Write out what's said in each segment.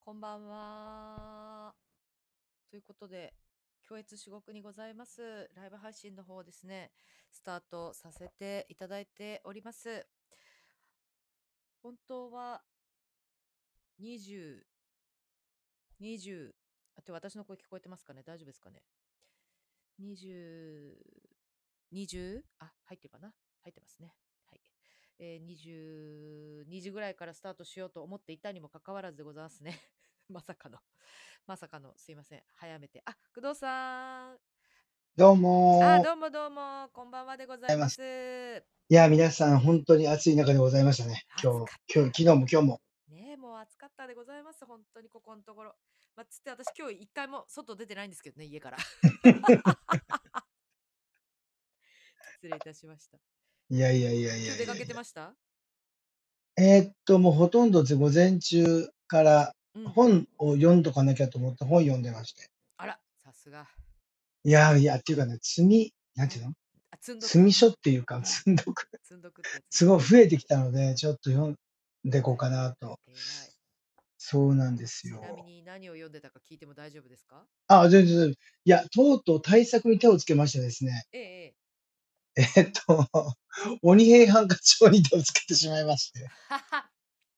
こんばんは。ということで、教越至極にございます。ライブ配信の方ですね、スタートさせていただいております。本当は20、20、私の声聞こえてますかね？大丈夫ですかね？ 20、20? 入ってるかな？入ってますね。はい。22時ぐらいからスタートしようと思っていたにもかかわらずでございますね。まさかの、すいません。早めて。工藤さん。 どうもどうもどうも、こんばんはでございまございます。 す。 いや、皆さん、本当に暑い中でございましたね。昨暑かった。 日も今日も。 ねえ、もう暑かったでございます。本当にここのところ。つって私今日一回も外出てないんですけどね、家から。失礼いたしました。 いやいやいやい今日出かけてやいやいや。 ました？ もうほとんど午前中からうん。 本を読んどかなきゃと思って本読んでまして。 あら、さすが。 いやいや、っていうかね、なんていうの積んどく積書っていうか、積んどく。 積んどくってやつですね。 すごい増えてきたので、ちょっと読んでこうかなと。 えらい。 そうなんですちなみよ。 に何を読んでたか聞いても大丈夫ですか？ 全然。いや、とうとう対策に手をつけましてですね。 ええ、ええ。 えっと、鬼平犯科帳に手をつけてしまいまして。 はは。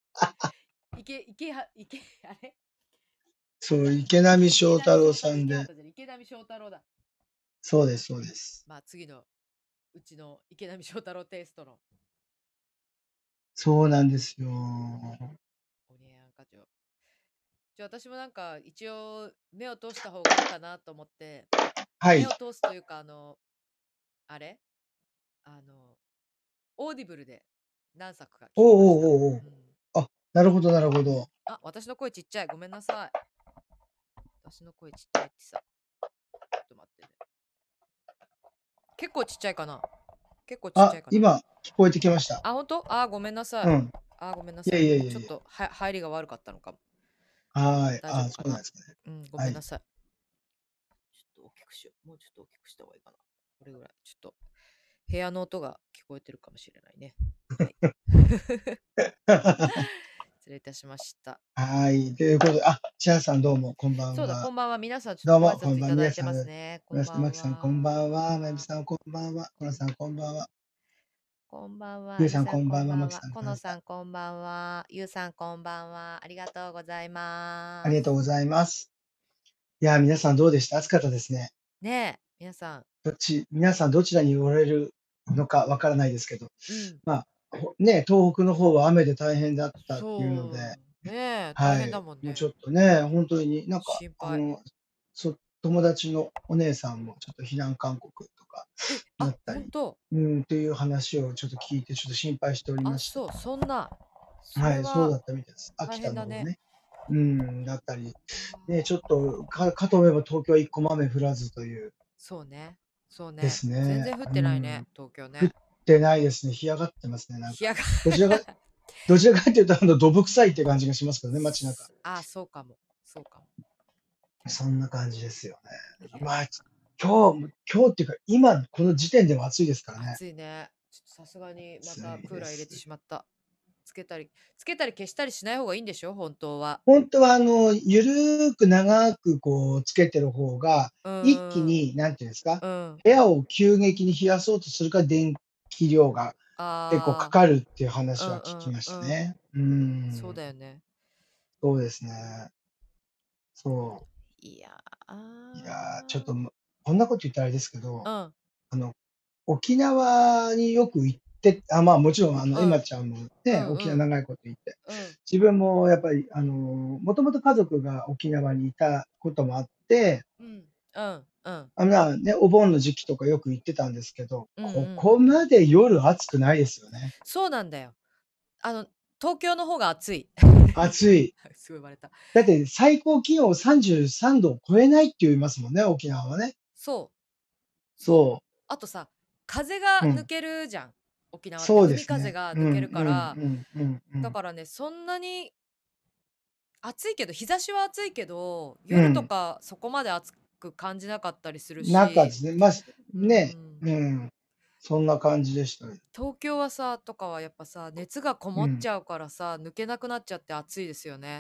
あれあそう、 れだ。 池波正池太郎波正太郎、 さんで。 池波正太郎だ。 そうです、そうです。 まあ次のうちの池波正太郎テイストのそうなんですよ。 鬼平犯科帳。私もなんか一応目を通した方がいいかなと思って、 はい。 目を通すというかあれあの、オーディブルで何作か聞きました。 おうおうおうおう。 うん。 あ、なるほど、なるほど。 私の声ちっちゃい。ごめんなさい。私の声ちっちゃいってさ。ちょっと待ってね。結構ちっちゃいかな？結構ちっちゃいかな？ 今、聞こえてきました。 本当？ごめんなさい。 うん。 ごめんないやさい。 いやいやいや。 ちょっと入りが悪かったのかも。 はい。そ大丈夫かな？ うなんですかね。 うん、ごはい。 めんなさい。ちょっと大きくしよう。もうちょっと大きくした方がいいかな。これぐらい。ちょっと部屋の音が聞こえてるかもしれないね。はい。失礼いたしました。 はい。ということで、チアさんどうも、こんばんそうだ、こは。 んばんは。皆さんちょっとご挨どうも、こんばんは。 拶いただいて皆さん、 ますね。こんばんマキさん、こんばんは。まゆみは。 さん、こんばんは。このさん、こんばんは。 こんばんは。 ゆうさん、 ゆうさん、 こんばんは。 こんばんは。 まきさん、 ここんばんは。 のさん、こんばんは。ゆうさん、こんばんは。ありがとうございあます。 りがとうございます。いや、皆さんどうでした？暑かったですね。 ねえ、皆さん。 皆さんどちらにおられるのかわからないですけど、 うん。 ま東北の方は雨で大変だったっていうので、 そう。ねえ、大変だはい。もうちもんね。 ょっとね、本当になんか、 心配。 友達のお姉さんもちょっと避難勧告とかなったり、 ほんと。 っていう話をちょっと聞いて、ちょっと心配しておりまして。 そう、そんな。そはい、そうれはだったみたいです。 大秋田変だね。 の方ね。だったり。ね、ちょっと、かと思えば東京は一個も雨降らずという。 そうね。そうでね。 すね。 全然降ってないね、東京降っね。 てないですね。干上がってますね、なんか。 日やがどちらか、どちらかというと、どぶ臭いって感じがしますけどね、街中。 そうかも。そうかも。 そんな感じですよね。 いやまあ、今日っていうか、今、この時点でも暑いですからね。 暑いね。ちょっとさすがにま暑たいです。 クーラー入れてしまった。つけたり消したりしない方がいいんでしょ本当は。 本当は、ゆるーく長くこう、つけてる方が、 う一気ーん。 に、なんていうんですか、 うん。 部屋を急激に冷やそうとするから、電気量が結構かあかるっていうあ、う話は聞きんましたうんうん。 ね。 そうだよね。 そうですね。そいやいやー、ちょっー。 と、こんなこと言ったらあれですけど、 うん。 あの、沖縄によく行ってまあ、もちろん、エうん。 マちゃんもうね、 んうん。 沖縄長いこと行って、 うん。 自分もやっぱり、もともと家族が沖縄にいたこともあって、 うん。うん。うん。 お盆の時期とかよく行ってたんですけど、 うんうこん。 こまで夜暑くないですよね。 そうなんだよ。あの、東京の方が暑い。 暑い。 すごい言われた。 だって最高気温33度を超えないって言いますもんね、沖縄はね。 そう。そう。 そあとさ、風がう。 抜けるじゃん。沖縄って。 そうで海すね。 風が抜けるから、 うん。 だからね、そんなに暑いけど、日差しは暑いけど、夜とうん。 かそこまで暑く感じなかったりするし、 中ですね。まあ、 うね、 ん。 そんな感じでしたね。 東京はさ、とかはやっぱさ、熱がこもっうん。 ちゃうからさ、抜けなくなっちゃって暑いですよね。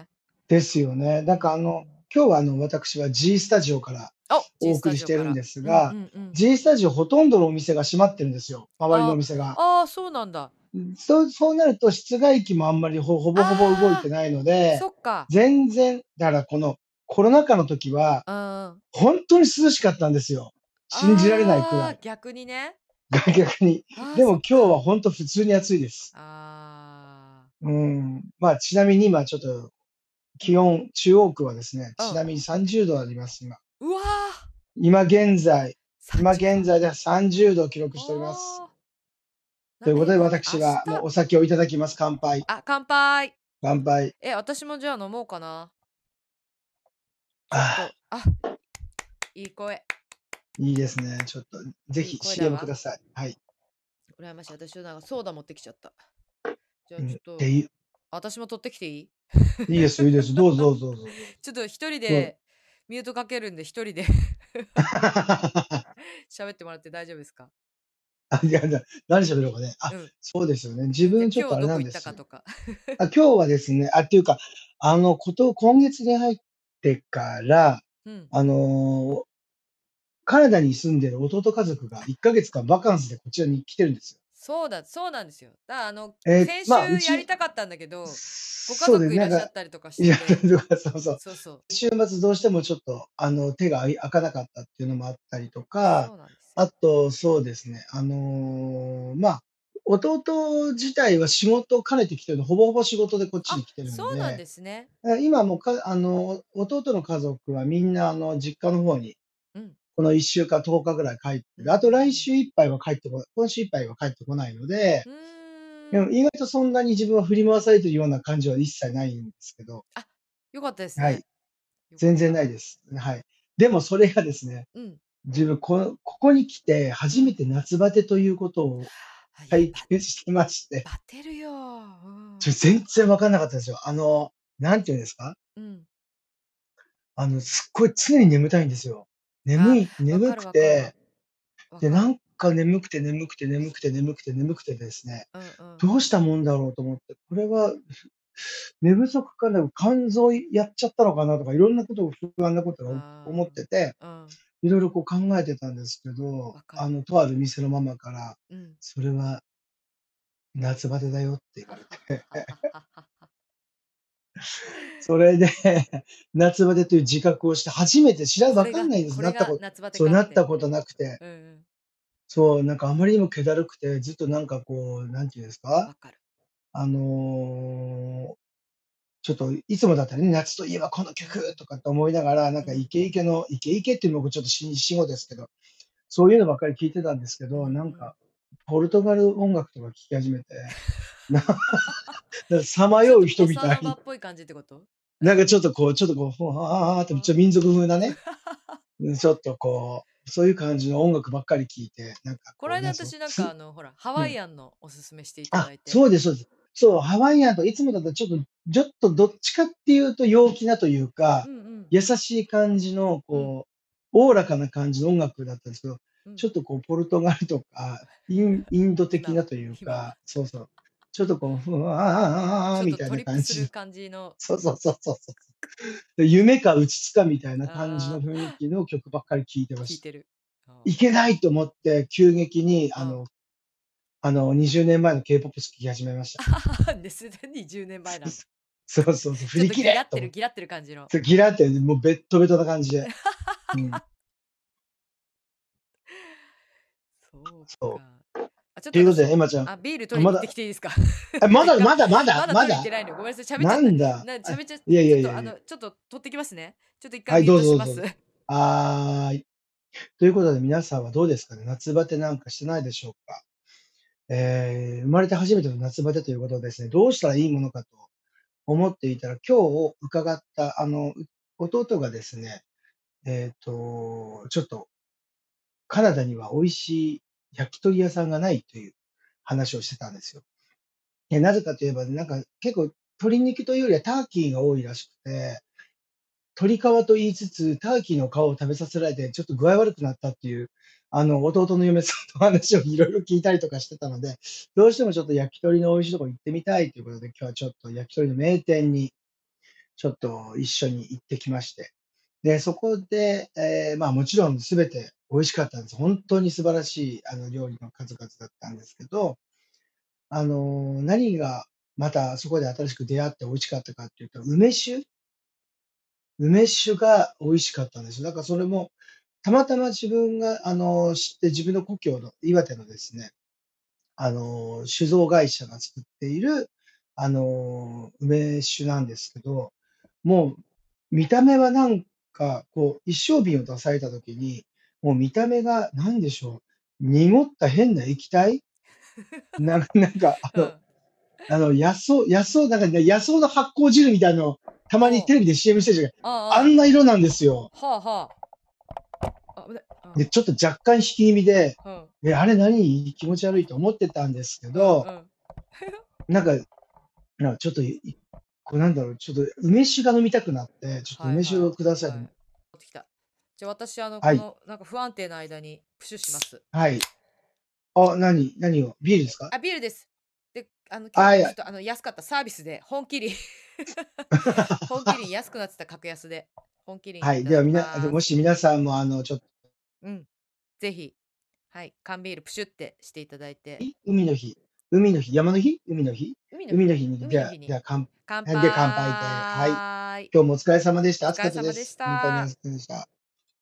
ですよね。なんか今日は私は G スタジオからお、 お G ス送タジオから。 りしてるんですうんうが、 んうん。 G スタジオほとんどのお店が閉まってるんですよ。周りのおあ、 店が。 ああ、そうなんだ。 そうなると室外機もあんまりほぼほぼ動いああ、 てないので、 そっか。 全然、だからこのコロナ禍の時は、 うんうん。 本当に涼しかったんですよ。信じられないくらああ、 い。 逆にね。 逆に。 ああ、 でもそっか。 今日は本当普通に暑いです。 ああ、 うん。まあちなみに今ちょっとうん、 気温、中央区はですね、 うん。 ちなみに30度あります、今。 うわあ、 今現在、今 30度。 現在では30度を記録しております。 おお。 ということで明私はもう日お酒をいただきます。乾杯。 あ、乾杯。 乾杯。 私もじゃあ飲もうかな。ちょっああ、 と、いい声。 いいですね。ちょっと、ぜいいひ声だ CM くわ。 ださい。はい。 羨ましい。私はなんかソーダ持ってきちゃった。じゃあうん。 ちょっと、 で、 私も取ってきていい？ いいですよ、いいですよ。どうぞどうぞどうぞちょっと一人どうぞ。 でミュートかけるんで一人で喋ってもらって大丈夫ですか？ あ、いや、何喋ろうかね。あ、 うん。 そうですよね。自うん、じゃあ分ちょっとあれ今日どこ行っなんですよ。 たかとか。 今日はですね、っていうか、今月に入ってから、 うん。 あの、カナダに住んでる弟家族が1ヶ月間バカンスでこちらに来てるんですよ。 そうなんですよ。先まあ、 週やりたかったんだけど、ご家そうで、 族いらっしゃったりとかしいや、 てて、 とか、そうそう。 そうそう。 週末どうしてもちょっと、手が開かなかったっていうのもあったりとか、 そうなんですよ。 あと、そうですね、まあ、弟自体は仕事を兼ねてきてるのほぼほぼ仕事でこっちあ、 に来てるそうなんので、 ですね。 今も弟の家族はみんな、実家の方に、 うん。 この1週間、10日ぐらい帰ってる。 うんうんあと来うん。 週いっぱいは帰ってこない、今週いっぱいは帰ってこないので、 うーん。 でも意外とそんなに自分は振り回されてるような感じは一切ないんですけど、 あ、よかったですね。 はい。全然よかった。 ないです。はい。でもそれがですね、 うん、 自分ここに来て初めうん。 て夏バテということをいや、 体験してまして、 バテるよ。うん。 全然わかんなかったんですよ。なんていうんですか？ うん。 すっごい常に眠たいんですよ。 あ、わか眠くるわかるわ。 て、で、 わかる。 なんか眠くてですね、 うんうん。 どうしたもんだろうと思って、これは寝不足かな、肝臓やっちゃったのかなとか、いろんなことを不安なことを思っあてて、 あ、うん。 いろいろこう考えてたんですけど、 わかる。 とある店のママから、 うん。 それは夏バテだよって言ははわれて、 ははははは。 それで夏バテという自覚をして初めてわかんないんです。 これが夏バテそう、 かって。 なったことなくて。 うんうん。 そう、なんかあまりにも気だるくて、ずっとなんかこう、なんていうんですか、 わかる。 あの、ちょっといつもだったらね、夏といえばこの曲とかって思いながら、なんかうん。 イケイケっていうのもちょっと死語ですけど、そういうのばっかり聞いてたんですけうんうど、なんん。 か、ポルトガル音楽とか聴き始めて、なさまちょっようとボサ人みたいに、 ノバっぽい感じってこと？ なんかちょっとこう、ふわーって、ちょっと民族風なね、ちょっとこう、そういう感じの音楽ばっかり聴いて、なんかこう、 この間私なんかほら、ハうん。 ワイアンのおすすめしていただいて。 そうですそうです。そう、ハワイアンといつもだとちょっとどっちかっていうと陽気なというか、 うんうん。 優しい感じのうん。 こう、おおらかな感じの音楽だったんですけど、 うん。 ちょっとこうポルトガルとか、インド的今はなという今は。 か、そうそう。ちょっとこう、ふわーみたいちょっとトな感じの、 リップする感じの。 そうそうそうそうそう。で夢かうつつかみたいな感じのあ雰囲気の曲ばっかり聴いてました。 聞いてる。あいけないと思って急激にあ。 20年前の K-POP 聴き始めました。 うん。ですでに10年前なんだ。 そうそうそう、振ちょっとり切れと思って。 ギラってる感じの。 そう、ギラってもうベットベトな感じで。うん。 そうそう。 か。ちょっと私、 ということで、エマちゃん、 ビール取りに行ってまだきていいですか？ まだ時間、 まだまだまだまだ取りに行ってないの。ごめんなさい。喋っちゃった。 なんだ。 喋っちゃ、ちいやいょっとやいやいや。 ちょっと取ってきますね。ちょっと一回はい、 ミューどうトします。 ぞどうぞどうぞ。はーい。ということで、皆さんはどうですかね。夏バテなんかしてないでしょうか。生まれて初めての夏バテということでですね、どうしたらいいものかと思っていたら、今日伺った、弟がですね、ちょっとカナダには美味しい焼き鳥屋さんがないという話をしてたんですよ。なぜかといえば、なんか結構鶏肉というよりはターキーが多いらしくて、鶏皮と言いつつ、ターキーの皮を食べさせられて、ちょっと具合悪くなったっていう、弟の嫁さんの話をいろいろ聞いたりとかしてたので、どうしてもちょっと焼き鳥の美味しいところ行ってみたいということで、今日はちょっと焼き鳥の名店にちょっと一緒に行ってきまして。で、そこで、まあ、もちろん全て美味しかったんです。本当に素晴らしい、料理の数々だったんですけど、何がまたそこで新しく出会って美味しかったかっていうと、梅酒が美味しかったんですよ。だからそれも、たまたま自分が、知って自分の故郷の岩手のですね、酒造会社が作っている、梅酒なんですけど、もう見た目はなんか、こう、一升瓶を出された時に、もう見た目がなんでしょう、濁った変な液体なんか、 うん。 野草なんかね、野草の発酵汁みたいのをたまにほう。 テレビで CM してるじゃん。ああんな色なんですよ。 あ、はあはあ。あ、危ない。うん。 で、ちょっと若干引き気味で、 うん。 あれ何気持ち悪いと思ってたんですけど、 うんうん。 なんかちょっと、こうなんだろう、ちょっと梅酒が飲みたくなって、ちょっと梅酒はいはい。 をくださいと。 はい。持ってきた。じゃあ私、 はい、 この、なんか不安定な間にプシュします。 はい。あ、何をビールですか？ あ、ビールです。で、今あ、いや。 日ちょっと安かったサービスで、本麒麟本麒麟安くなってた格安で、本麒麟はい。 いただきます。 もし皆さんもちょっと、 うん。ぜひ、はい、缶ビールプシュってしていただいて。 海の日、山の日海の日海の日海の日に、 海の日に。乾乾杯で、はい。 杯。 今日もお疲れ様でした。 お疲暑かれ様でしったです。本当にた。 暑かったでした。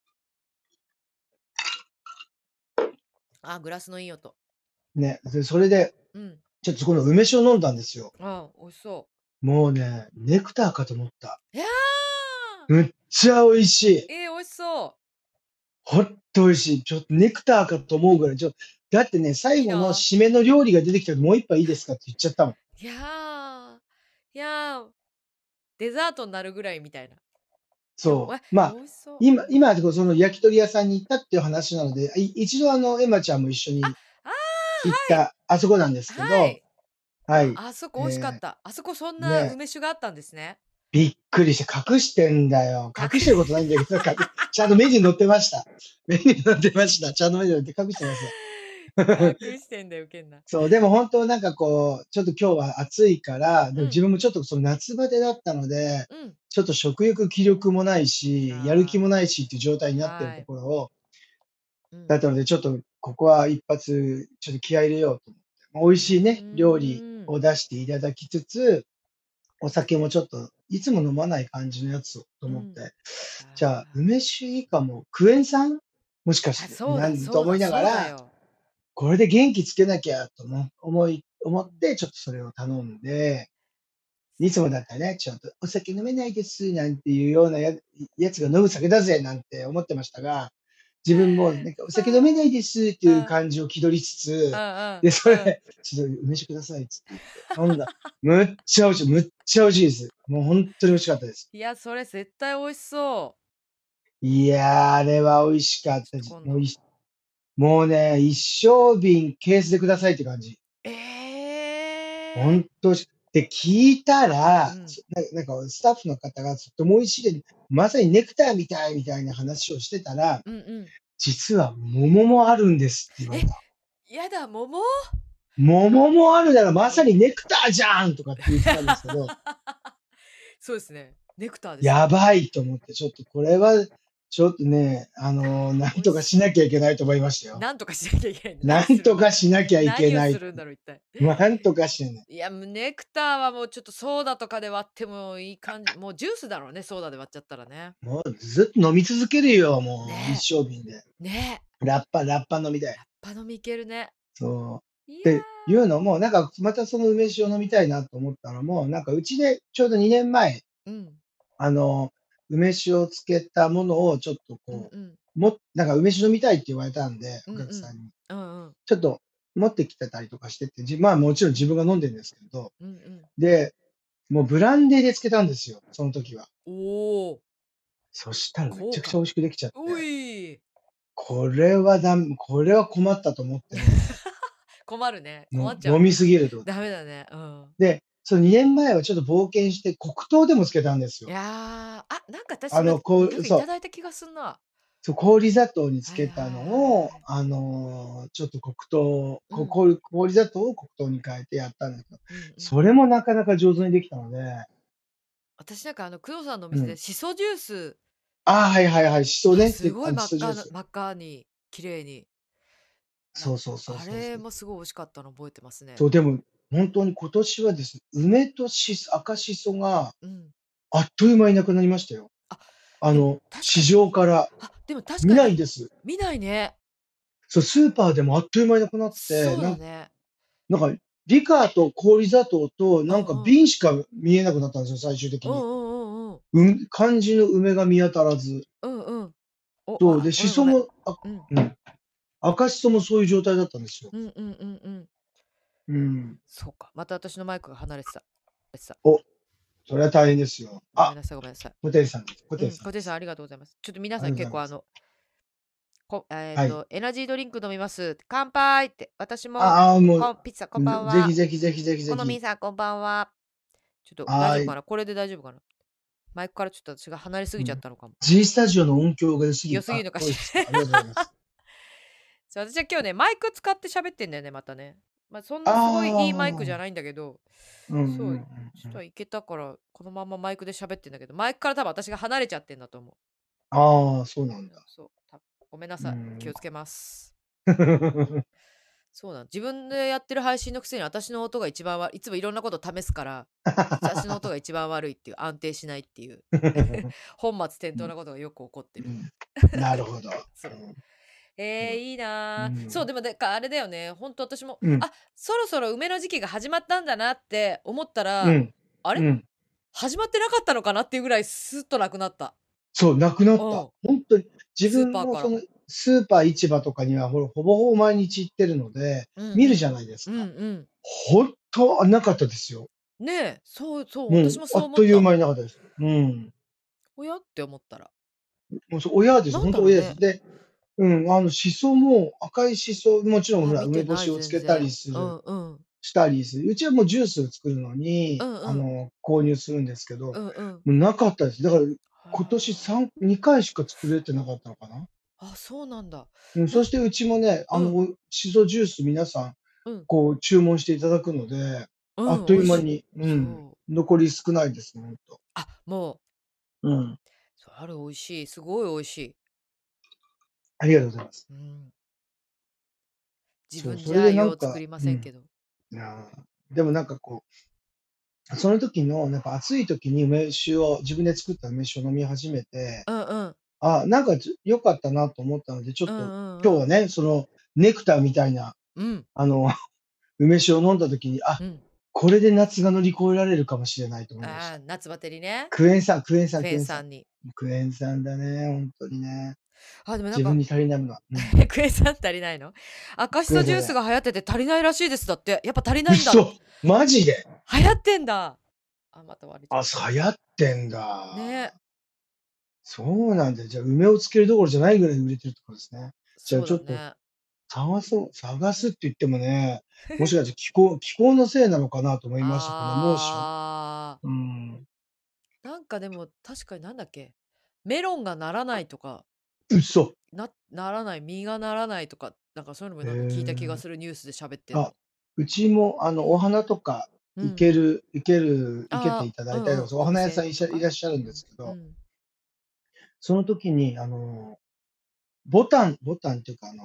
あ、グラスのいい音。 ね。で、それで、 うん。 ちょっとこの梅酒を飲んだんですよ。 あ、美味しそもうね、ネクターかと思った。 う。いやむっちゃ美味しい。 美味しそほんと美味しい。ちょっとネクターかと思うぐらい、だってね、 う。 最後のいいな。 締めの料理が出てきたらもう一杯いいですかって言っちゃったもん。 いやー、いやー、デザートになるぐらいみたいな。でも、 そう。まあ、 美味しそう。 今、その焼き鳥屋さんに行ったっていう話なので、一度エマちゃんも一緒あ、 にあ行った、あそこなんですあ、 けど、 はい。あ、 はい。 あそこ美味しかった。あそこそんなね、 梅酒があったんですね。 びっくりして隠してんだよ。 かく隠してることないんだけど、ちゃんとメニューに載ってました。メニューに載ってました。ちゃんとメニューに載って隠してます。 隠してんだよ、ウケんな。 そう、でも本当なんかこう、ちょっと今日は暑いから、でもうん、 自分もちょっとその夏バテだったので、 うん。 ちょっと食欲、気力もないし、やる気あもないしっていう状態にあ、 なってるはい。 ところを、 うん。 だったのでちょっとここは一発ちょっと気合い入れようと思って、美味うしいね、料理ーん。 を出していただきつつ、お酒もちょっといつも飲まない感じのやつをとうん。 思って、じゃあ、 あ梅酒いいかも、クエン酸もしかあ。あ、 して、 そうだと思いそうだながら、 そうだよ。 これで元気つけなきゃと思うん。 って、ちょっとそれを頼んで、いつもだったらね、ちょっとお酒飲めないですなんていうようなやつが飲む酒だぜなんて思ってましたが、自分もなんかお酒飲めないですっていうあ感じを気取りつあ、 つ、で、そうんうんうん。 れ、ちょっと梅酒くださいっつって言って飲んだ。むっちゃ美味しい、むっちゃ美味しいです。もう本当に美味しかったです。 いや、それ絶対美味しそう。 いやー、あれは美味しかっちょったし、 と今度。 もうね、一升瓶ケースでくださいって感じ。 ええ。 ほんとで、聞いたら、 うん。 なんかスタッフの方がとっても美味しいで、まさにネクターみたいな話をしてたら、 うんうん。 実は桃もあるんですって言われえ、 た。 やだ、桃？ 桃もあるならまさもにネクターじゃんとかって言ってたんですけど、 そうですね。ネクターですね。 やばいと思って、ちょっとこれは、ちょっとね、なんとか美味ししなきゃいけないと思いましたよ。 なんとかしなきゃいけない。 なんとかしなきゃいけ何をない。 するんだろう、一体。 なんとかしてね。 いや、ネクターはもうちょっとソーダとかで割ってもいい感じ。もうジュースだろうね、ソーダで割っちゃったらね。 もうずっと飲み続けるよ、もうね一升瓶で。 え、ねえ。 ラッパ飲みたい。 ラッパ飲みいけるね。 そう。 いやっていうのも、なんかまたその梅酒を飲みたいなと思ったのも、なんかうちでちょうど2年前、 ー。うん。 あの、梅酒をつけたものをちょっとこうんうん。 う、なんか梅酒飲みたいって言われたんで、おうんうん。 客さんに。 うんうん。 ちょっと持ってきてたりとかしてて、まあもちろん自分が飲んでるんですけど、 うんうん。 で、もうブランデーでつけたんですよ、その時は。 おお、 そしたらめち効果。 ゃくちゃ美味しくできちゃって、 おい。 これは困ったと思ってね、 困るね。困っちゃう飲みね。 すぎると。 ダメだね。うん。 で、その2年前はちょっと冒険して黒糖でもつけたんですいよ。 や、なんか私それ、なんかいそう、 ただいた気がすんな。 氷砂糖につはいはいけたのを、 はいはい。 ちょっと黒糖、 うん。 氷砂糖を黒糖に変えてやったんだけど、 うんうん。 それもなかなか上手にできたので、 私なんか工藤さんのおうん。 店でシソジュースああ、はいはいはい。しそがね。 すごいシソジュース。 真っ赤に綺麗にそうそうそうあそうそう。 れもすごい美味しかったの覚えてますね。 そう、でも、本当に今年はですね、梅と赤しそがうん。 あっという間になくなりましたよ。 あ、でも確か市に。 場からでも確見かにないです。 見ないね。 そう、スーパーでもあっという間になくなって、 そうだね。 なんか、リカーと氷砂糖と、なんかうんうん。 瓶しか見えなくなったんですよ、最終的に。 うんうんうんうん。 漢字の梅が見当たらず。 うんうん。 そう、で、 ごめんごめん。 しそも、 うん。 うん。赤しそもそういう状態だったんですよ。 うんうんうんうん。 うん。 そうか。また私のマイクが離れてた。 お、それは大変ですよ。あ、 ごめんなさいごめんなさい。 ホテイさんです。ホテイうん、小手さんあさんです。 りがとうございます。ちょっと皆あさんりがとうございます。はい。 エナジードリンク飲みます。乾杯って。私も、 もう、 ピッツァこんばんぜひは。 ぜひぜひぜひぜこのみひ。 んさんこんばんは。ちょっと大はい。 丈夫かなこれで大丈夫かなマイクからちょっと私が離れすぎちゃっうん。 たのかも。 G スタジオの音響が良すぎる。 良すぎるのかしら。 そうですか。ありがとうございます。 そう、私は今日ね、マイク使って喋ってんだよね、またね。まあ、そんなすごいいいマイクじゃああ、 ないんだけど、 うんうんそう、 うんうん。 ちょっといけたから、このままマイクで喋ってんだけど、マイクから多分私が離れちゃってんだと思う。 ああ、そうなんだ。 そう、ごめんなさい。気うん。 をつけます。そうなん、自分でやってる配信のくせに私の音が一番いつもいろんなことを試すから、私の音が一番悪いっていう、安定しないっていう、本末転倒なことがよく起こってる。 うん、なるほど。 そう。 うん。 いいなー。そう、 うん。 でもあれだよね。本当私も、 うん。 そろそろ梅の時期が始まったんだなって思ったら、 うん。 あれうん。 始まってなかったのかなっていうぐらいスッとなくなった。 そう、なくなった。 うん。 ほんとに、自スーパーから。 分もそのスーパー、市場とかには、ほぼほぼ毎日行ってるので、 うんうん。 見るじゃないですうんか。 うん。 ほんと、なかったですよ。 ねえ、そうそう、 もう、 私もあっというそう思った。 間になかったです。うん。 おやって思ったら。 もう、親です。 なんほんと親です。 だろうね。 で、しそも、赤いしそ、もちろんほら、 見てない、 梅干しをつけた全然。 りするうんうん。 したりする。うちはもうジュースを作るのに、 うんうん。 購入するんですけど、 うんうん。 もうなかったです。だから、今年は 2回しか作れてなかったのかな。 そうなんだ。 うん、そしてうちもね、 うん、 シソジュース皆さん、 うん、 注文していただくので、 うん、 あっと美味しい。 いう間に、うん、 そう。 残り少ないですね、ほんと。 もう、 うん。 そう、あれ美味しい。すごい美味しい。 ありがとうございます。 うん。自そう、 分それでじゃよなんか、 う作りまうん。 せんけど。 でもなんかその時の、やっぱ暑い時に自分で作った梅酒を飲み始めて、 うんうん。 なんか良かったなと思ったので、ちょっうんとうんうん。 今日はね、そのネクターみたいな、 うん。 あの、梅酒を飲んだ時に、 うん。 これで夏が乗り越えられるかもしれないと思いました。 夏バテにね。 クエン酸。 クエン酸に。 クエン酸だね、ほんとにね。 でもなんか、 自分に足りないものは。うん。 クエン酸足りないの赤しそジュースクエン酸ね。 が流行ってて足りないらしいですだって。やっぱ足りないんだ。 嘘！マジで？ 流行ってんだ。また割れちゃった。 流行ってんね。 だ。そうなんだ。じゃあ、梅をつけるどころじゃないぐらい売れてるってことですね。じゃあそうちょっと、 だね。 探すって言ってもね、もしかして気候のせいなのかなと思いました。この猛暑。 あうん。 なんかでも確かになんだっけ、メロンがならないとか、 嘘。 ならない、実がならないとか、なんかそういうのもへなんか聞いた気がえ。 するニュースで喋ってんあ、 の。 うちもお花とかうん。 生けていただいたりとか、お温花屋さん泉とか。 いらっしゃるんですけど、 うん。 その時にボタンっていうか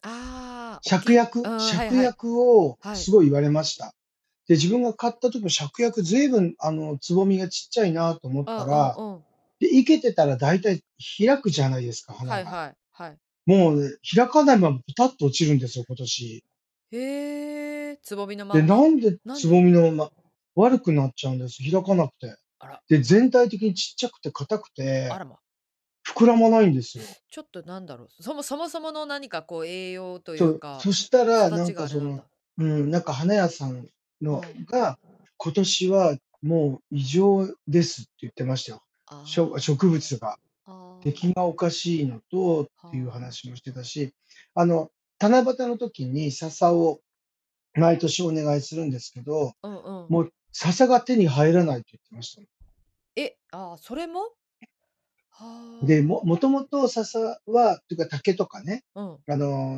はい芍はい。 薬をはい。 すごい言われました。で、自分が買った時も芍薬ずいぶんつぼみがちっちゃいなと思っうんたら、 うんうん。 で、生けてたら大体開くじゃないですか、花が。 はいはいはい。 もうね、開かないままピタッと落ちるんですよ、今年。 へえ、つぼみのまで、 んま？ なんでつぼなんで？ みのまま悪くなっちゃうんです、開かなくて。 あら、 で、全体的にちっちゃくて硬くて、 あらま。 膨らまないんですよ。 ちょっとなんだろう、そもそもの何かこう栄養といそう、 うか、 そしたら、な育ちがんかその、 あれなんだ。 なんか花屋さんのうん。 が、今年はもう異常ですって言ってましたよ。 あ植物が。 あ、ああ、 出来がおかしいのとっていうは話もしてたし、あの、七夕の時に笹を毎年お願いするんですけど、 あ。うんうん。 もう笹が手に入らないって言ってました。 それも？ で、 はあ。 もともと笹は、というか竹とかね、 うん。 あの、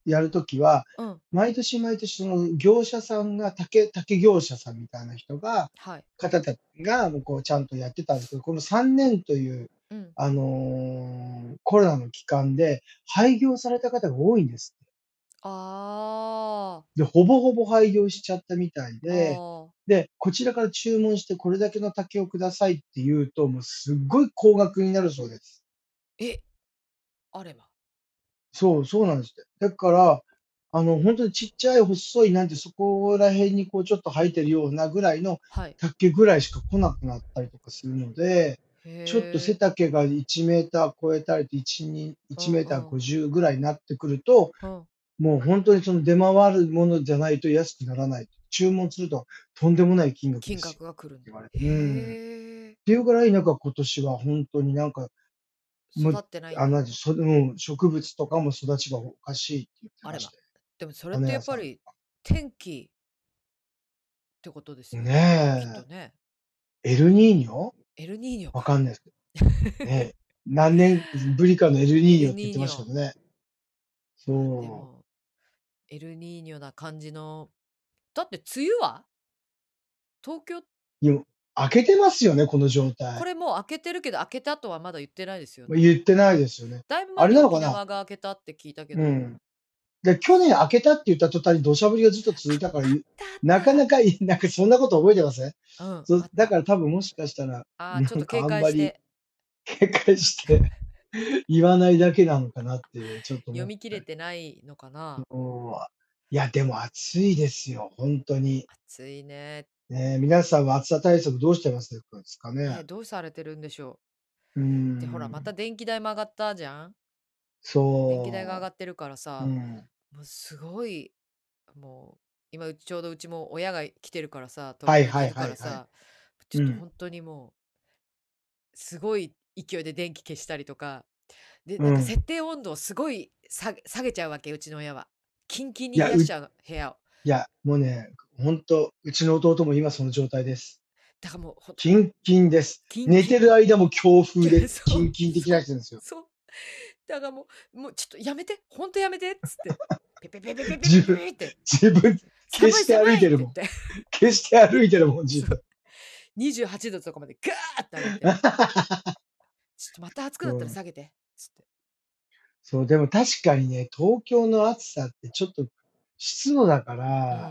やるときは、 うん。 毎年毎年その業者さんが、竹業者さんみたいな人が、 はい。 方たちが、こうちゃんとやってたんですけど、この3年という、 うん。 コロナの期間で廃業された方が多いんですって。 あで、ほぼほぼ廃業しちゃったみたいあ、 で、 ああ。 で、こちらから注文してこれだけの竹をくださいって言うと、もうすっごい高額になるそうです。 え、あれば。 そうなんですって。だから、ほんとにちっちゃい細い、なんて、そこら辺にこうちょっと生えてるようなぐらいのはい。 竹ぐらいしか来なくなったりとかするので、 へちょっと背え。 丈が1メーター超えたりと、1メーターうんうん。 50ぐらいになってくると、 うん。 もうほんとにその出回るものじゃないと安くならない。注文するととんでもない金額で金すよ額が来るんだ。 って言われて。 へえ。 っていうぐらいなんか今年はほんとになんか、 育ってないんだ。 なんで、植物とかも育ちがおかしいって言ってあれば。 ましたよ。 でもそれってや花屋さん。 っぱり天気ってことですよね、きっとねね。 え、エルニーニョ？ エルニーニョわか。 かんないすけど。ねえ、何年ぶりかのエルエルニーニョって言ってニーニョ。 ましたけどね。 でそう。 も、エルニーニョな感じのだって梅雨は？東京明けてますよね、この状態。 これもう明けてるけど、明けたとはまだ言ってないですよね。 言ってないですよね。 だいぶ前にあれなのかな？ 沖縄が明けたって聞いたけど。 うん。で、去年明けたって言った途端に土砂降りがずっと続いたから、 あったあっなかなた。 かなんかそんなこと覚えてません？ うん、 そう、だかあった。 ら多分もしかしたら、 ああ、ちょっなんかと警あんまり戒して。 警戒して言わないだけなのかなってちょっと思っ読み切れたり。 てないのかな。 そう。いや、でも暑いですよ、ほんとに。 暑いね。 ね、皆さんは暑さ対策どうしてますかね？ どうされてるんでしょう。 うーで、ほら、まん。 た電気代も上がったじゃん。電気代が上そがってるからう。うさ、 ん。 もうすごい、もう、今ちょうどうちも親が来てるからさ、東はいはい京にいるはいはい。 からさ、ちょうん。 っと本当にもう、すごい勢いで電気消したりとか、で、 うん。 なんか設定温度をすごい下げちゃうわけ、うちの親は。キンキンにいや、 冷やしちゃうの、部屋を。 もうね、ほんと、うちの弟も今その状態です。 だからもうほんと、 キンキンです。寝てキンキン。 る間も強風でそう、 キンキンって切そう、 らしてるんですよ。 そう。だからもうちょっとやめて、ほんとやめてっつって、ペペペペペペペ自分ペペって、 自分消して寒い寒歩いてるもん。 いって言って、 消して歩いてるもん、自分。 そう、28度とかまでガーって上げて、ちょっとまた暑くなったらそう。 下げて、つって。 そう、でも確かにね、東京の暑さってちょっと湿度だから、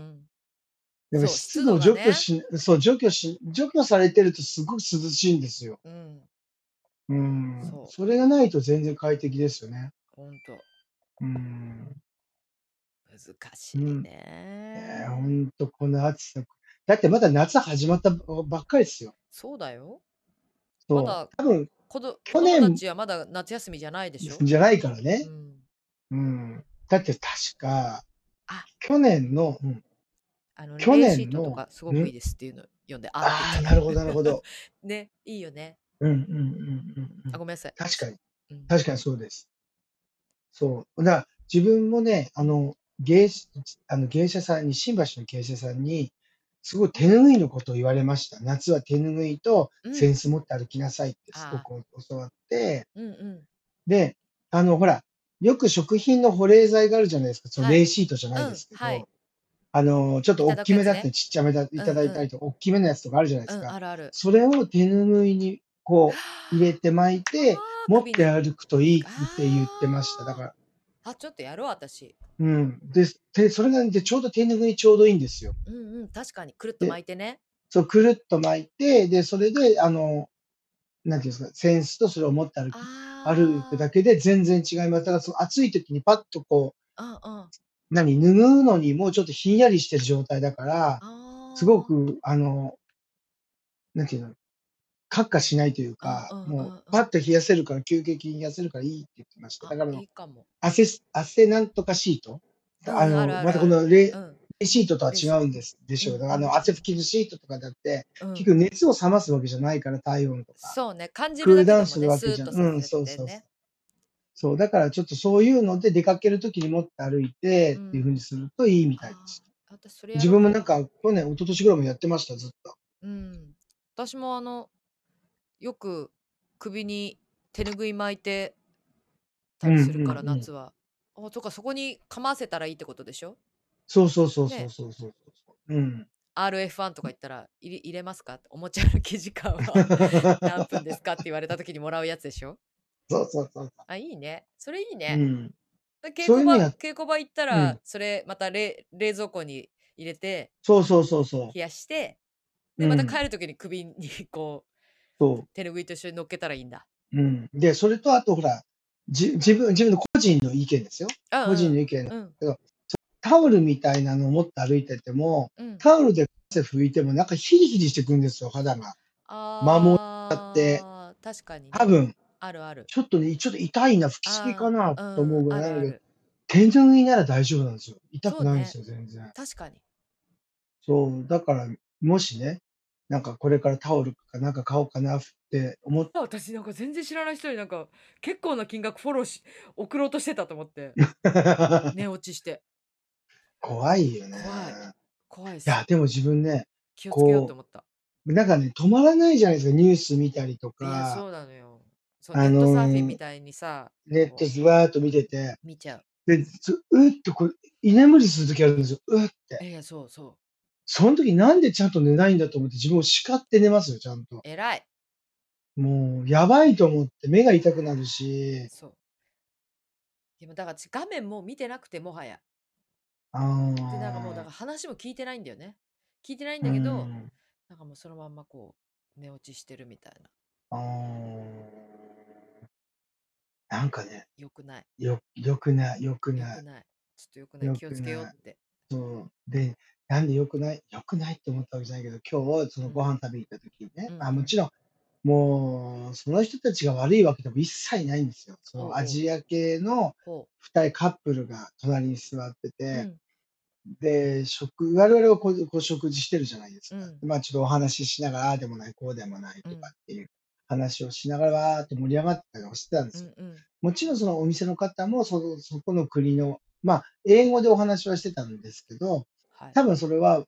うん。 でもそう、湿度湿度をがね。 除去されてるとすごく涼しいんですよ。 うん、そう、 それがないと全然快適ですよね。 ほんと、 うーん。 難しいうん。ほね。 んとこの暑さ。だってまだ夏始まったばっかりですよ。 そうだよ。まそう。 だ、 多分、 子供た去年ちはまだ夏休みじゃないでしょ？ じゃないからね。 うん。 うん。だって確か、 あ、 去年の去レーシートと年のかすごくいいですっていうの読んで、あってああ、なるほど言った。 なるほど。 ね、いいよね。あ、 うん。 ごめんなさい。 確かに。 うん。 確かにそうです。そう。だから自分もね、 うん。 芸者さんに、新橋の芸者さんに、すごい手拭いのことを言われました。夏は手拭いとうん。 扇子持って歩きなさいってすごああ、 く教わって、 うんうん。 で、ほら、よく食品の保冷剤があるじゃないですか。そのはい。 レーシートじゃないでうん、はい。 すけど、ちょっといた大きめだっただくやつね。 りちっちゃめだいただうんうん。 いたりとか、大きめのやつとかあるじゃないでうん、 すか。 あるある。 それを手拭いにこう入れて巻いあて、 あ、 持って首に。 歩くといいって言ってました。だかあらあ。あ、ちょっとやろう、私。 それがね、ちょうど手拭いにちょうどいいんですよ。 うんうん、確かに。くるっとで、 巻いてね。 そう、くるっと巻いて、で、それで、なんていうんですか、扇子とそれを持って歩くだあけで全然違います。だからその暑い時にパッとこう、 あ。うんうん。 拭うのにもうちょっとひんやりしてる状態だから、すごあく、なんていうの、カッカしないというあ。 か、 うんうんうもうんうん。 パッと冷やせるから、急激に冷やせるからいいって言ってました。 あ、 だからいいかも。 汗なんとかシートうん、あるあまたこるある。 のうん。 レシートとはレシート。 違うんでしょう。 うんだからうんうん。 汗拭きのシートとかだって、 うん。 結局熱を冷ますわけじゃないから、体温とか。 そうね、感じるクールダウンするだけでもね、スーッわけじゃん。 とさせそうそう。 てね。 そう、だからちょっとそういうので出かける時に持って歩いてっていううん。 風にするといいみたいであす。 あ、私それや自ろうかな。 分もなんか去年、一昨年ぐらいもやってました、ずっと。 うん。私もよく首に手ぬぐい巻いてたうんうりするから、 んうん。 夏は。 あ、とか、そこにかませたらいいってことでしょ？ そうそうそうそうね。 そうそうそう。うん。 RF1 とか言ったら、入れますかって、おもちゃの生地感は何分ですかって言われた時にもらうやつでしょ？ そうそうそうそあ、いいね。それいいね。 う。うん。 で、 そういうのや稽古場行ったら、 うん。 それまた冷蔵庫に入れて、 そうそうそうそ冷やして、 う。 で、またうん。 帰る時に首にこう、 そう。 手ぬぐいと一緒に乗っけたらいいんだ。 うん。で、それとあとほら、自分の個人の意見ですよ。 うん個人うん。 の意見なんでうん。 すけど、タオルみたいなのを持って歩いてても、 うん。 タオルで汗拭いてもなんかヒリヒリしてくるんですよ、肌が。摩耗って、 ああ、確かにね。 多分、 あるある。 ちょっと痛いな、拭きすぎかあなあ、 と思うん、 うぐらいなんだけど、 あるある。 手拭いなら大丈夫なんですよ。痛そうね。 くないんですよ、全然。 確かに。 そう、だから、もしね、なんかこれからタオルかなんか買おうかなって私なんか全然知らない人になんか、結構な金額送ろうとしてたと思って。寝落ちして。 怖いよね。 怖い。怖いっいや、 す。 でも自分ね、 気をつけようとこ思った。 なんかね、止まらないじゃないですか、ニュース見たりといや、 か、 そうなのよ。そう、 あネットサーフィンみの、 たいにさ、 ネットこずわーっと見てて、 う、見ちゃう。 で、うっと居眠りする時あるんですよ。うって。 いや、そうそう。 その時なんでちゃんと寝ないんだと思って自分を叱って寝ますよ、ちゃんと。 偉い。 もう、やばいと思って目が痛くなるし、 そう。でもだから画面も見てなくてもはや。 あで、なんかもうだあ、 から話も聞いてないんだよね。聞いてないんうだけど、 ん、 なんかもうそのまんまこう、寝落ちしてるみたいな。 ああ、なんかね、 良くない。 良くない、良くない、 良くない。ちょっと良くない。 良気をつけようくない。 って。 そう。で、なんで良くないって思ったわけじゃないけど、今日そのうん。 ご飯食べに行った時にね、 うんうあ、もん。 ちろん、もう、その人たちが悪いわけでも一切ないんですよ。そほうほう。 のアジア系のほ 2人カップルが隣に座ってう。うて、 ん。 で、我々は食事してるじゃないですか。 うん。 でまあちょっとお話ししながら、ああでもない、こうでもないとかうん。 っていう話をしながらわーって盛り上がってたりとかしてたんですよ。 うんうん。 もちろんそのお店の方もそこの国の、まあ英語でお話はしてたんですけど、 はい。 多分それは、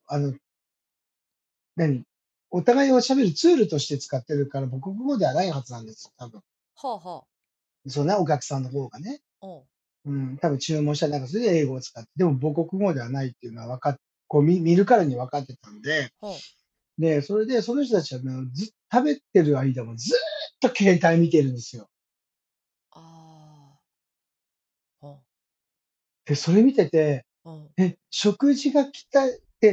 何お互いを喋るツールとして使ってるから、母国語ではないはずなんですよ、多分。 はあはあ。 そんなお客さんの方がね。 おう。 うん、多分注文したりなんかそれで英語を使って、でも母国語ではないっていうのはこう見るからに分かってたんで、 ほう。 で、それでその人たちはね、食べてる間もずーっと携帯見てるんですよ。 ああ。ほう。 で、それ見てて、 うん。 食事が来たって、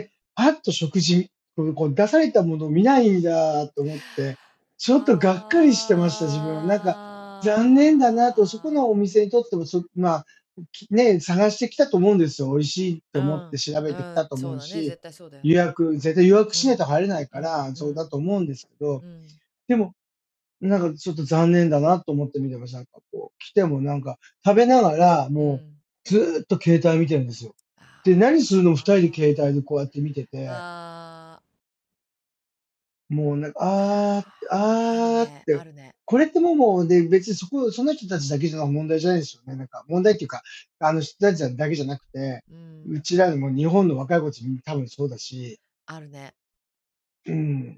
パッとこう出されたものを見ないんだと思って、ちょっとがっかりしてました、自分。なんか、残念だなと、そこのおあ店にとっても、まあ、探してきたと思うんですよ。美味しいと思ってあ。 調うん。 べてきたとそうだね、 思うし、 絶対そうだよね。 絶対予約うん。 しないと入れないうん。 から、そうだうん。 と思うんですけど、 うん。 でも、なんかちょっと残念だなと思って見てました。なんかこう、来てもなんか、食べながら、もうん。 う、ずーっと携帯見てるんですよ。で、 あ何するのも二人で携帯であ。 こうやって見てて、 ああ。 もうなんか、 あるね、あるね。 これって別にその人たちだけじゃ問題じゃないですよね。なんか問題っていうか、あの人たちだけじゃなくて、 うん。 うちらでも日本の若い子たち多分そうだし、 あるね。 うん、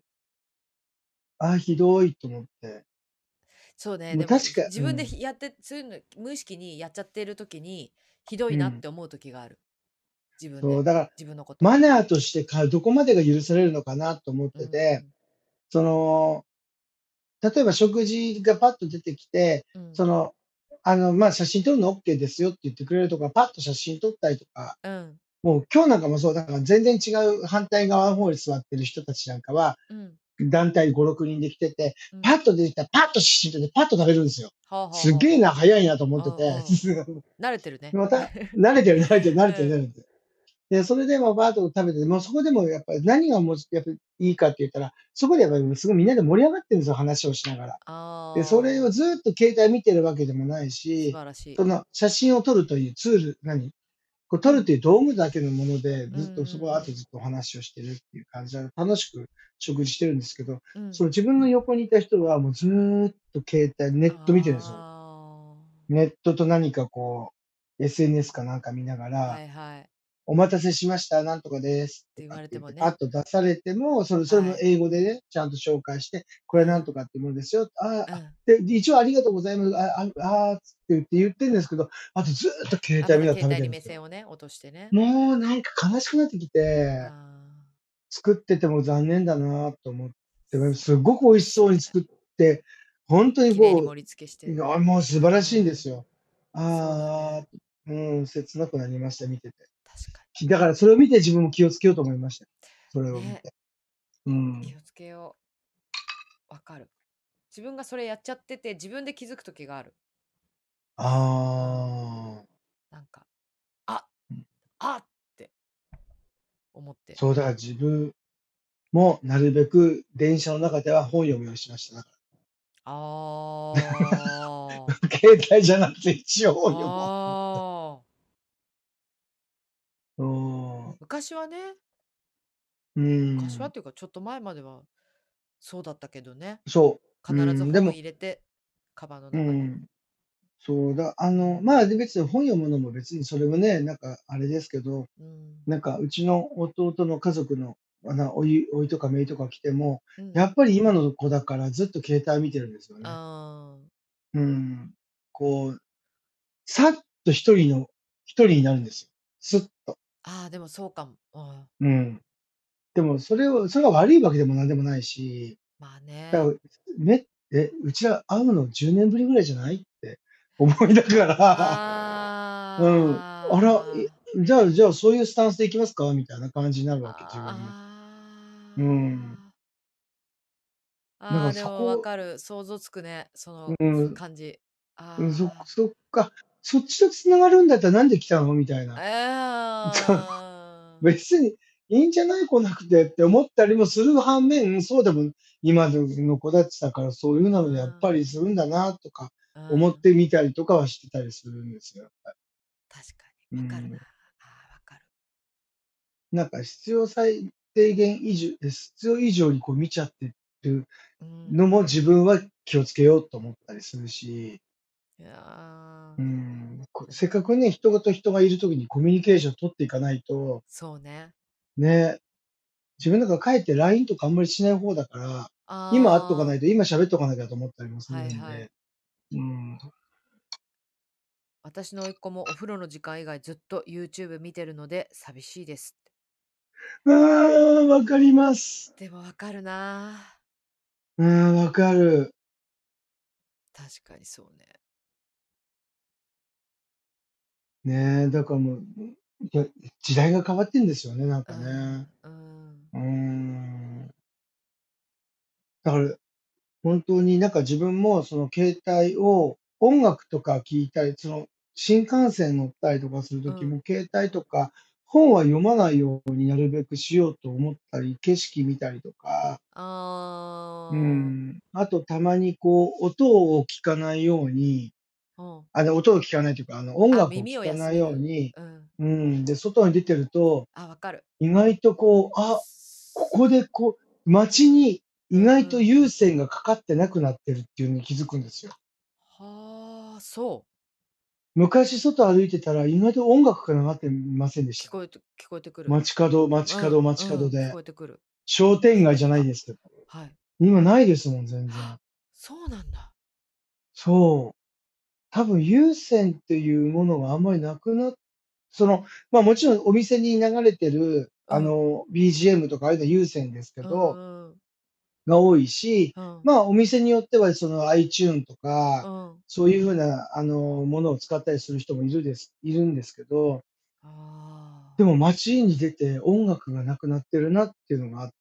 ひどいと思って。 そうね、でももう確か、 自分でやって、そういうの無意識にやっちゃってる時に、ひどいなっうん。 て思う時がある。自分で。 そう、だから、 自分のこと。 マナーとしてどこまでが許されるのかなと思っうてて、 ん。 その、例えば食事がパッと出てきて、 うん。 写真撮るの OK ですよって言ってくれるとか、パッと写真撮ったりとか、 うん。 もう今日なんかもそう、だから全然違う反対側の方に座ってる人たちなんかは、 うん。 団体5、6人で来てて、 うん。 パッと出てきたらパッと写真撮ってパッと食べるんですよ。 はあはあはすげえな、早いなと思あ。 ってて。 うんうん。慣れてるね。 また、慣れてる、慣うん。 れてる。で、それでもバーッと食べて、もうそこでもやっぱり何がもうやっぱりいいかって言ったら、そこでやっぱりすごいみんなで盛り上がってるんですよ、話をしながら。で、それをああ、 ずっと携帯見てるわけでもないし、 素晴らしい。 その写真を撮るというツール、こう撮るうん。 という道具だけのもので、 うんうずっとそこはあんとずっとお話をしてるっていう感じで、楽しく食事してるんですけど、 うん。うん。 その自分の横にいた人はもうずーっと携帯、ネット見てるんですよ。 ああ。 ネットと何かこう、SNS かなんか見ながら、 はいはい。 お待たせしました、なんとかですて言わとかって言ってパれてもね。 ッと出されても、それもはい。 英語でね、ちゃんと紹介して、これなんうん。 とかってものですよ。 うん。 で、一応ありがとうございます。つって言ってんですけど、あとずーっと携あ、ま帯見ながらだ携帯に食べてるんですよ。 目線をね、落としてね。 もうなんか悲しくなってきて、 ああ、 作ってても残念だなと思って、すそうごく美味しかもしれない。 そうに作って、ほんとに綺麗にこ盛り付けしう、いて。 や、もううー素晴らしいんでん、 すよ。 そうだああ、 ね。 切なくなりました、見てて。 確かだからそれを見て自分も気をつけようと思いました。それに。ね、 を見て。うん。 気をつけよう。わかる。自分がそれやっちゃってて、自分で気づく時がある。うん。 ああ。 なんか、あ、 うん。 あって思って。 そう、だから自分もなるべく電車の中では本読むようにしました。だかああ、 ら。携帯じゃなくて一応本読もうと思って。 ああ。 うーん。 昔はね、 うーん。 昔はっていうかちょっと前まではそうだったけどね。 そう。で必ず本も、 入れて、カバンの中に。 うん。そうだ、 うん。 まあ、で、別に本読むのも別にそれもね、なんかあれですけど、 うん。 なんかうちの弟の家族の、おいとか姪とか来ても、 うん。 やっぱり今の子だからずっと携帯見てるんですよね。 ああ。 うん。こう、さっと一人になるんですよ。すっと。 ああ、でもそうかも。うん。 うん。でもそれが悪いわけでもなんでもないし、 まあね。 だから、うちら会うの10年ぶりぐらいじゃないって思いながら、うん。あら、 ああ。 じゃあ、そういうスタンスでいきますかみたいな感じになるわけ、自分も。うあん。 あ。 だからああ、でもわかる。想像つくね。そのうん、 感じ。 うん、 あそっか。そっちと繋がるんだったらなんで来たのみたいあ。 な。そう、 ああ。 別にいいんじゃない来なくてって思ったりもする反面、そうでも今の子たちだからそういううのもやっぱん。 りするんだなとかうん。 思ってみたりとかはしてたりするんですよ。 確かに。わかるな。 うん。 ああ、わかる。 なんか必要以上にこう見ちゃってるうん。 のも自分は気をつけようと思ったりするし、 いやー、 せっかくね、人と人がいるときにコミュニケーション取っていかないと、 そうね。 ね、自分なんかかえって LINE とかあんまりしない方だから、今会っとかなあいと、今喋っとかなきゃと思ったりもすあ、 るはいはい。 んで、うん。 私の甥っ子もお風呂の時間以外ずっと YouTube 見てるので寂しいですって。 ああ、わかります。 でもわかるな。 うん、わかる。 確かにそうね。 ねえ、だからもう、いや、時代が変わってんですよね、なんかね。 うん、うん、 うーん。だから本当になんか自分もその携帯を音楽とか聞いたり、新幹線乗ったりとかするうん。 時も、携帯とか本は読まないようになるべくしようと思ったり、景色見たりとか、 ああとたまにこう音を聞かないように、 あ、うん。 音を聞かないというか、音あ、 楽を耳を聞かない休める。 ように、 うん。 で、外に出てると、 あ、わかる。 意外とこう、ここでこう、街に意外とうんうん。 有線がかかってなくなってるっていうのに気づくんですよ。 はあ、そう。 昔外歩いてたら意外と音楽が流れてませんでした。 聞こえてくる。 街角、 うん、聞街角で。 こえてくる。 商店街じゃない今ですけど。 はい。 今ないですもん、全然。 はあ、そうなんだ。 そう。多分有線っていうものがあんまりなくなっもちろんお店に流れてる、 うん。 BGM とかああいうの有線ですけうど、 んうん。 が多いし、 うん。 まあ、お店によってはその iTune とうか、 ん。 そういう風な、ものを使ったりする人もいるんですけど、であも街に出て音楽がなくなってるなっていうのがあって、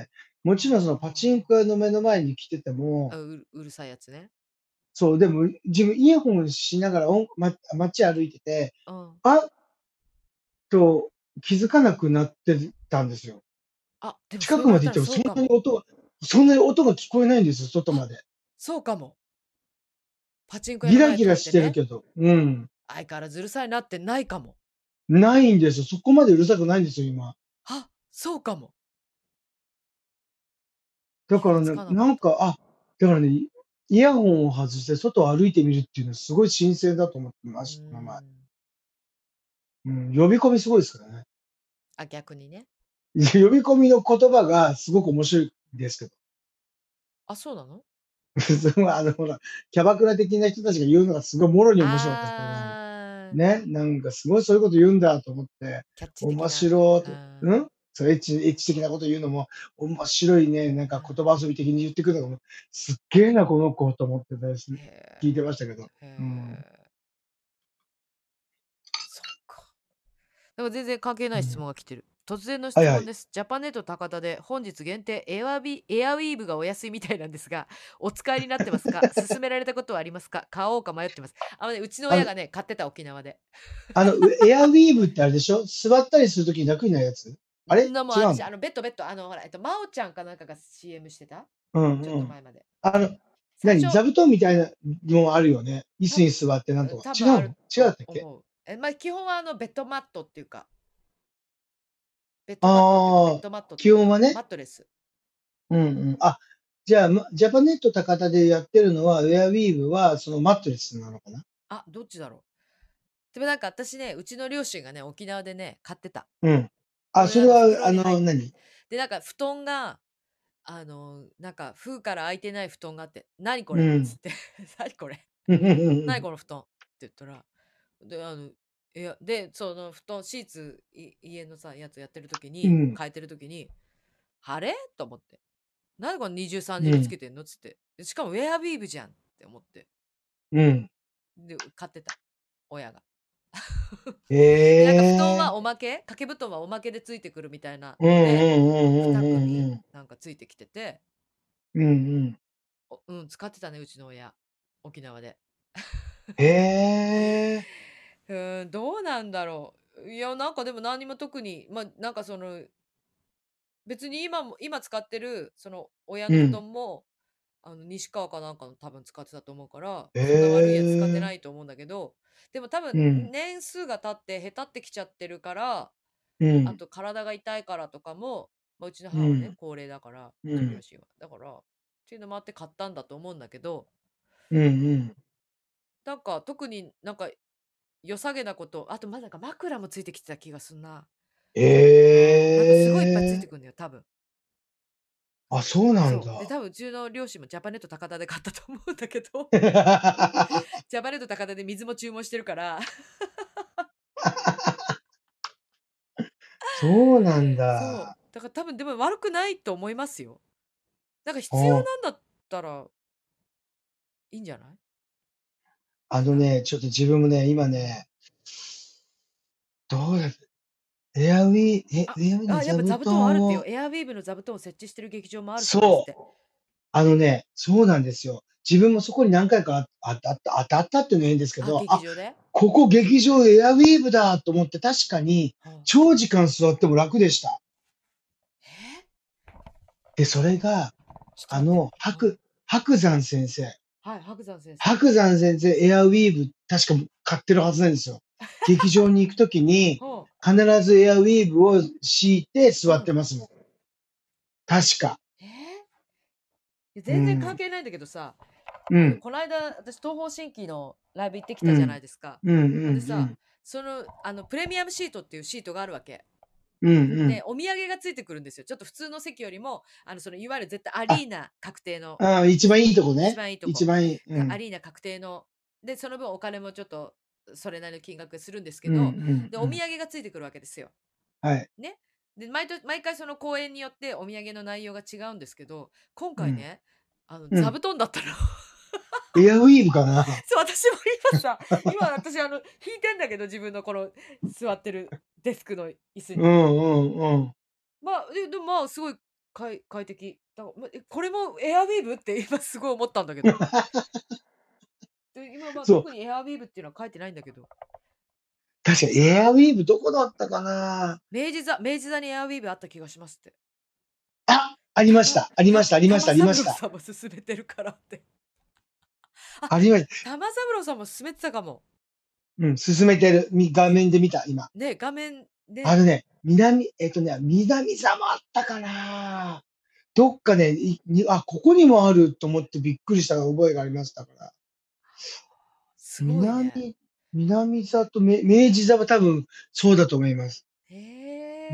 もちろんそのパチンあ。 コ屋の目の前に来てても、 ああ。うるさいやつね。 そう、でも自分イヤホンしながら街歩いてて、 うん。 あっと気づかなくなってたんですよ。 あ、でもそう近くまで言われたら行ってもそんそうかも。 なにそんなに音が聞こえないんですよ、外あ、 まで。 そうかも。パチンコ屋ギの前ラギラし通ってね、 てるけど、うん。 相変わらずうるさいなってないかも。 ないんですよ。そこまでうるさくないんですよ、今。 あ、そうかも。気がつだからね、 かなかった。 だからね、イヤホンを外して外を歩いてみるっていうのはすごい新鮮だと思ってうーました、この前。 ん。 呼び込みすごいですからね。 あ、逆にね。 呼び込みの言葉がすごく面白いですけど。 あ、そうなの？ そのほら、キャバクラ的な人たちが言うのがすごいもろに面白かったです、この前。 あー、 ね、なんかすごいそういうこと言うんだと思って、 キャッチ的面な。 白と、 うん。 そう、エッチ的なこと言うのも、面白いね、なんか言葉遊び的に言ってくるのも、すっげえな、この子と思ってですね、 へえ。 聞いてましたけど。 へうん。 え。そっか。でも全然関係ない質うん。 問が来てる。突然のはいはい。 質問です。ジャパネット高田で本日限定エアウィーヴがお安いみたいなんですが、お使いになってますか？勧められたことはありますか？買おうか迷ってます。うちのあの、 親がね、買ってた沖縄で。 エアウィーヴってあれでしょ、座ったりするときに楽になるやつ、あれもう私、 違うの？ ベッド、ほら、真央ちゃんかなんかが CM してたうんちょっうん。 と前まで。 あの、 最初、 座布団みたいなのあるよね。椅子たに座ってなんとか。 多分ある違ったっけ？ と思う。まあ、基本はベッドマットっていうか、ベッああ、 ドマットっていうか、 基本はね。 マットレス。 うんうん。あ、じゃあ、ジャパネット高田でやってるのは、エアウィーヴはそのマットレスなのかな？ あ、どっちだろう。でもなんか私ね、うちの両親がね、沖縄でね、買ってた。 うん。あ、それこれなんかは、 袋に入っ何？ で、なんか布団が、なんか封から開いてない布団があって、何こうん。 れっつって、何これうんうんうん何この布団って言ったら、で、その布団、シーツ、家のさ、やつやってる時に、 うん。 変えてる時に、あれと思って。なんでこの二重三重うん。 につけてんのっつって。でしかもウェアビーブじゃんって思って。 うん。 で、買ってた。親が。で、なんか布団はええ。 おまけ掛け布団はおまけでついてくるみたいなうんうので、 んうんう 2 んうん組うん。 なんかついてきてて、 うんうん。 使ってたね、うちの親。沖縄で。 へえ。 どうなんだろう。いや、なんかでも何も特に、まあ、なんか別に今使ってる、その親の布うん。 団も、西川かなんかの多分使ってたと思うから、 へそんな悪いやつ使ってなえ。 いと思うんだけど、でも多分うん。 年数が経ってへたってきちゃってるから、あうん。 と体が痛いからとかも、まあ、うちの母はね、 うん。 高齢だから、ううん。 ちの両親は。だから、っていうのもあって買ったんだと思うんだけど、 うんうん。 なんか特になんか良さげなこと、あとまだなんか枕もついてきてた気がすんな。なんかすごいいっぱいついてええ。 くるんだよ、多分。 あ、そうなんそう。で、 だ。 多分うちの両親もジャパネット高田で買ったと思うんだけど、ジャパネット高田で水も注文してるから、 そうなんそう。 だ。 だから多分でも悪くないと思いますよ。なんか必要あなんだったらいいんじゃないかな。 あのね、ちょっと自分もね、今ね、どうだエアウィーのやっぱ座座布布団あるってよ。 団を、 エアウィーヴの座布団を設置してる劇場もあるそうですって。 そう、そうなんですよ。自分もそこに何回か当たったっていうのは変ですけあ、 ど、 劇場でここ劇場エアウィーヴだと思って確かにはあ、 長時間座っても楽でした。 えで、それが、 ちょっと待って。うん。 白山先生。 はい、白山先生。 白山先生、エアウィーヴ、確か買ってるはずなんですよ。劇場に行くときに、 は必ずエアウィーヴを敷いてあ、 座っうん。 てますもん。確か。 えーいや全然関うん。 係ないんだけどさ、 うん。 この間、私、東方神起のライブ行ってきたじゃなうん。 いですか。 うんうんうほんでさ、 ん。 プレミアムシートっていうシートがあるわけ。 うんうん。 で、お土産がついてくるんですよ。ちょっと普通の席よりも、いわゆる絶対アあ、 リーナ確定の、 一番いいとこ一ね。 番いいとこ。 一番いい。うん。 アリーナ確定の。で、その分お金もちょっと、それなりの金額するんですけうんうど、で、お土んうん。 産がついてくるわけですよ。 はい。 ね。で、毎回その公演によってお土産の内容が違うんですけど、今うん。 回ね、 うん。 座布団だったの。 エアウィーヴかな。 そう、私も今私引いてんだけど、自分のこの座ってるデスクの椅子に。 うんうんうん。 まあ、でもまあ、すごい快適。だからこれもエアウィーヴって今すごい思ったんだけど。で、今まあそう。 特にエアウィーヴっていうのは書いてないんだけど。 確かにエアウィーヴどこだったかな。 明治座にエアウィーヴあった気がしますって。 ありました。ありました。ありました。あり玉三ました。 郎さんも勧めてるからって。あ、 ありました。 玉三郎さんも勧めてたかも。 うん、進めてる。画面で見た、今。 ね、画面で、 あのね、南座もあったかな。どっかね、ここにもあると思ってびっくりした覚えがありましたから。 すごいね。 南座と明治座は多分そうだと思います。 へうん。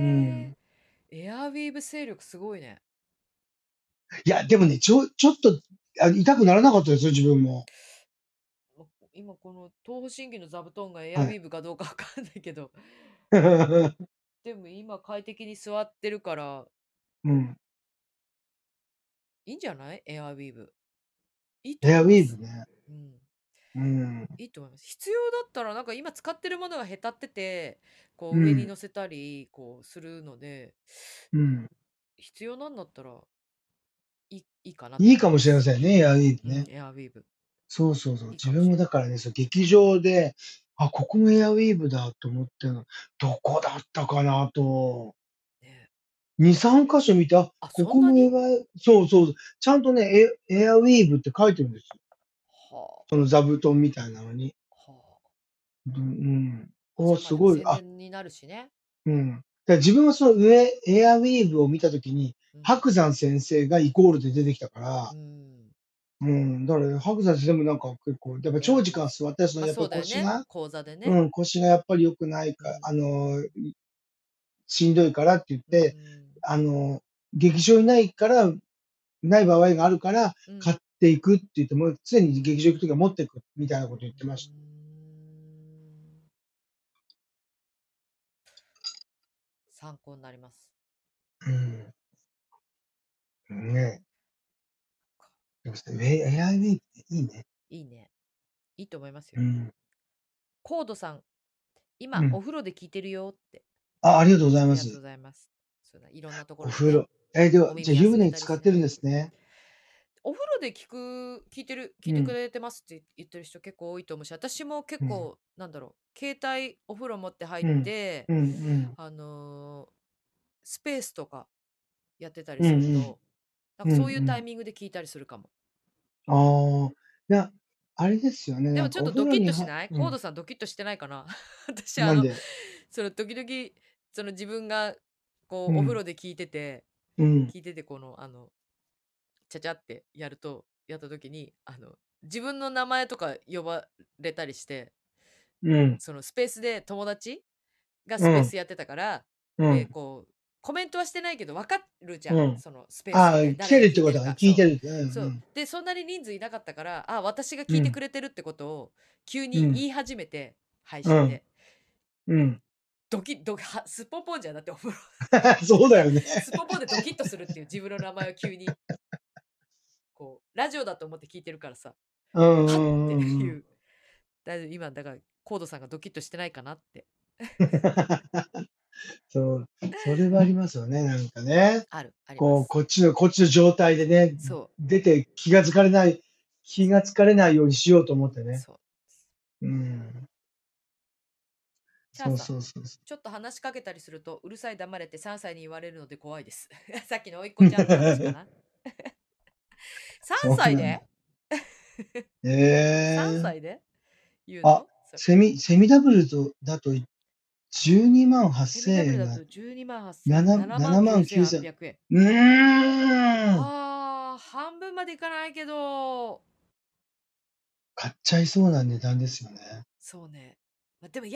エアウィーヴ勢力すごいね。 いや、でもね、ちょっと、痛くならなかったですよ、自分も。 今この東方神起の座布団がエアウはい。 ィーヴかどうかわかんないけど、でも今快適に座ってるからうん。 いいんじゃない？エアウィーヴ。いいとエアウ思います。 ィーヴね。 うん。 うん。 いいと思います。必要だったらなんか今使ってるものがへたってて、こう上にうん。 乗せたりこうするので、 うん。 必要なんだったらいいかなといいかもしれま思います。 せんね、エアウィーヴうん、 ね。 エアウィーヴ。 そうそうそう。 いい自分かもしれない。 もだからね、そう、劇場で、あ、ここもエアウィーヴだと思っての、どこだったかなと、 ね。 2、3箇所見て、あ、 あ、 こそんなに？ こもそうそう、ちゃんとね、エアウィーヴって書いてるんですよ。 はその座布団みたいなのに。 あ、はあ。 うん。お、 それまあでもすごい。 宣伝になるしね。 うん。自分はそのエアウィーヴを見たときに、 うん。 白山先生がイコールで出てきたかうら、 ん。 うん、だから白山先生もなんか結構、やっぱ長時間座ったりするの、 まあやっぱりそうだよね。 腰が、 講座でね。 うん、腰がやっぱり良くないか、 うん。 しんどいからって言っうて、 ん。 あの、劇場にない場合があるから、 うん。 買っていくって言っても、常に劇場行くときは持っていくみたいなこと言ってました。 参考になります。 うん。ね。でもエアウィーヴっていいね。 いいね。いいと思いますよ。 うん。 コードさん、今おうん。 風呂で聞いてるよって。 ありがとうございありがとうます。 ございます。そうだ、いろんなところでね、 お風呂。では、じゃあ湯お耳休め船に使ってるんたりしながら。 ですね。 お風呂で聞いてくうん。 れてますって言ってる人結構多いと思うし、私も結うん。 構、なんだろう、携帯お風呂持って入っうん。 て、 うん。 あのースペースとかやってたりうん。うん。 すると、なんうん。うかそういうタイん。 ミングで聞いたりするかも。 ああ。あれですよね。 でなんかおもちょっとドキッ風呂にとしない？ うん。 コードさんドキッとしてないかな？私なんでその時々、その自分がこうお風うん。 呂で聞いてて、 うん。 このちゃちゃってやった時に、自分の名前とか呼ばれたりして、 うん。 そのスペースで友達がうん。 スペースやってたから、で、 うん。 こう、コメントはしてないけど分かるじゃん。 うん。 そのスペースああ、 で誰来てが聞いてるか。 るってことはね、聞いそう。 てるって。うんそう。 うん。 で、そんなに人数いなかったから、私がうん。 聞いてくれてるってことを急うん。 に言い始めて、配うん。 信で。 うん。 すっぽんぽんじゃん。だってお風呂そうだよね。 すっぽんぽんでドキッとするっていう自分の名前を急に、こう、ラジオだと思って聞いてるからさ、 うんうはってんうんうん。 いう。大丈夫、今、だから、コードさんがドキッとしてないかなって。 そう、それはありますよね、なんかね。 あります。 こっちの状態でね、 そう、 出て気がつかれないようにしようと思ってね。 そう。 うん。そうチャーさん、 そうそうそちょっと話しかけたりすると、うるさい黙れって3歳に言われるので怖いです。さっきのおいっう。 子ちゃんの話かな？ 3 そうなんだ。 歳で？ 3 ええ。 歳で言うあ、 のそれ？ セミダブルだと12万セミダブ 8000円がルだと12万8000円、 7 7万万9000 9800円。 うーん。 半分までいかないけど、 買っちゃいそうな値段ですよね。 そうね。まあ、でも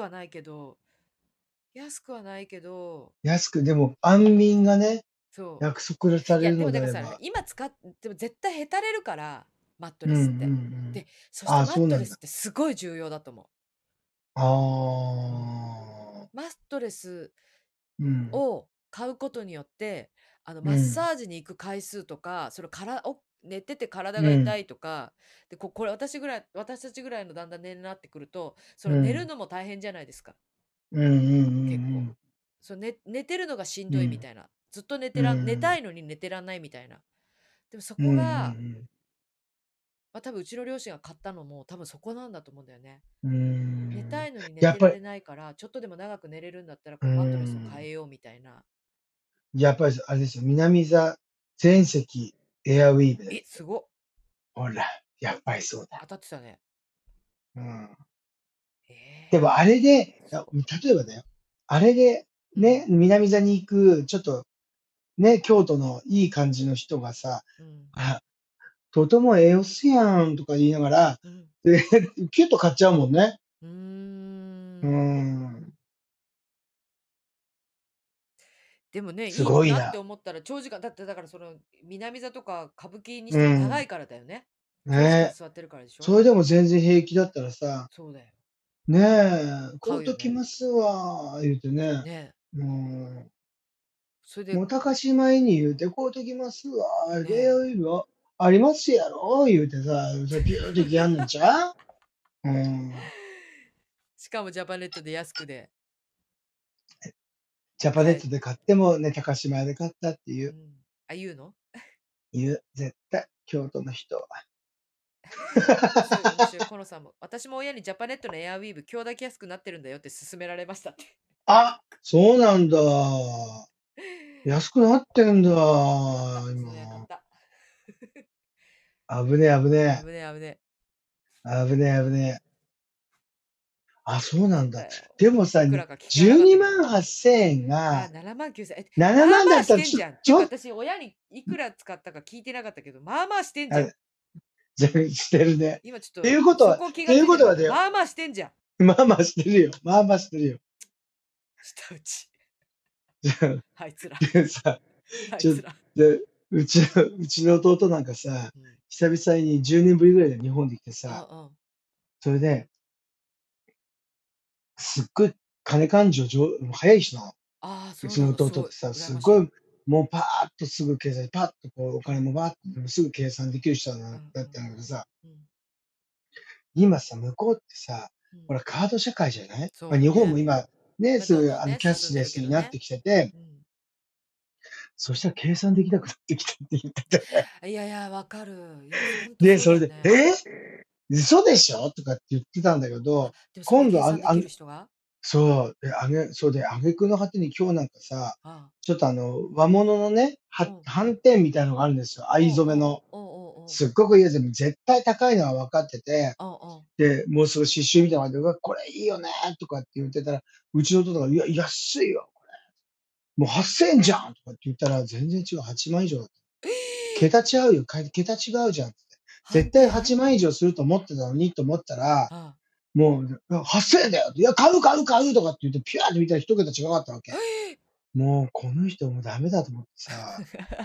安くはないけど、 でも安眠がね、 そう。 約束さいや、 れるでもだからさ、 のであれば。 でも絶対へたれるから、マットうんうんうレスって。 ん。 で、そしてああ、 マッそうなんだ。 トレスってすごい重要だと思あう。うん。 あ。 マットレスうん。 を買うことによって、マッうん。 サージに行く回数とか、寝てて体うん。 が痛いとか、で、これ私たちぐらいのだんだん年齢になってくると、その寝るうん。 のも大変じゃないですか。 うんうん結構。 うん寝てるのがしんうん。うん。 どいみたいな。ずっとう寝たん。 いのに寝てらんないみたいな。でもそうんうこが、 ん多分うちの両親が買ったのも多分そこなんだと思うんだよね。 うん。う寝ーん。 たいのに寝やっぱり、 てられないから、ちょっとでも長く寝れるんだったら、 うーこのマットレスを変ん。 えようみたいな。 やっぱりあれですよ、南座全席エアウィーヴでえ、 すよ。 すごっ。 ほら、やっぱりそうだ。 当たってたね。 うん。でもええあれで、 すご例えばだよ、あれでい。うん。 ね、南座に行く、ちょっとね、京都のいい感じの人がさ、 うん。 あ、とてもええおっすやんとか言いながら、 うん。 で、キュッと買っちゃうもんね。 うーうーん。 ん。 でもね、 すいいなってごいな。 思ったら長時間、だってだからその南座とか歌舞伎にしうても長いん。 からだよね。長時間ね。 座ってるからでしょ。 それでも全然平気だったらさ、 そうだよ。 ねえ、買うとき買うよね。 ますわ、言うてね。 ね。 もう、 それで、 もう高島屋に言うて、買うときますわ、レアね。 ウィーヴありますやろ言うてさ、それピューってやんのちゃう。うん。 しかもジャパネットで安くでジャパネッ買え、 トで買ってもね、高島屋で買ったっていう、 うん。あ、言うの。 絶対、京都の人は。 面白い、面白い。コノさんも。私も親にジャパネットのエアウィーヴ今日だけ安くなってるんだよって勧められましたって。 あ、そうなんだ。安くなってんだ、 買った。その親買っ今。 た。 危ねえ、危ね危ねえ危ねえ。 え。危ねえ、危ねえ。あ、そうなんだ。 だよ。 でもさ、 いくらか聞かなか 12 ったけど。 万8000円あ、 が 7万9千。ま 7 あま万だったらあしてんじゃん。っていうか私、親にいくら使ったか聞いてなかったけど、まあまあしてんじゃん。 あ、してるね。って今ちょっと、 いうことは、っそこ気ていうがついてなかった。 ことはだよ。 まあまあしてんじゃん。 まあまあしてるよ。まあまあしてるよ。 舌打ち。 じゃあいつら。 あ、でさ、ちょ、 あいつら。 で、うちの弟なんかさ、 うん。 久々に10年ぶりぐらいで日本に来てうんうさ、 ん。 それで、すっごい金勘定早い人なの。 ああ、 うちのそうなんだ。すごい。 弟ってさ、 羨ましい。 すごい、もうパーッとすぐ計算、パッとこうお金もバーッとすぐ計算できる人うんうんだったんだけどさ、 うん。 今さ、向こうってさ、 うん。 ほら、カード社会じゃない。まあ、日本もそうね。 今、ね、 まあ、どんどんね、 キャッ進んでシュレるけどね。 スになってきてて、 うん。 そしたら計算できなくなってきたって言ってて。 いやいや、わかる。いや、ほんとで、 そうそれで、 だよね。 嘘でしょとかって言ってたんだけあ、 ど、 でもそこで今度計算できる人が。 そうで、挙句の果てに今日なんかさ、 あちょっと和物のね、 あ、うん。 斑点みたいなのがあるんですよ。藍おうおう染めの。 おうおうおう。 すっごくいいやつで、絶対高いのは分かってて、 おうおう。 で、もうすぐ刺繍みたいなのがあって、うわ、これいいよねとかって言ってたら、うちの弟が、いや、安いよ。もう8000円じゃんとかって言ったら、全然違う、8万以上だった。桁違うよ、桁違うじゃんって。絶対斑点。 8万以上すると思ってたのにと思ったら、 あもう、8000円だよ。いや、買う買う買うとかって言って、ピューって見たら一桁違かったわけ。 あ。 もう、この人もうダメだと思ってさ、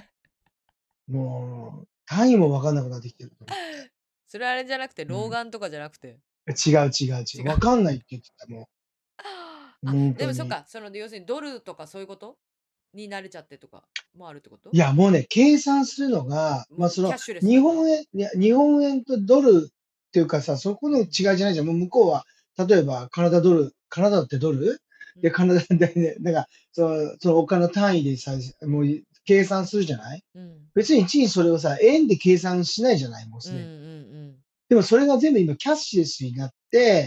もう、単位も分かんなくなってきてると思って。 それあれじゃなくて、 うん。 老眼とかじゃなくて。 違う違う違う。 違う。 分かんないって言ってた、もう。 あ、 本当に。 でもそっか、その要するにドルとかそういうことに慣れちゃってとかもあるってこと。 いや、もうね、計算するのが、まあ、 もうキャッシュレスだから。 日本円、いや、日本円とドルっていうかさ、そこの違いうん。 じゃないじゃん。もう向こうは、例えばカナダってドルで、 うん。 カナダでね、だから、そのお金の単位でさ、もう計算するじゃない。 うん。 別にいちいちそれをさ、円で計算しないじゃない、もううんうんうすでに。 ん。 でもそれが全部今キャッシュレスになって、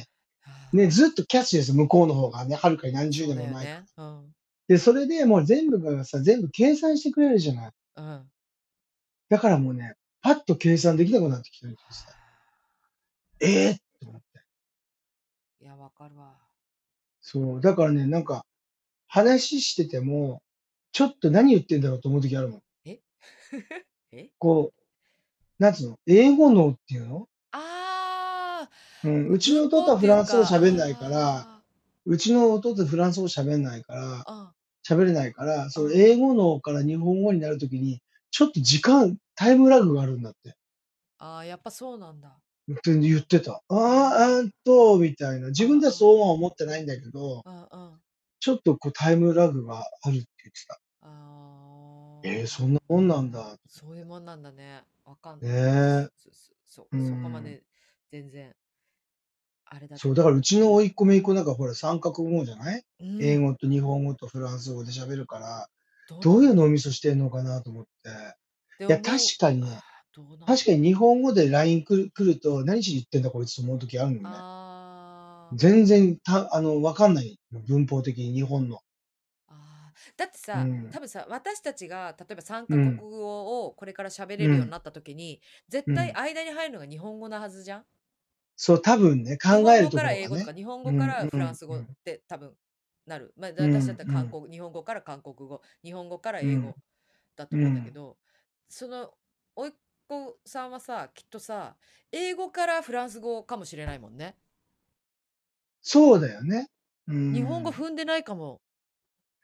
はね、 あ、 ずっとキャッシュレス、向こうの方がね、はるかに何十そう年も前から。 だよね。うん。 で、それでもう全部がさ、全部計算してくれるじゃない。 うん。 だからもうね、パッと計算できなくなってきてるってさ、ええと思って。 いや、わかるわ。 そう、だからね、なんか、話してても、ちょっと何言ってんだろうと思う時あるもん。 ええ。 こう、なんつうの、英語脳っていうの。 ああうん、うー、 ちの文法って弟はフランス語いうか、 喋んないから、うちの弟フランス語喋んないから、 あ喋れないから、そのあ、 英語脳から日本語になるときに、ちょっとタイムラグがあるんだって。 ああ、やっぱそうなんだ。 って言ってた。 へえ。 みたいな。自分ではあそうは思ってないんだけど、 あ、ああ、 ちょっとこうタイムラグがあるって言ってた。 ああ、 そんなもんなんだ。 そういうもんなんだね。わかんねない。 え。うそこまん。 で全然あれだそう、だけど。 からうちの甥っ子姪っ子なんかほら三カ国語じゃない。 うん。 英語と日本語とフランス語で喋るから、 どうどういうなんだろう。 脳みそしてんのかなと思って。 っていや、確思う。 かにね、 あー、どうなんだろう。 確かに日本語で LINE 来ると、何しに言ってんだこいつと思う時あるのね。 ああ。 全然わかんない。文法的に日本の。 ああ、だってさ、 うん。 多分さ、私たちが例えば3カ国うん。 語をこれから喋うん。 れるようになった時に、絶対うん。 間に入るのが日本語なはずじゃん。 そう、多分ね、 日考えると本語からころがね。 英語とか、日本語かうんらフランうんス語っうん。 て多分なる。まあ、 うん私だったらうん日本語から韓国語、日本語からうん英語だと思うんだけうん。 ど、その、おいっ子さんはさ、きっとさ、英語からフランス語かもしれないもんね。 そうだよね。う日本語ん。 踏んでないかも。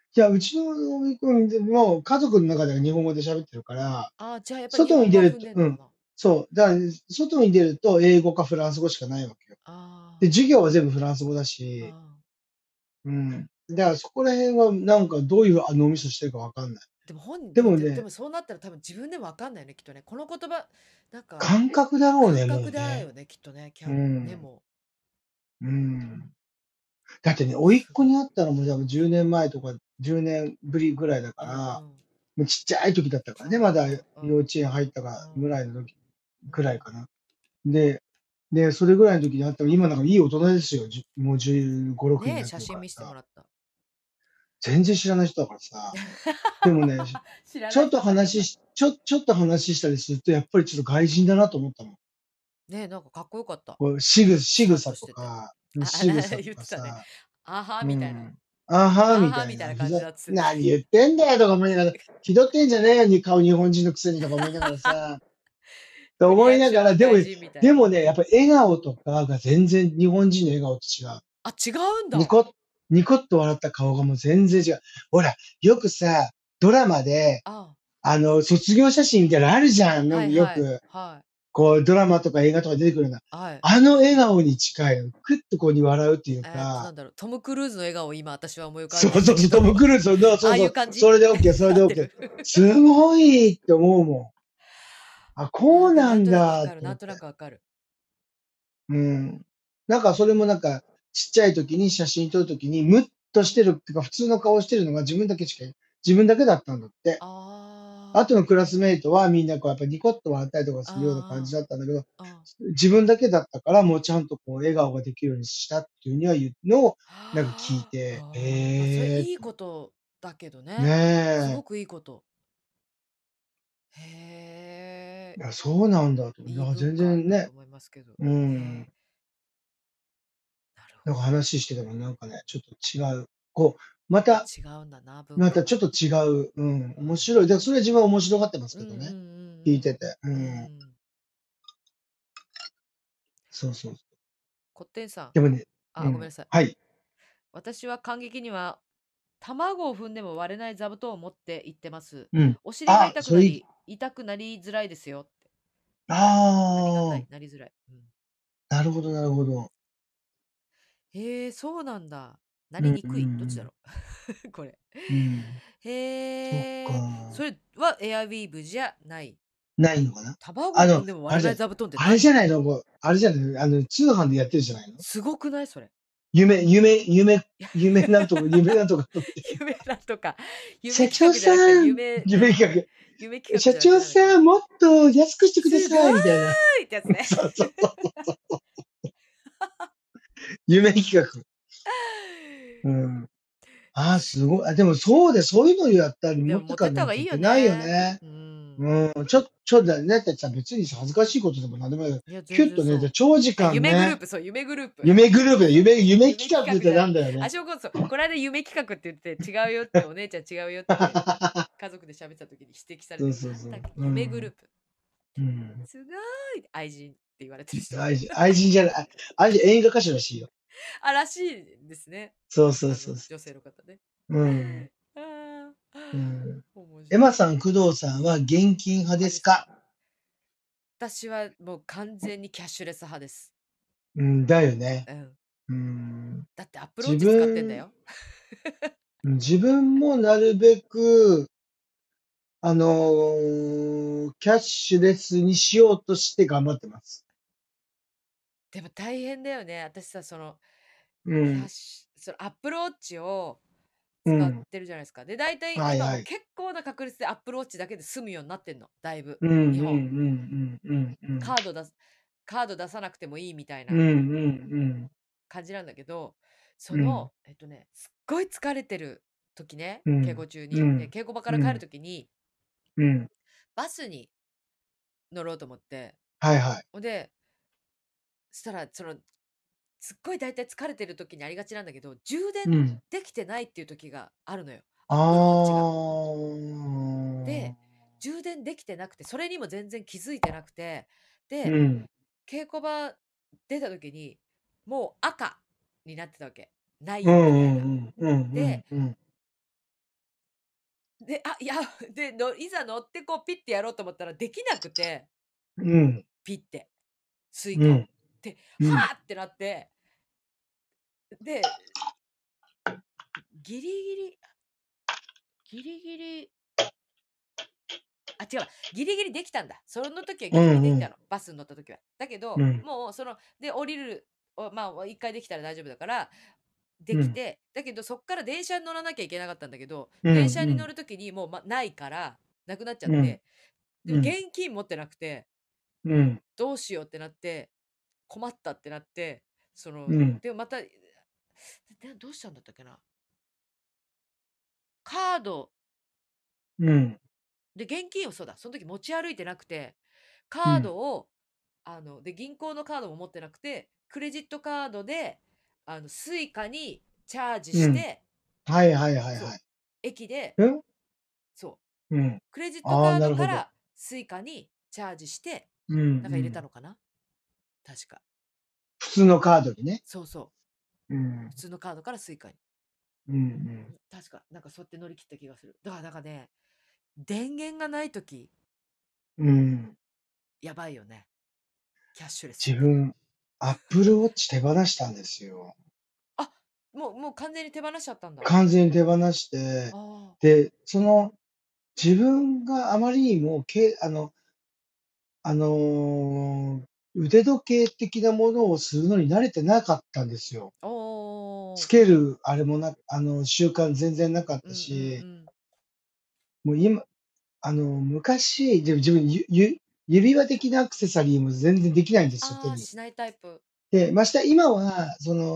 いや、うちのおみくんでも、家族の中では日本語で喋ってるから、 ああ、じゃあやっぱ日外に本語は踏ん出るとでんのかな。 そう、だから、外に出ると英語かフランス語しかないわけよ。で、 あ授業は全部フランス語だあ、 し、 ああ。 うん。だからそこら辺はなんかどういう脳みそしてるかわかんない。でもね、 でもそうなったら多分自分でもわかんないよね、きっとね。この言葉、なんか感覚だろうね、も感覚うね。 だよね、きっとね。 うね、 ん。 もうん。だってね、 う。 甥っすごい。 子に会ったのも多分10年前とか10年ぶりぐらいだかうんら、 うん。 もうちっちゃい時だったからね、まだああ、 幼稚園入ったかうん。 ぐらいの時うん。 ぐらいかな。で、それぐらいの時に会ったら、今なんかいい大人ですよ。もう15、6にねえ、 なってるか写真見せてもらさ。 らった。 全然知らない人だからさ。でもね、 知らない人だけどさ。 ちょっと話したりすると、やっぱりちょっと外人だなと思ったもん。 ねえ、なんかかっこよかった。 こう、 シャン仕草としてて。 とか、 あ、 仕草と言ってたね。 かさ、 あはみたいな。 うん。あはあみたいな、 はみたいな感じだっつってた。 何言ってんだよとか思いながら、気取ってんじゃねえよに顔日本人のくせにとか思いながらさ、とリ思いながら、 アクションは外人みたいな。 でもね、やっぱり笑顔とかが全然日本人の笑顔と違う。 あ、違うんだ。 ニコッ、ニコッと笑った顔がもう全然違う。ほら、よくさ、ドラマで、 あ、 卒業写真みたいなのあるじゃん。なんかよはいはい。 く、 はい。 こう、ドラマとか映画とか出てくるような。 はい。 あの笑顔に近いの。クッとこうに笑うっていうか、 なんだろう、トム・クルーズの笑顔を今私は思い浮かべそうそうそう、 たんだけど、 トム・クルーズ、 ああいそうそう、 う感じそれで OK、それで合って OK。 るすごいって思うもん。あ、こうなんなんとなくわかる、 だと思って。 なんとなくわかる。 うん。なんかそれもなんか、ちっちゃい時に写真撮る時に、ムッとしてるっていうか、普通の顔してるのが自分だけだったんだって。ああとのクラスメイトはみんなこうやっぱニコッと笑ったりとかするような感じあ、 だったんだけど、 ああ、あ自分だけだったから、もうちゃんとこう笑顔ができるようにしたっていうには言うのを、なんか聞いあ、 て、 ああ、まあそれへえ、 いいことだけどね。すねごくいいこと。へえ、 いや、そうなんだと。いいいや、全文化然ね、 だと思いますけど。 うん。 へえ、なるなんかほど。 話しててもなんかね、ちょっと違う。こう、まやっぱた違うんだな、文ま化が。 たちょっと違う、うん、 うん。 面白い。で、それ自分は面白がってますうんうんうけどね。聞いんてて。ううん。うん。 ん。 そうそう。 こってんさん。 でもね、うあ、ごめんん。 なさい。 はい。 私は感激には卵を踏んでも割れない座布団を持って行ってます。 うん。 お尻があ、それいい。 痛くなりづらいですよって。ありがたい、 ああ、 なりづらい。うん、 なるほどなるほど。 へえ、そうなんだ。なうんうんりにくい。どっちだろうこれ。 うん。うん。そっへえ、 か。 それはエアウィーヴじゃない。 ないのかな？ 卵を踏んでも割れないあれじゃ座布団ってあれじ何？ ゃないの、もう、あれじゃないの、通販でやってるじゃないの？ すごくないそれ。 夢なんとかと思って。 夢なんとか、夢社長企画じゃなくて、 さん、夢企夢企画。社画じゃなくて、 長さん、もっと安くしてくだすごーさいみたいな。 いってやつね。 そうそうそう。夢企画。うん。ああ、すごい。あ、でもそうで、そういうのやったりでも持ってかない持ってった方がいいよといけないよね。 ね。 うん。 うん、ちょっとね、だってさ、別に恥ずかしいことでもなんでもないけど、 いや、全キュッとね、で、 然そう。 長時あ、 間ね、 そう、夢グループ。 夢グループで、 夢企画って企画じゃない。あ、 なんだよね。 しょうこそ、この間夢企画って言って、違うよって、お姉ちゃん違うよって、家族で喋ってた時に指摘されそうて、 そうそう。う夢グルーん。 プ。 うん。 すごーい愛人って言われてる人。 愛人じゃない、愛人演歌歌手らしいよ。 あ、らしいですね。 そうそうそうそ女性の方ね。 う。うん。 ああ、 うん。 面白い。 エマさん、工藤さんは現金派で派ですか？ すか？ 私はもう完全にキャッシュレス派です。 うん、だよね。 うん。 うん。 だってアップルウォッ自チ使ってんだ分よ。 自分もなるべく、キャッシュレスにしようとして頑張ってます。 でも大変だよね。私さ、 うん、 そのアップルウォッチを使っうん。 てるじゃないですか。で、大体はいはい。 今もう結構な確率でアップルウォッチだけで済むようになってんの。だいぶ。 うんうん日本。 うんうんうんうん。 カード出す、カード出さなくてもいいみたいなうんうん感じなんだけど、 うん。 すっごい疲れてる時ね、稽うん。 古中に。で、 うん。 稽古場から帰るうん。 時に、 うん。 バスに乗ろうと思って、 はいはい。 ほんで、そしたら、すっごい大体疲れてる時にありがちなんだけど、充電うん。 できてないっていう時があるのよ。 あアップルウォッチが。 あ。 で、充電できてなくて、それにも全然気づいてなくて、で、 うん。 稽古場出た時に、もう赤になってたわけ。なうんういみたいな。 んうんうんうんで、 うん。 で、いや、で、いざ乗ってこうピッてやろうと思ったらできなくて、 うん、 ピッて、スイカを。 うん、 で、 うん、 はあってなって、で、ギリギリ、ギリギリ、違うわ、ギリギリできたんだ。その時はうギリギリできん、 たの。バスに乗った時は。だけど、 うん、 もうで、降りる、まあ、一回できたら大丈夫だから、でうん、 きて、だけどそっから電車に乗らなきゃいけなかったんだけど、 うん、 電車に乗うん、 る時にもう、ないから、なくなっちゃっうん、 て、でもうん、 現金持ってなくて、 うん、 どうしようってなって、困ったってなって、 うん、 でもまた、どうしたんだったっけな。カードうん、 で、現金をそうだ、その時持ち歩いてなくて、カーうん、 ドを、で、銀行のカードも持ってなくて、クレジットカードで、スイカにチャージうん。 して、 はいはいはいそう、 はい。 駅で、 うん、 そう、 うん。 クレジットああ、 カーなるほど。 ドからスイカにチャージして、 うん、うなんか入れたん。 のかな、確か。 普通のカードにね。 そうそう。 うん、 普通のカードからスイカに。 うん、うん。 確か、なんかそうやって乗り切った気がする。だから、ね、電源がない時うん。 やばいよね。キャッシュレスって。 自分、Apple Watch 手放したんですよ。 あ、もう完全に手放しちゃったんだ。 完全に手放して、 ああ。 で、自分があまりにも、あの、腕時計的なものをするのに慣れてなかったんですよ。 おつお。 けるあれも習慣全然なかっうんうたんうし、 ん。 もう今、昔、でも自分、指輪的なアクセサリーも全然できないんですよ、手ああ、 に。 しないタイプ。 で、まして今は、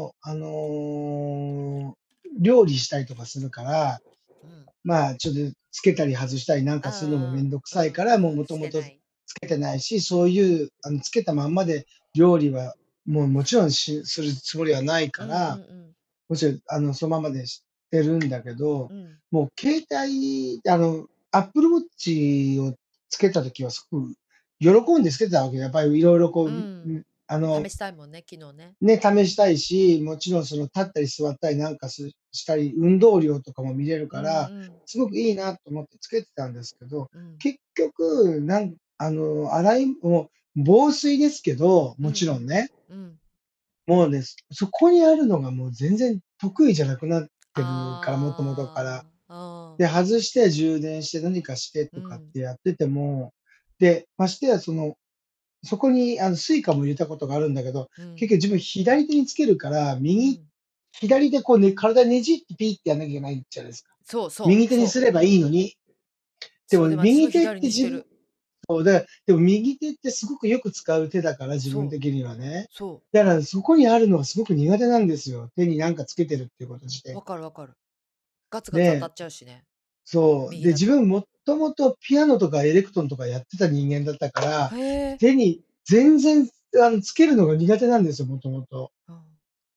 料理したりとかするから、 うん。 まあ、ちょっとつけたり外したりなんかするのもめんどくうんうんさいから、もううんうん、 もともとしてない。 つけてないし、そういう、つけたまんまで料理は、もうもちろんするつもりはないうんうんから、 うん。 もちろん、そのままでしてるんだけど、 うん。 もう携帯、Apple Watch をつけたときはすごく喜んでつけてたわけよ。やっぱりいろいろこう、 うん。試したいもんね、昨日ね。 ね、試したいし、もちろんその立ったり座ったりなんかしたり、運動量とかも見れるうんから、 うん。 すごくいいなと思ってつけてたんですけど、 うん。 結局、もう防水ですけど、もうんうん。 ちろんね、 うん。 もうね、そこにあるのがもう全然得意じゃなくなってるから、もともとから。 ああ、ああ。 で、外して充電して何かしてとかっうん。 てやってても、で、ましてやそこにスイカも入れたことがあるんだけど、 うん。 結局自分左手につけるから、 うん。 左でこうね、体ねじってピーってやんなきゃいけないじゃないですか。 そうそう右手にそう。 すればいいのに。でもそう、でも私も右手って自分左にしてる。 そうでも右手ってすごくよく使う手だから、自分そう、 的にはね。 そだからそこにあるのがすごく苦手なんですよ。手になんかつけてるっていうこと自う。わ体。 かるわかる。ガツガツ当たで、 っちゃうしね。 そう。で、 右だと。 自分もともとピアノとかエレクトーンとかやってた人間だったから、 へえ。 手に全然つけるのが苦手なんですよ、もともと。 うん。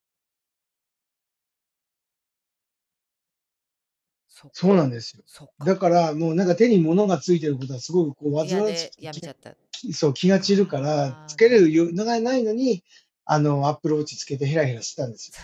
そっそうか。 なんですよ。 そっか。 だから、もうなんか手に物がついてることはすごくこう煩わし嫌でくて、 やめちゃった。 そう、気が散るから、 ああ、 つけれるなるほど。 余裕がないのに、Apple Watch つけてヘラヘラしてたんですよ。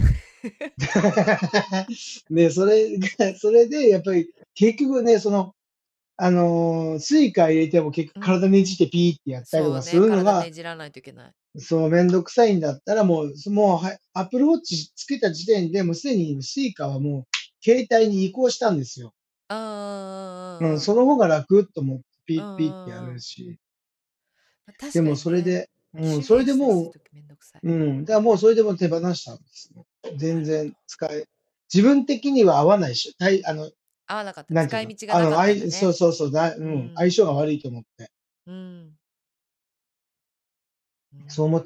で、それでやっぱり結局ね、スイカ入れても結局うん。 体ねじってピーってやったりとかすそうね、体るのが、 ねじらないといけない。 そう、めんどくさいんだったら、Apple Watch つけた時点で、もうすでにスイカはもう携帯に移行したんですよ。 うんうん、 うんうんうんうん。 その方が楽と思ってピうんうッピッってやんうん。 るし。 ま、確でもかにね、 それ機種変でもしたりするときめんどくさい。 だからもうそれでもう手放したんですね。全然なるほど。 自分的には合わないし、 合わなかった。 なんていうの、 使い道がなかったんだね。 そうそうそう、 う相ん。 性が悪いと思って。 うん。うん。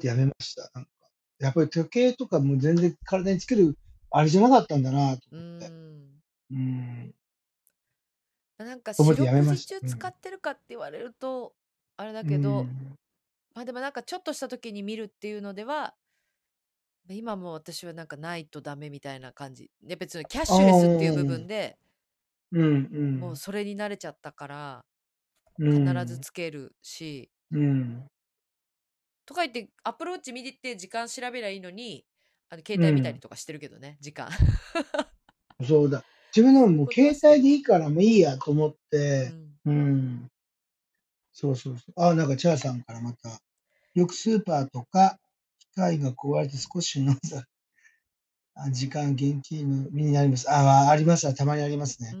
そう思ってやめました。なんか、やっぱり時計とかも全然体につけるあれじゃなかったんだなとう思って。 ん。 うん、 なんかと思って四六時やめました。 中使ってるかって言われると、あれだうけど、 ん。 ま、でもなんかちょっとした時に見るっていうのでは、今も私はなんかないとダメみたいな感じ。で、別にキャッああ、 シュレスっていう部分で、 うんうもうん。 それに慣れちゃったから、 う必ずん。 つけるし、 うん。 とか言って、アプローチ見て時間調べりゃいいのに、携帯見たりうん。 とかしてるけどね、時間。 そうだ。 自分のそういうもう携ことはしてる。 帯でいいからもういいやと思って、 うん。 うん。そうそうそう。あ、なんかチャーさんからまた、よくスーパーとか機械が壊れて少しの時間現金の身になります。あ、あります。たまにありますね。 うんうん。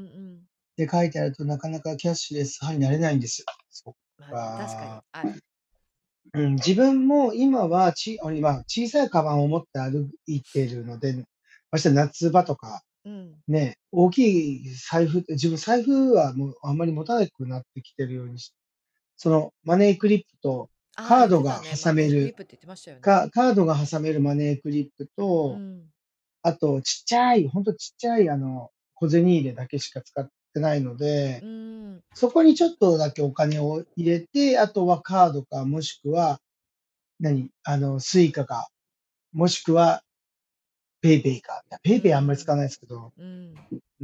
で、書いてあるとなかなかキャッシュレス派になれないんです。そっまあ、確かにか。 ある。 うん、自分も今は今、小さいカバンを持って歩いてるので、まして夏場とか、 うん。 ね、大きい財布自分財布はもうあんまり持たなくなってきてるようにそのマネークリップとああ、 カードが言ってたね。マ挟める、 ネークリップって言ってましたよね。 カードが挟めるマネークリップと、 うん。 あとちっちゃい、ほんとちっちゃい小銭入れだけしか使ってないので、 うん。 そこにちょっとだけお金を入れて、あとはカードか、もしくは、スイカか、もしくはペイペイか。いや、ペうイペイあんまり使ん。 わないですけど、 うん。 うん、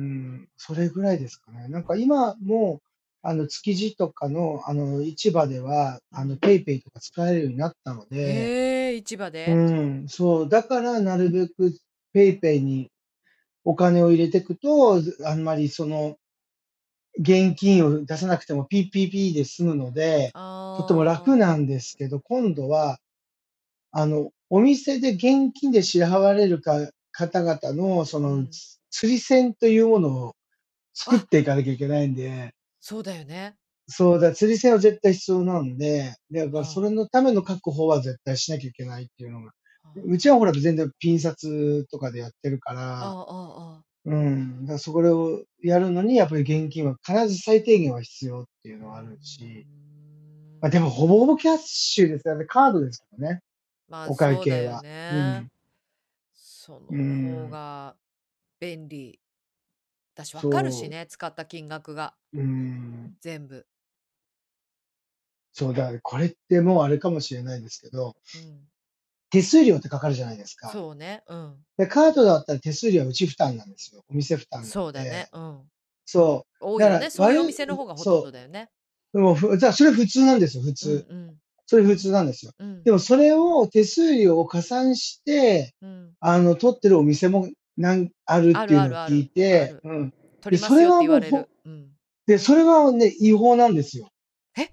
それぐらいですかね。なんか今も、築地とかの、市場では、 うん。 ペイペイとか使えるようになったので、 へえ、市場うで。 ん、そう、だからなるべくペイペイにお金を入れていくと、あんまり現金を出さなくても PPP で済むので、とても楽ああ。 なんですけど、今度は、お店で現金で支払われる方々の、 うん。 釣り銭というものを作っあ、 ていかなきゃいけないんで、 そうだよね。 そうだ、釣り銭は絶対必要なんで、だからそはれのための確保は絶対しなきゃいけないっていうのが、 あ。はうちはほら全然ピン札とかでやってるから、 あ。ああ、ああ。 うん、だからそれをやるのにやっぱり現金は必ず最低限は必要っていううーのはあるし、まあ、でん。 もほぼほぼキャッシュですよね。カードですからね、 まあ、 お会そうだよ計は。うね。 ん。 そうの方ん。 が便利だし、わかるしそね、使った金額がう。うん。 全部。 そうだ、これってもうあれかもしれないですけど、 うん。 手数料ってかかるじゃないですか。 そうね。うん。 で、カードだったら手数料はうち負担なんですよ。お店負担なんそうだね。 で。 うん。 そう。だから、 多いよね。そういうお店の方がほとんそどだよね。 う。でも、じゃあそれ普通なんですよ、普うんう通。 ん。 それ普通なんですよ。 うん。 でもそれを手数料を加算して、 うん。 取ってるお店もあるあっていうのを聞るあるある。 いて、 ある。 うん。で、 取りまそれすよって言わはもうれる。うん。 で、それはね、違法なんですよ。 え、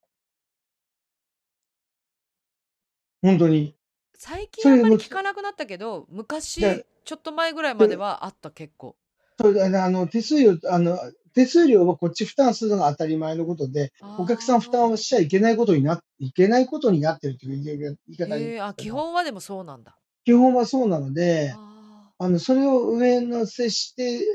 ほんとに。 最近あんまりそれでもう、 聞かなくなったけど、 で、 昔、ちょっと前ぐらいまでで、 はあった結構。 それで、手数料はこっち負担するのが当たり前のことで、お客さん負ああ。 担をしちゃいけないことになってるっていう言い方でへえ、あ、基すけど、 本はでもそうなんだ。 基本はそうなので、 あそれを上乗せして、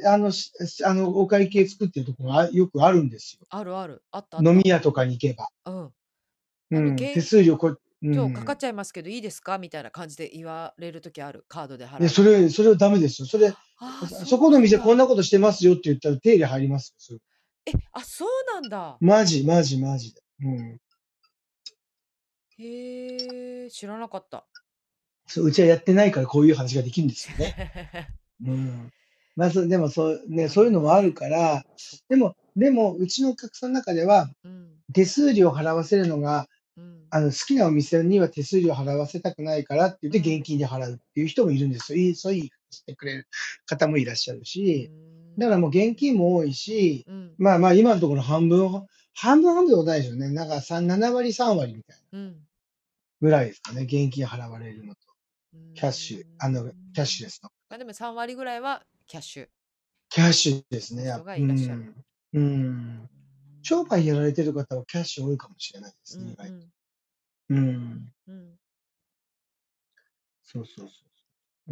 お会計作ってるところがよくあるんですよ。 あ、あるある。あったあっ飲みた。 屋とかに行けば。 うん。 うん、手現数料今日かかっちゃいますけどいいですかみたいな感じで言われる時ある。カードでで、 払う。 それはダメですよ。 ああ、そうそこの店こんなんだ。 なことしてますよって言ったら手入れ入りますよ。 え、あ、そうなんだ。 マジ、マジ、マジで。うん。 へえ、知らなかった。 そう、うちはやってないからこういう話ができるんですよね。うん。まあ、でもなそういうのもあるるほどね。 から、 そっか。 でも、うちのお客さんの中では、 うん、 手数料を払わせるのが、 うん、 好きなお店には手数料払わせたくないからって言ってうん。 現金で払うっていう人もいるんですよ。そういうしてくれる方もいらっしゃるうーし、だからもう現ん。 金も多いし、 うん、 まあまあ今のところ半分でもないですよね。なんか7割3割みたいなうん。 ぐらいですかね。現金払われるのと、 うーキャッシュん。 レスの。 ま、でも3割ぐらいはキャッシュキャッシュですね。 の人がいらっしゃる。 うん。 うー商売やらん。 れてる方はキャッシュ多いかもしれないですね、意外と。 うんうん。 うん。 うん。 そうそうそう。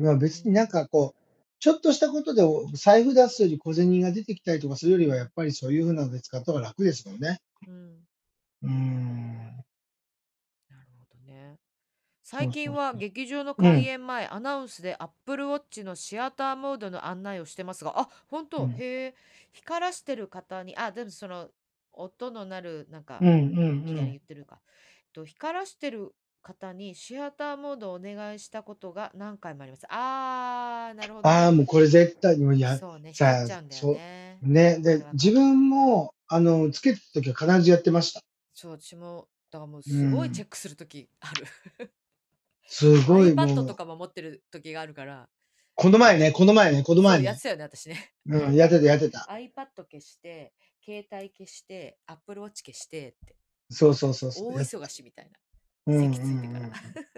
まあ別になんうん。 かちょっとしたことで財布出すより小銭が出てきたりとかするよりは、やっうん。 ぱりそういう風なので使った方が楽ですもんね。 うん。 うーん。 なるほどね。最そうそ近はうそう。 劇場のうん、 開演前、アナウンスで Apple Watch のシアターモードの案内をしてますが、あ、本当、 うん。 へえ、光らしてる方に、あ、でもその音のなる、なんか、 うんうん左に言ってるか。光らしてる方にシアターモードをお願いしたことが何回もあります。あー、なるほどああ、 ね。 もうこれ絶対、もうそうね、光っさあ、 ちゃうんだよね。 ね。で、 わかるわかる。 自分も、つけてた時は必ずやってました。 そう、私も、だからもううすごいチェん。 ックするときある。 すごい iPad ともかも持ってる時があるから。 この前ね、この前ね。 そう、やってたよね、私ね。 うん、やってた、やってた。 iPad 消して、携帯消して、Apple Watch 消してって。 そうそうそうそう。 大忙しみたいな。 うんうん席ついてから。 うん。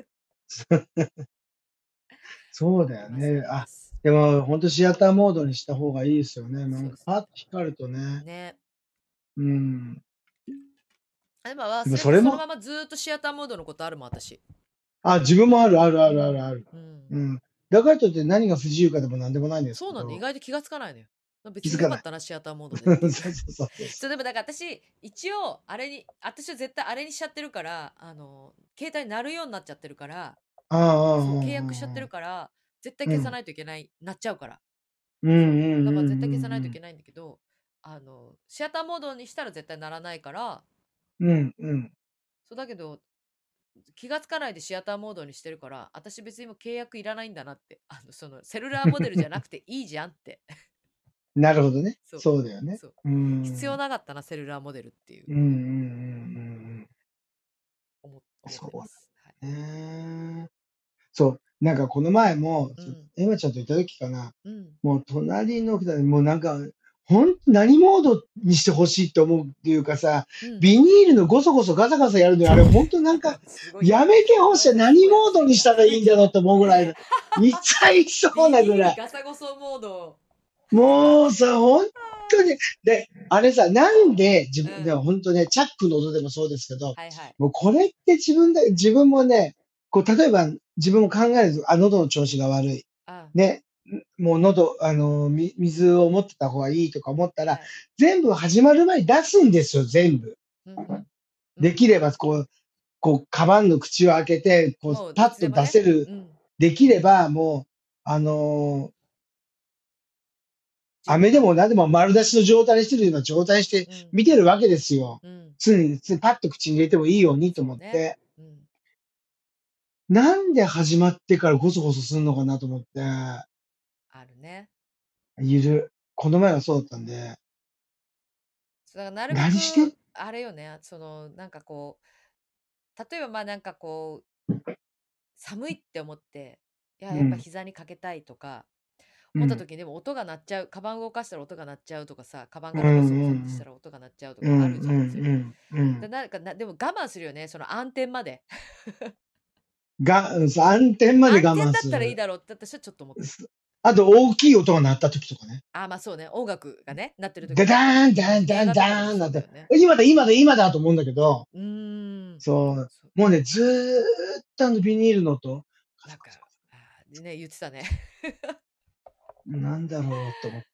そうだあります、あよね。あ、 ります。 でも本当シアターモードにした方がいいですよね。なんかそうですパッと光るとね。 ね。 うん。 でもでも忘れてそのそれも、 ままずーっとシアターモードのことあるもん、私。 あ、自分もあるあるあうん。 るあるある。 うん。 うん。だからといって何が不自由かでも何でもないんですそうなんで、意けど、 外と気がつかないのよ。別気づかない。 によかったな、シアターモードでっていう。 そうそうそうそうそう、 そう。 でもだから私、一応、私は絶対あれにしちゃってるから、携帯鳴るようになっちゃってるから、 ああ、うそう、 ん契約しちゃってるから、絶対うんうん。 消さないといけない、なっちゃうから。 うんうんそう。だから絶対消さうんないといけないんだけど、シアターモードにしたら絶対ならないから、 うんうん。うんうん。 そうだけど、気がつかないでシアターモードにしてるから、私別にもう契約いらないんだなって、セルラーモデルじゃなくていいじゃんって。 なるほどね。 そう、 そうだよね。 そう。 うん。 必要なかったな、セルラーモデルっていう、 うんうんうんうんうん。 思ってまそす。はい。 うだね。そう、なんかこの前も、 うん、 エマちゃんといた時かな、 うん、 もう隣の人で、もうなんか、ほん何モードにしてほしいって思うっていうかさ、 うん。 ビニールのゴソゴソガサガサやるのよ。あれほんとなんか、 すごいよ。 やめてほしい。何モードにしすごいたらいいんだろうと思うぐらいの、痛いそうビニなぐらい。 ールガサゴソモード。 もうさ、本当に、で、あれさ、なんで自分、でうん。 も本当ね、チャックの音でもそうですけど、 はいはい。 もうこれって自分もね、こう、例えば自分も考えると、あ、喉の調子が悪い。 あ、 ね、もう喉、水を持ってた方がいいとか思ったら、 はい。 全部始まる前に出すんですよ、全部。 うんうん。うん。 できれば、カバンの口を開けて、 もうパッといつでもね。 出せる、 うん。 できれば、もう、あの飴で準備万端。 も何でも丸出しの状態にしてるような状態にしてうん。 見てるわけですよ。 うん。 常にパッと口に入れてもいいようにとそうね。 思って。 うん。 なんで始まってからゴソゴソすんのかなと思って、 あるね。 この前はそうだったんで、 そうだからなるべく、 何してんあれよね、なんかこう、例えばまあなんかこう、寒いって思って、いや、やっぱうん、 膝にかけたいとか、思ったうん、 時にでも音が鳴っちゃう、カバン動かしたら音が鳴っちゃうとかさ、カバンうん、 がゴソゴソってしうん、 たら音が鳴っちゃうとうん、うかあるじゃん。そういうの。 ん、うん。 でも我慢するよね、その暗転まで。 そう暗転まで暗転だったらいい我慢する。 だろうって私はちょっと思ってる。 あと、大きい音が鳴った時とかね。 あ、まあそうね、音楽がね、鳴ってる時ダダね。 ーン、ダン、ダン、ダ映画とかでもーンなんて、 そうだよね。 今だ、今だ、今だと思うんだけど、 うーん。 そう、 そう。 もうね、ずーっとビニールの音、カなんか、 サカサカサでね、言ってたね。 なんだろうと思って。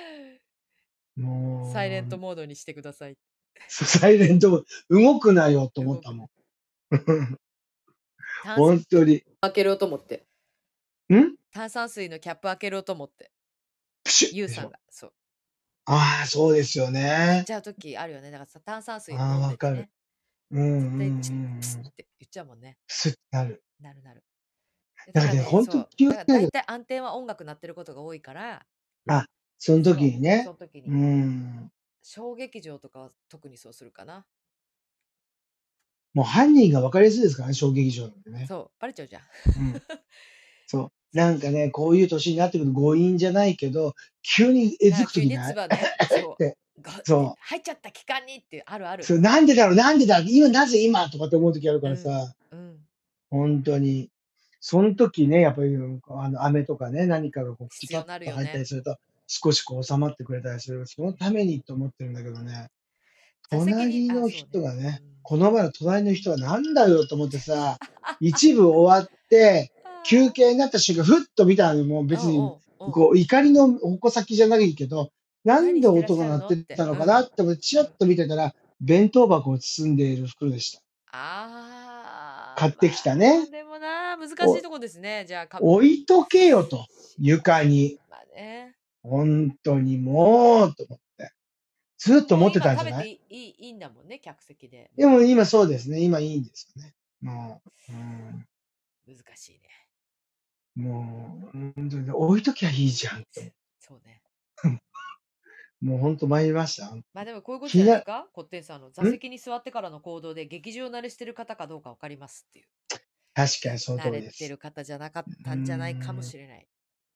サイレントもう、 モードにしてください。 サイレント、動くなよと思ったもん。 動くね。炭酸本当に。 開けろうと思って。 ん炭酸水のキャップ開けろうと思って。 プシュッでしょ。 ユウさんが、そう。 ああ、そうですよね。 言っちゃう時あるよね。だからさ、炭酸水ああ、 飲んわかる。 でてね。 うんうん絶対うんうん。 プスって言っちゃうもんね。 プスッてなる。 なるなる。だだからね、 からね、 本当そう。だから気をつけなきゃ。 大体暗転は音楽鳴ってることが多いから、 あ、その時そう。 にね。 その時うに。 ん。 小劇場とかは特にそうするかな。 もう犯人が分かりやすいですからね、小劇場なんでね。 そう。バレちゃうじゃん。 うん。そう。 そう。 なんかね、こういう年になってくると強引じゃないけど、急にえずなんか急にね、 く時ない唾ね。そって。 う。ガッてそう。 入っちゃった気管にってあるある。 そう、なんでだろう、なんでだ、今なぜ今とかって思う時あるうん。 からさ、 うん。 本当に。その時ね、やっぱり、飴とかね、何かがこう口必要になるパッと入ったよね。 りすると、少し収まってくれたりする。そのためにと思ってるんだけどね。 座席に、あ、 隣のそうね。 人がね、 うん。 この前の隣の人がなんだよと思ってさ、一部終わって、休憩になった瞬間、ふっと見たらもううん別に、 うんうん。 こう、怒りの矛先じゃないけど、なんで何してらっ音が鳴ってしゃるのって。 たのかなうん。 って思って、チうん。 ラッと見てたら、弁当箱を包んでいる袋でした。 ああ、ま買ってきたあ、 ね。 でもな、難しいお、 とこですね。じゃあ、 置いとけよと、床に。 まあね。 本当にもう、と思って。ずっと思ってもう今たんじゃない食べていいんだもんね、客席で。 でも今そうですね。今いいんですよね。もう、 難しいね。 もう、本当に置いときゃいいじゃんって思そうね。 う。もう本当参りました。 まあでもこういうこと気になる。 じゃないですか、コッテンさんの座席に座ってからの行動で劇場慣れしてる方かどうかわかりますっていう。 確かにその通慣れてりです。 る方じゃなかっうーたんじゃないかもん。 しれない。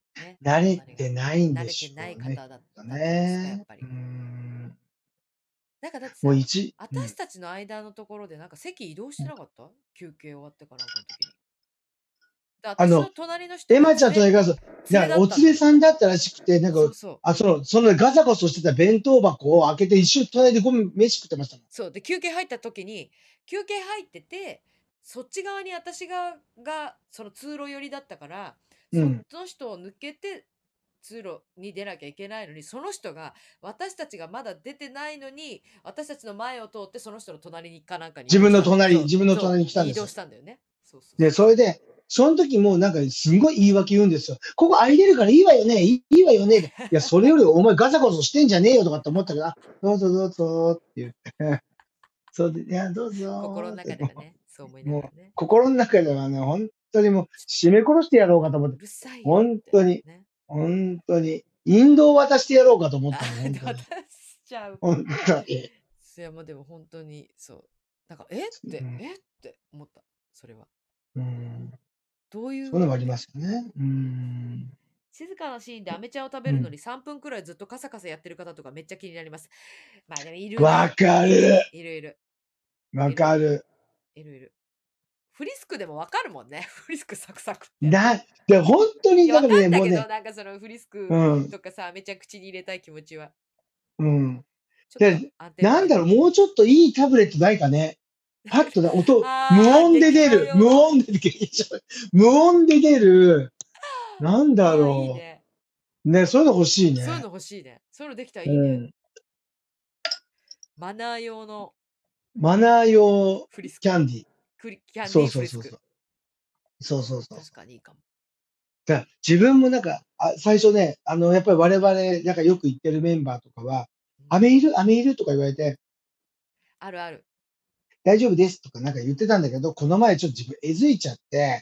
ね、 慣れ隣が。 てないん慣でれてないしょうね、きっ方だっとたってことですか、やっね。 ぱり。なんかだってもうさ、 うん。 私たちの間のところでなんか席移動してなかった？休憩終わってからなんかの時に。で、私のあの、 隣の人エマちゃんとがね、 連れだおったんだよ。 連れさんだったらしくて、 そうそう。 そのガサゴソしてた弁当箱を開けて一緒に隣で飯食ってましたもん。 そう。で、休憩入った時に、休憩入ってて、そっち側に私がその通路寄りだったから、そっうん。 の人を抜けて通路に出なきゃいけないのに、その人が私たちがまだ出てないのに、私たちの前を通ってその人の隣にかなんかに移動したの。そう、 自分のそう、 隣に来たん移動ですよ。 したんだよね。そうそうで、 そうそそれで、その時もなんかすんごい言い訳言うんですよ。ここ空いてるからいいわよね、いいわよね。いや、それよりお前ガサゴソしてんじゃねえよとかって思ったけど、どうぞどうぞって言って、そうで、いや、どうう。心のぞって、 中ではね、そう思いながもう、 らね。 心の中ではね、本当にもう、締め殺してやろうかと思って、 うるさいよっ本当に、 てね。 本当に、引導を渡してやろうかと思っあ、 たもん、 で、 本当に。 渡しちゃう。 本当に。 いや、もうでも本当にそう。なんか、えっうて、 ん、 えって思った。それは。 うん、 どういそういうのもありまうって。 すよね。うん。 静かなシーンでアメちゃんを食べうん。 るのに3分くらいずっとカサカサやってる方とかめっちゃ気になります。まあでもいるわね。 かる。 いるいる。 わいる。 かる。 いるいる。フリスクでもわかるもんね。フリスクサクサクって。 で、本当に、 いや、わかだからね、 んだけど、 もうね、 なんかそのフリスクうん、 とかさ、めちゃ口に入れたい気持ちは。 うん。 ちょっとで、 アンテナなんだろう、 張ります。 もうちょっといいタブレットないかね。パッとね、無あー、 音で劇出る、 場用の。 無音で出る、なんだああ、いいろね。 う。ね、そういうの欲しいそういうのね。 欲しいね。そういうのできたらいいね。 うん。 マナー用のマナー用フリスク。 キャンディー。 キャンデそうィーフリスク。 そうそうそう。そうそうそうそう。 確かにいいかも。 自分もなんか、最初ね、やっぱり我々、なんかよく言ってるメンバーとかは、 うん、 飴いるとか言われて、 あるある。 大丈夫ですとかなんか言ってたんだけど、この前ちょっと自分えずいちゃって、 うん。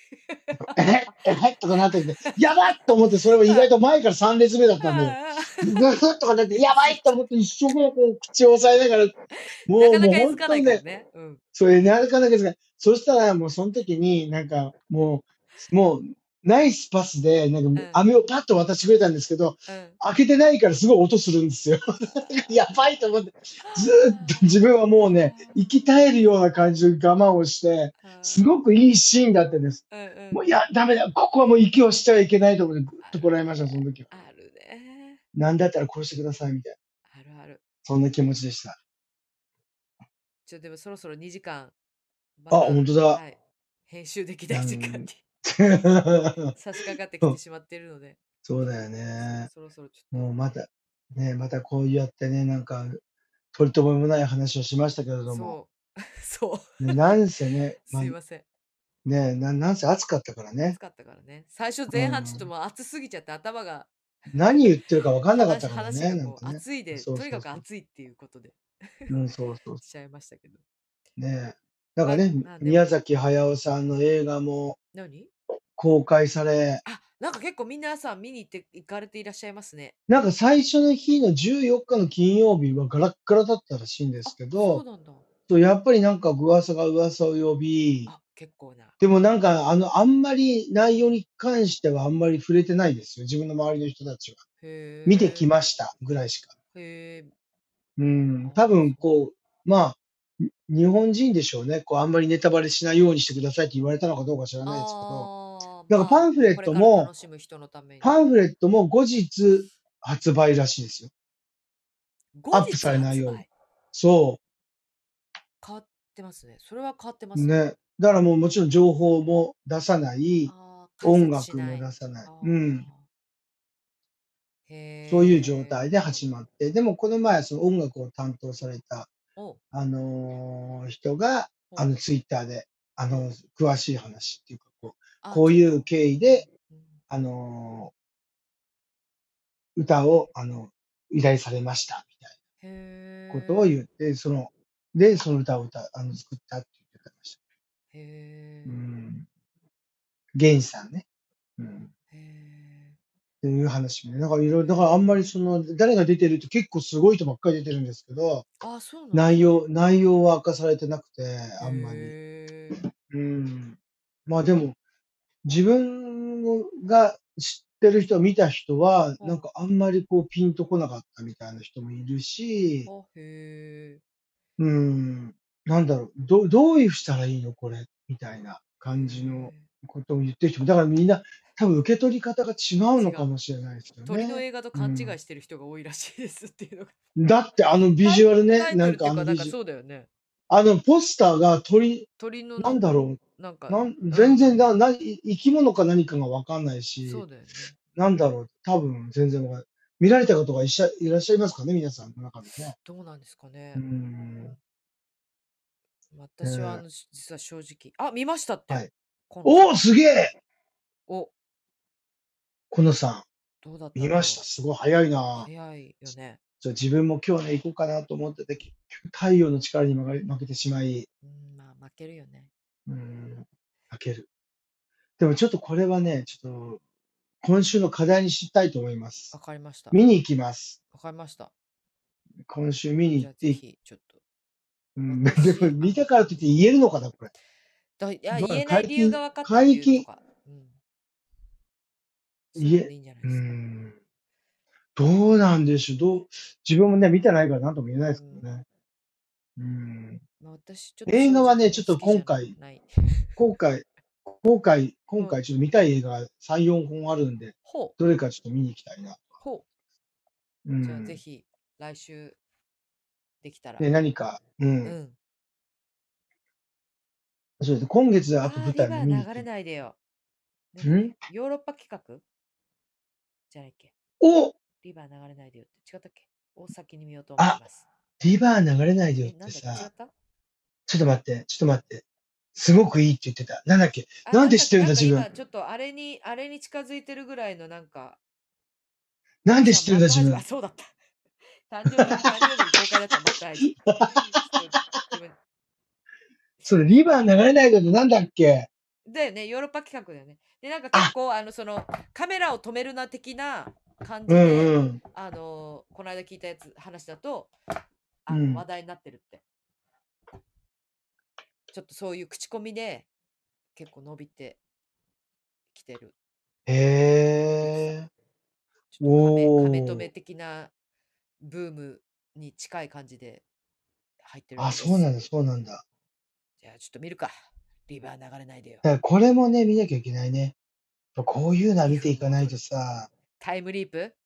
とかなってきて、やばっと思って、それも意外と前から3列目だったんで、 ああ、 ぐふっとかなって、やば気づいちゃう。 いと思って一生懸命こう口を押さえながら、もうなかなか気づかな本当にね、 いからね。うん。 それなかなかですが、そしたらもうその時になんかもうナイスパスで、なんかうん。 飴をパッと渡してくれたんですけど、 うん。 開けてないからすごい音するんですよ。やばいと思って、ずーっと自分はもうね、息絶えるような感じで我慢をして、すごくいいシーンだったんです。 うんうん。 もう、いや、ダメだ、ここはもう息をしちゃいけないと思って、ぐっとあるこらえました、そのね。 時は。 あるね。 なんだったら殺してください、みたいな。 あるある。 そんな気持ちでした。 でもそろそろ2時間、まあ、 た、 本当だ。 はい。編集できない時間になん差し掛かってきてしまっているので、 そうだよそう、 ね。 そろそろちょっと、 もうまたこうやってね、なんか、取り留めもない話をしましたけれども、 そう、そう。 ね、なんせね、 すいません。 なんせ暑かったからね。 暑かったからね。最初う前半ちょっとん。 もう暑すぎちゃって頭が何言ってるか分かんなかったからね、 話がこうなんかね。 暑いで、とにかくそうそうそう。 暑いっていうことでうん、そうそうしちゃいましたけど。 ね。なんまあ、 かね、 でも、 宮崎駿さんの映画も何公開され、 あ、なんか結構皆さん見に行かれていらっしゃいますね。 なんか最初の日の14日の金曜日はガラッガラだったらしいんですあ、 けど、 そうなんだ。 やっぱりなんか噂が噂を呼び、 あ、結構な。 でもなんかあんまり内容に関してはあんまり触れてないですよ。自分の周りの人たちは。見てきへましたぐらいしか。 え、へえ、 うん、多あ、 分そう。 日本人でしょうね。あんまりネタバレしないようにしてくださいって言われたのかどうか知らないですけど、 ああ、 なんかまあ、これから楽しむ人のために。 後日発売らしいですよ。 後日アップされないように。 発売。 そ変わってますね。それは変わってまう。 すね。 ね。だからもうもちろん情報も出さない、 ああ、解音説し楽もない。 出さない。うん。 ああ、 そういう状へえ。 態で始まって、でもこの前その音楽を担当された、 お、 人が、 お、 ツイッターで、 お、 詳しい話っていうか、 あ、 こういうちょっと。 経緯で、 うん、 あの、歌を、依頼されました、みたいなへことをえ、 言って、その歌を作ったって言ってました。 へうえ、 ん。源氏さんね。うん。 へえ、 っていう話もね。だからあんまりへえ。 誰が出てるって結構すごい人ばっかり出てるんですけど、 あ、そうなんですか。 内容は明かされてなくて、 へあんまり。 え、 うん。まあでも、自分がてる人、見た人は、なんほかあんまりこうピンとこなかったみたいな人もいるう。 し、 へえ。 なんだろう、どういうしたらいいのこれ、みたいなへ感じのえ。 ことを言ってる人も、だからみんな多分受け取り方が違うの違う。 かもしれないですよ鳥のね。 映画と勘違いうん。 してる人が多いらしいですっていうのが。 だってあのビジュアルね、 タイなんかトルっていうか、なんかあのビジュ、 そうだよね。 あのポスターが鳥のなんだろなんか、 う、 うん。 全然生き物か何かがわかんないし、 そうだよね。 なんだろう、多分全然わかんない。見られた方がいらっしゃいますかね、皆さんの中でね。 どうなんですかうーね。 ん。 私は実は正直、あ、見ましたって。 はい。 河野さん。 おお、すげえお、 このさん、 どうだった見ました。 んだろすごい早いう。 な。 早いよね。 自分も今日ね、行こうかなと思ってて、結局太陽の力に負けてしまい、 まあ負けるよね。 負ける。でもちょっとこれはね、ちょっと今週の課題にしたいと思いまわす。 かりました。 見に行きます。 わかりました。 今週見にじゃあぜ行って、 ひ、ちょっと。 でも見たからといって言えるのかな、これ。 いや、 どうなの言えない理由が分かったっていうとか。そういうのでいいんじゃないですか。 どうなんでしょう。自分もね、見てないから何とも言えないですけどね。 まあ、私、ちょっと映画はね、 正直ね、 ちょっと好きじゃない。 今回、今回ちょっと見たい映画が3、4本あるんで、 ほう。 どれかちょっと見に行きたいな。 ほう。じゃあぜひ、来週できたら。 で、何か、 うん。 そうです。今月あとああ、 舞台もリバー流れ見に行ってないでよ。なんだっけ、 んヨーロッパ企画じゃないっけ。 おリバー流れないでよって違ったっけを先に見ようと思いあ、 ます。 リバー流れないでよっなんだっけ、違てさ、 ったちょっと待って、ちょっと待って。すごくいいって言ってた。なんだっけあ、 なんで知ってるんだ、自分。 なんか今、ちょっとあれに近づいてるぐらいのなんか、 なんで知っさ、 てるんだ、 幕張あ、 自分。 そうだった。誕生日に公開だった幕張。ちょっと自分、 それ、リバー流れないでってなんだっけだよね、ヨーロッパ企画だよね。で、なんか結あ、 構、カメラを止めるな的な感うじで、 んうん。 この間聞いた話だと、話うん。 題になってるって。ちょっとそういう口コミで結構伸びてきてる。言ってた。 へえ。 ちょっと亀止めおー。 的なブームに近い感じで入ってるらあ、 しいです。 そうなんだ、そうなんだ。 じゃあちょっと見るか。リバー流れないでよ。 だからこれもね、見なきゃいけないね。こういうのは見て 2 いかない分戻る。 とさ。 タイムリープ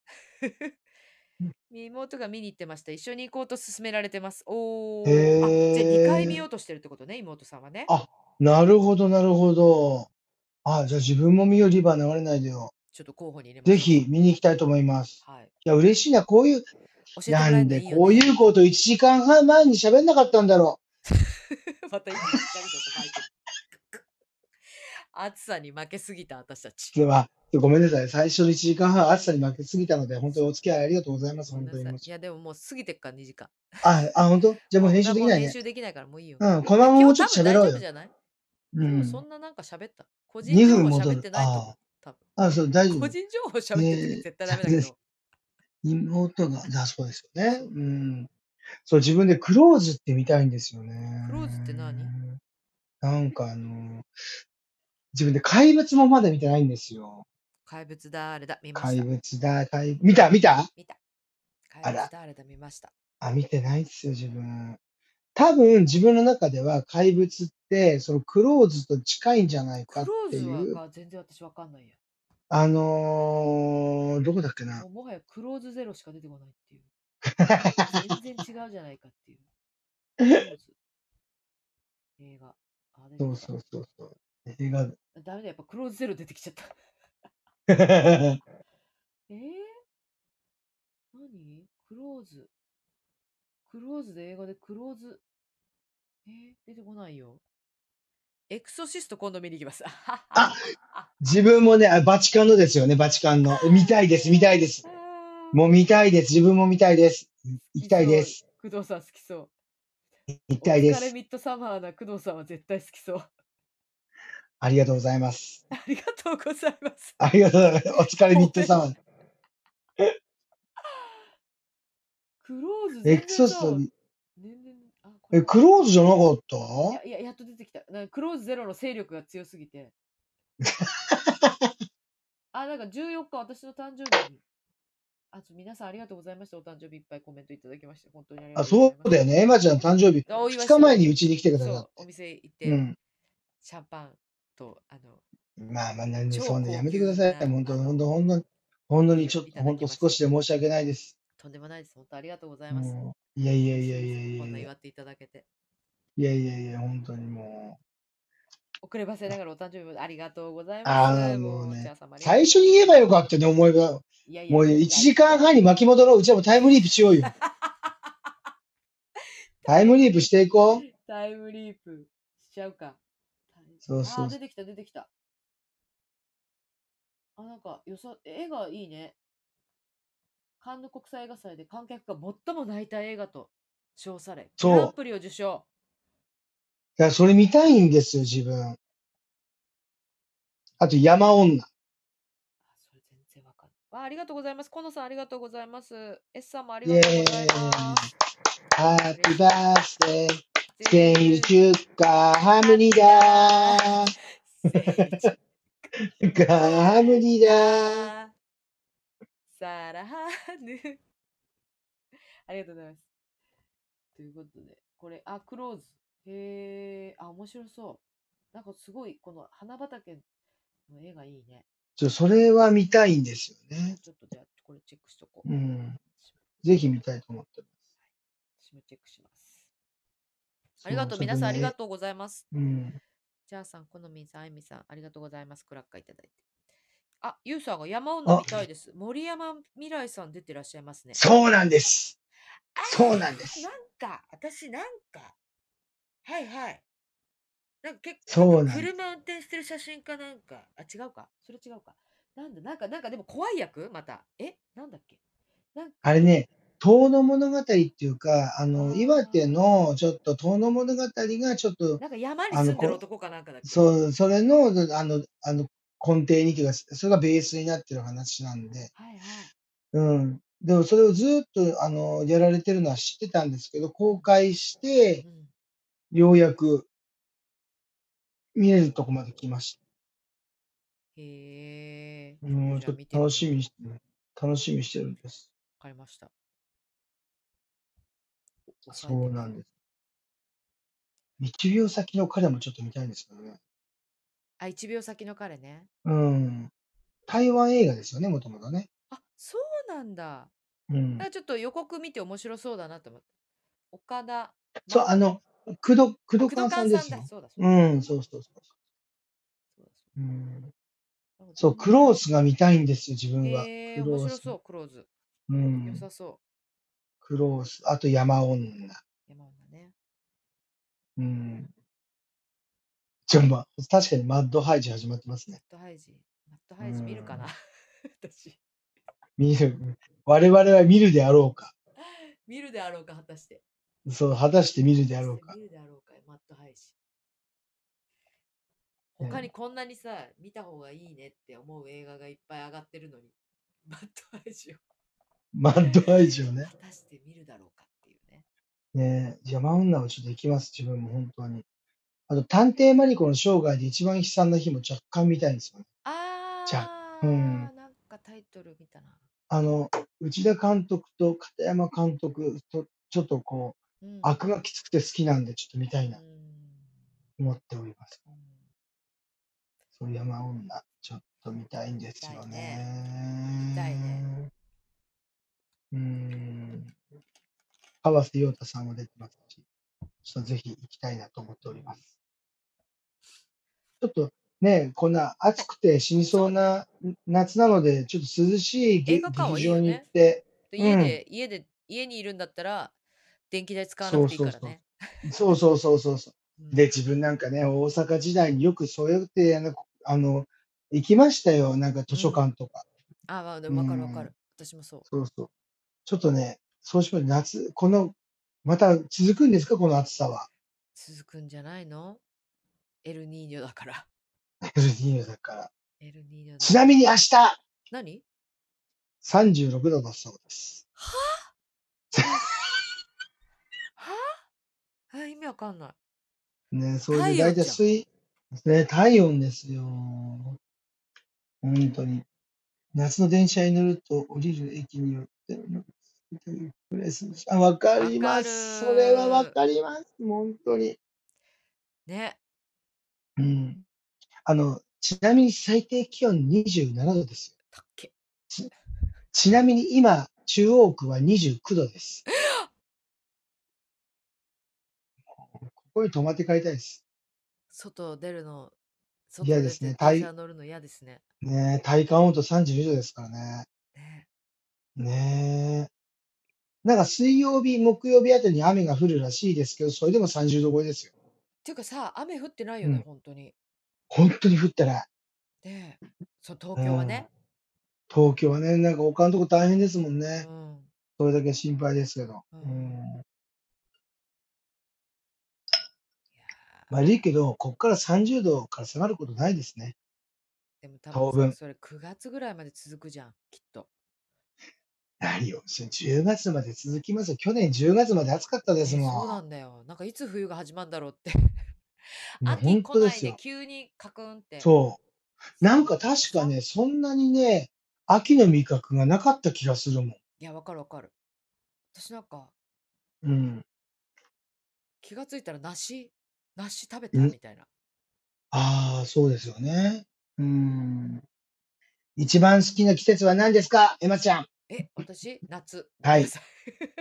妹が見に行ってました。一緒に行こうと勧められてます。 へおー。あ、じゃあ2回見よえ。 うとしてるってことね、妹さんはね。 あ、なるほど、なるほど。あ、じゃあ自分も見よう、リバー流れないでよ。 ちょっと候補に入れまぜしょうか。 ひ見に行きたいと思います。 はい。 いや、嬉しいな。 教えてもらえるのなんでいいよね。 こういうこと1時間半前に喋んなかったんだろまた息ぴったりだとマイク。暑さに負けすぎた私たち。 う。では、ごめんなさい。最初の1時間半暑さに負けすぎたので、本当にお付き合いありがとうございます。 ごめんなさい。 本当にいや、でももう過ぎてっから2時間。 本当じゃあもう編集できないね。 もう編集できないからもういいよ。 このいや、今ままもうちょっ日多分大と喋ろうよ。 丈夫じゃない？今日そんななんか喋った。個人情 2 報分戻る。 喋ってないと思う。多分。 そう、大丈夫。 個人情報喋ってる時絶対ダメだけど。 妹が、そうですよね。そう、自分でクローズって見たいんですよクローズって何？ ね。なんか自分で怪物もまだ見てないんですよ。 怪物だあれだ見まし怪た。 物だ、見た見た。怪あら。 物だあれだ見ました。 見てないっすよ、自分。多分、自分の中では怪物って、そのクローズと近いんじゃないかっクローズていう、 が全然私わかんないや。 どこだっけな。 もはやクローズゼロしか出てこないっていう。全然違うじゃないかっていう。クローズ。映画。出てそうきた。 そうそうそう。映画。 ダメだ、やっぱクローズゼロ出てきちゃった。何クローズ。クローズで映画でクローズ。出てこないよ。エクソシスト今度見に行きます。 自分もね、バチカンのですよね、バチカンの。見たいです、見たいです。もう見たいです。自分も見たいです。行きたいです。 工藤さん好きそう。 行きおたいです。 疲れミッドサマーな工藤さんは絶対好きそう。 ありがとうございます。 ありがとうございます。 ありがとうございます。お疲れミッドサマー。 クローズエ全然さ、 クソスト、 全然、これクローズじゃなかったやっと出てきた。クローズゼロの勢力が強すぎて。 なんか14日私の誕生日に。皆さんありがとうございました。お誕生日いっぱいコメントいただきまして、本当にありがあ、 とうございます。 そうだよね。エマちゃんの誕生日、 お祝い 2日前にしてもらって。 うちに来てくださそう、おって。 店行っうて、 ん。 シャンパンと、 まあまあ、なんで、 超そんなや高めてください。 級な、 本当、本当、本当、本当ビーにちょっと、 ルいただ本当きまして、 少しで申し訳ないです。 とんでもないです。本当ありがとうございます。 もう、いやいやいや嬉しいです。 いやいやいや、 こんな祝っていただけて。 いやいやいや、本当にもう。 遅ればせながらお誕生日ありがとうございまああ、 す。 もうね。 もう、チャーさんもありがと最うございます。 初に言えばよかったね、思いが。 いやいや、 もう1 いや、 時間半に巻き戻ろう。うちはもうタイムリープしようよ。タイムリープしていこう。 タイムリープしちゃうか。 そうそう出てきた、出てきた。なんか、絵がいいね。カンヌ国際映画祭で観客が最も泣いた映画と称され、グランそう。 プリを受賞。 いや、それ見たいんですよ、自分。あと、山女。 それ全然わかんない。ありがとうございます。コノさんありがとうございます。S さんもありイェがとうございーイ。 ます。 ハッピーバースデー。 生生日日축하 합니 합니다. 다。 生日 축하합니다. だ。サラハヌ。ありがとうございます。ということで、これ、クローズ。へえ、面白そう。なんかすごい、この花畑の絵がいいね。 それは見たいんですよね。 ちょっとじゃあ、これチェックしとこう。 うん。ぜひ見たいと思ってます。 私もチェックします。ありそう、 がとう。 ちょっと皆さんありがね、 とうございます。 うん。 じゃあさん、このみんさん、あいみさん、ありがとうございます。クラッカーいただいて。ゆうさんが山女あ、 見たいです。森山未来さん出てらっしゃいますね。 そうなんです。そうなんです。 私なんか、はいはい。なんかそうなんです。 車運転してる写真かなんか、違うか。それ違うか。なんかでも怖い役また。なんだっけなんか、 あれね、遠野物語っていうか、岩手あのちょっと遠野物語がちょっと、 なんか山にあの、 住んでるこ、 男かなんかだっけ。 そう、それの、根底にというか、それがベースになってる話なんで、 はいはい。 うん。でもそれをずっと、やられてるのは知ってたんですけど、 うん公開して、 うん。 ようやく見れるとこまで来ました。 へえ、ちょっもうちょっとじゃあ見と楽してみよう。 みにしてる、楽しみにしてるんです。 わかりました。押さえてみよそうなんです。1秒先の彼もちょっと見たいんですけどね。 う。1秒先の彼ね。 うん。台湾映画ですよね、もともとね。 そうなんだ。 うん。 ちょっと予告見て面白そうだなと思って。岡田、 そう、工藤工藤勘さ勘さんだ。 んですよ。 そうだ、そうだ。 うん、そうそうそう。 そうだ、 うん。 そうだ。 そう、クロースが見たいんですよ、自分は。 へえ、 クロース。 面白そう、クローズ。 うん。 良さそクロース。あと山女。 う。山女ね。 うん。確かにマッドハイジ始まってますね。 マットうハイジ見るかなん。 私。 見る。我々は見るであろうか。 見るであろうか、果たして。 そう、果たして見るであろうか。 果たして見るであろうか、マットハイジ。他にね、 こんなにさ、見た方がいいねって思う映画がいっぱい上がってるのに、マットハイジをマッドハイジをね。 果たして見るだろうかっていうね。 ね、山女はちょっと行きます、自分も本当に。あと、探偵マリコの生涯で一番悲惨な日も若干見たいんですよね。うん。 なんかタイトル見たな。 あの、内田監督と片山監督と、ちょっとこう、 うん。 悪がきつくて好きなんで、ちょっと見たいなとうん。 思っております。 うんそういう山女、ちょっと見たいんですよ見たいね。見たいね。 ね。うーん。川瀬陽太さんも出てますし、ちょっとぜひ行きたいなと思っております。ちょっとね、こんな暑くて死にそうな夏なので、ちょっと涼しい映画館劇場に行っはいいよね。 て、 でうん。 家にいるんだったら、電気代使わなくていいそうそうそう。 からね。 そうそうそうそうそう。で、 うん。 自分なんかね、大阪時代によくそうやって、行きましたよ。なんか図書うん。 館とか。 でうもわかるわかん。 る。私もそう。 そうそう。ちょっとね、そうします。また続くんですか、この暑さは。 続くんじゃないの？エルニーニョだから。 LDU だから。 エルニーニョだから。 ちなみに明日、 何？ 36度だそうです。 はは意味わかんない。 ね、それで大体温じゃん。 体ね、体温ですよ。本当に。 夏の電車に乗ると降りる駅によってのプレスあ、わかわかります。それはわる。 かります。本当に。 ね。 うん。ちなみに最低気温27度ですよ。 たっけ。 ちちなみに今、中央区は29度です。ここに泊まって帰りたいです。 外出るの、外出嫌ですね。 て電車乗るの嫌ですね。 体感温度32度ですからね。 ね。 ねえ。なんか水曜日、木曜日あたりに雨が降るらしいですけど、それでも30度超えですよ。 っていうかさ、雨降ってないよね、 うん。 本当に。 本当に降ってない。 で、東うん。 京はね。 東京はね、なんか他のとこ大変ですもんうね。 ん。 それだけ心配ですけど。 うん。 うん。 いや悪いけど、こっから30度から下がることないですね。 でも多分さ、 当分。 それ9月ぐらいまで続くじゃん、きっと。 何を、10月まで続きますよ。去年10月まで暑かったですね、そうもなんだよ。なんかいつ冬が始まるんだろうって。 ん。もう秋本来ないで当ですよ。 急にカクンって。 そう。なんか確かさね、そんなにね、秋の味覚がなかった気がするもん。 いや、わかるわかる。私なんかうん。 気がついたら梨食べたんみたいな。 ああ、そうですよね。うん。一番好きな季節は何ですかエマちゃん。 私夏。ごはい。 めんなさい。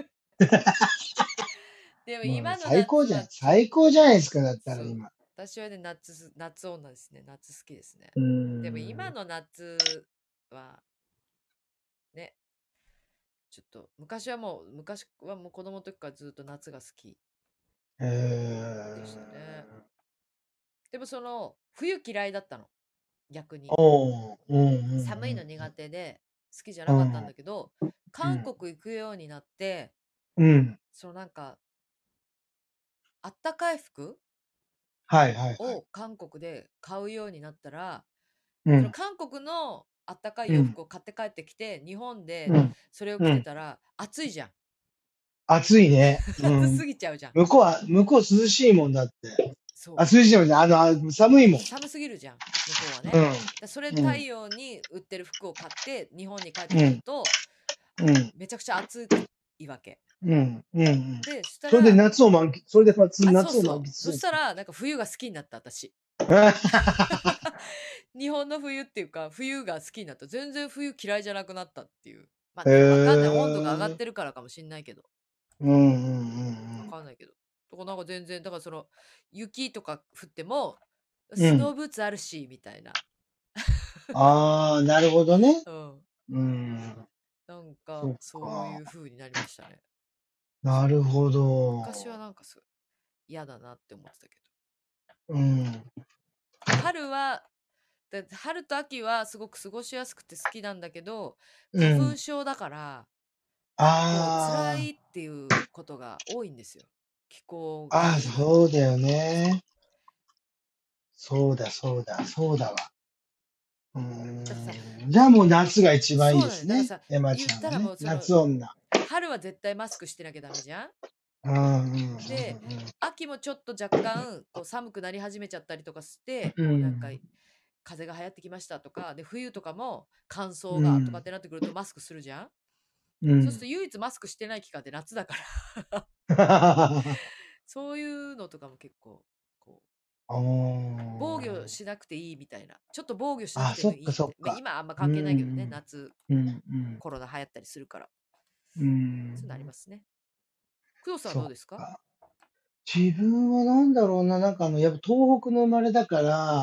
でももう今の最高じゃん。 夏はちょっ最高じゃないですか。だったらそう。 今。 私はね、夏女ですね。夏好きですね。 うーでも今ん。 の夏はね、ちょっと昔はもう子供の時からずっと夏が好きでしたね。 えでも冬嫌いだったの。逆に。 おー、うん寒いの苦手で好きじゃなかったんうんだけど、 うん。 韓国行くようになって、 うん。うん。 なんか、あったかい服はいはいはい。 を韓国で買うようになったら、 うん。 韓国のあったかいうん。 洋服を買って帰ってきて、日本でうん。 それを着てうん。 たら暑いじゃん。 暑いね。う暑ん。 すぎちゃうじゃん。 向こう涼しいもんだって。あ、 そう。 涼しいもんね。寒いもん。 寒すぎるじゃん、向こうはね。 うん。 それうん。 太陽に売ってる服を買って日本に帰ってくるうん。 と、 うん。 めちゃくちゃ暑いわけ。 うん。うん。 で、したそれでら、 それでそう夏を満そう。 喫するんですか？ そしたら、なんか冬が好きになった、私。日本の冬っていうか、冬が好きになった。全然冬嫌いじゃなくなったっていう。まあへね、わかんない。温度が上がっえ。 てるからかもしんないけど。 うんうんうんわかんないけど。とかなんか全然、だから雪とか降っても、 うん。うん。 スノーブーツあるし、みたいな。 ああ、なるほどね。 うん。 うん。 なんか、 そっそういか。 う風になりましたね。 なるほ昔はど。 なんか嫌だなって思ってたけど。 うん。 春は、春と秋はすごく過ごしやすくて好きなんだけど、花粉うん。 症だから、結構辛あいっていうことが多いんですよ。気候あ、ああ、 が悪い。 そうだよそう。 ね。そうだわ。うーだからさ、 ん。じゃあもう夏が一番いいそうだね。 ですね。 だからさ、 エマ言ったらもちゃんはね。 う夏女。 春は絶対マスクしてなきゃダメじゃん。 うんうんで、秋もちょっと若干寒くなり始めちゃったりとかして、 うんうん。 風邪が流行ってきましたとか、で、冬とかも乾燥うん。 がとかってなってくるとマスクするじゃん。 うん。 そうすると唯一マスクしてない期間って夏だから、そういうのとかも結構、こお防御ー。 しなくていいみたいな。ちょっと防御しなくあ、 てもそっかいいって。まあ、 そっか。 今あんまう関係ないけどね、 ん夏、 うん。うんうん。 コロナ流行ったりするから。 うそうなりん。 ますね。工藤さんはそっどうですか？ か。自分はなんだろうな、なんかやっぱ東北の生まれだから、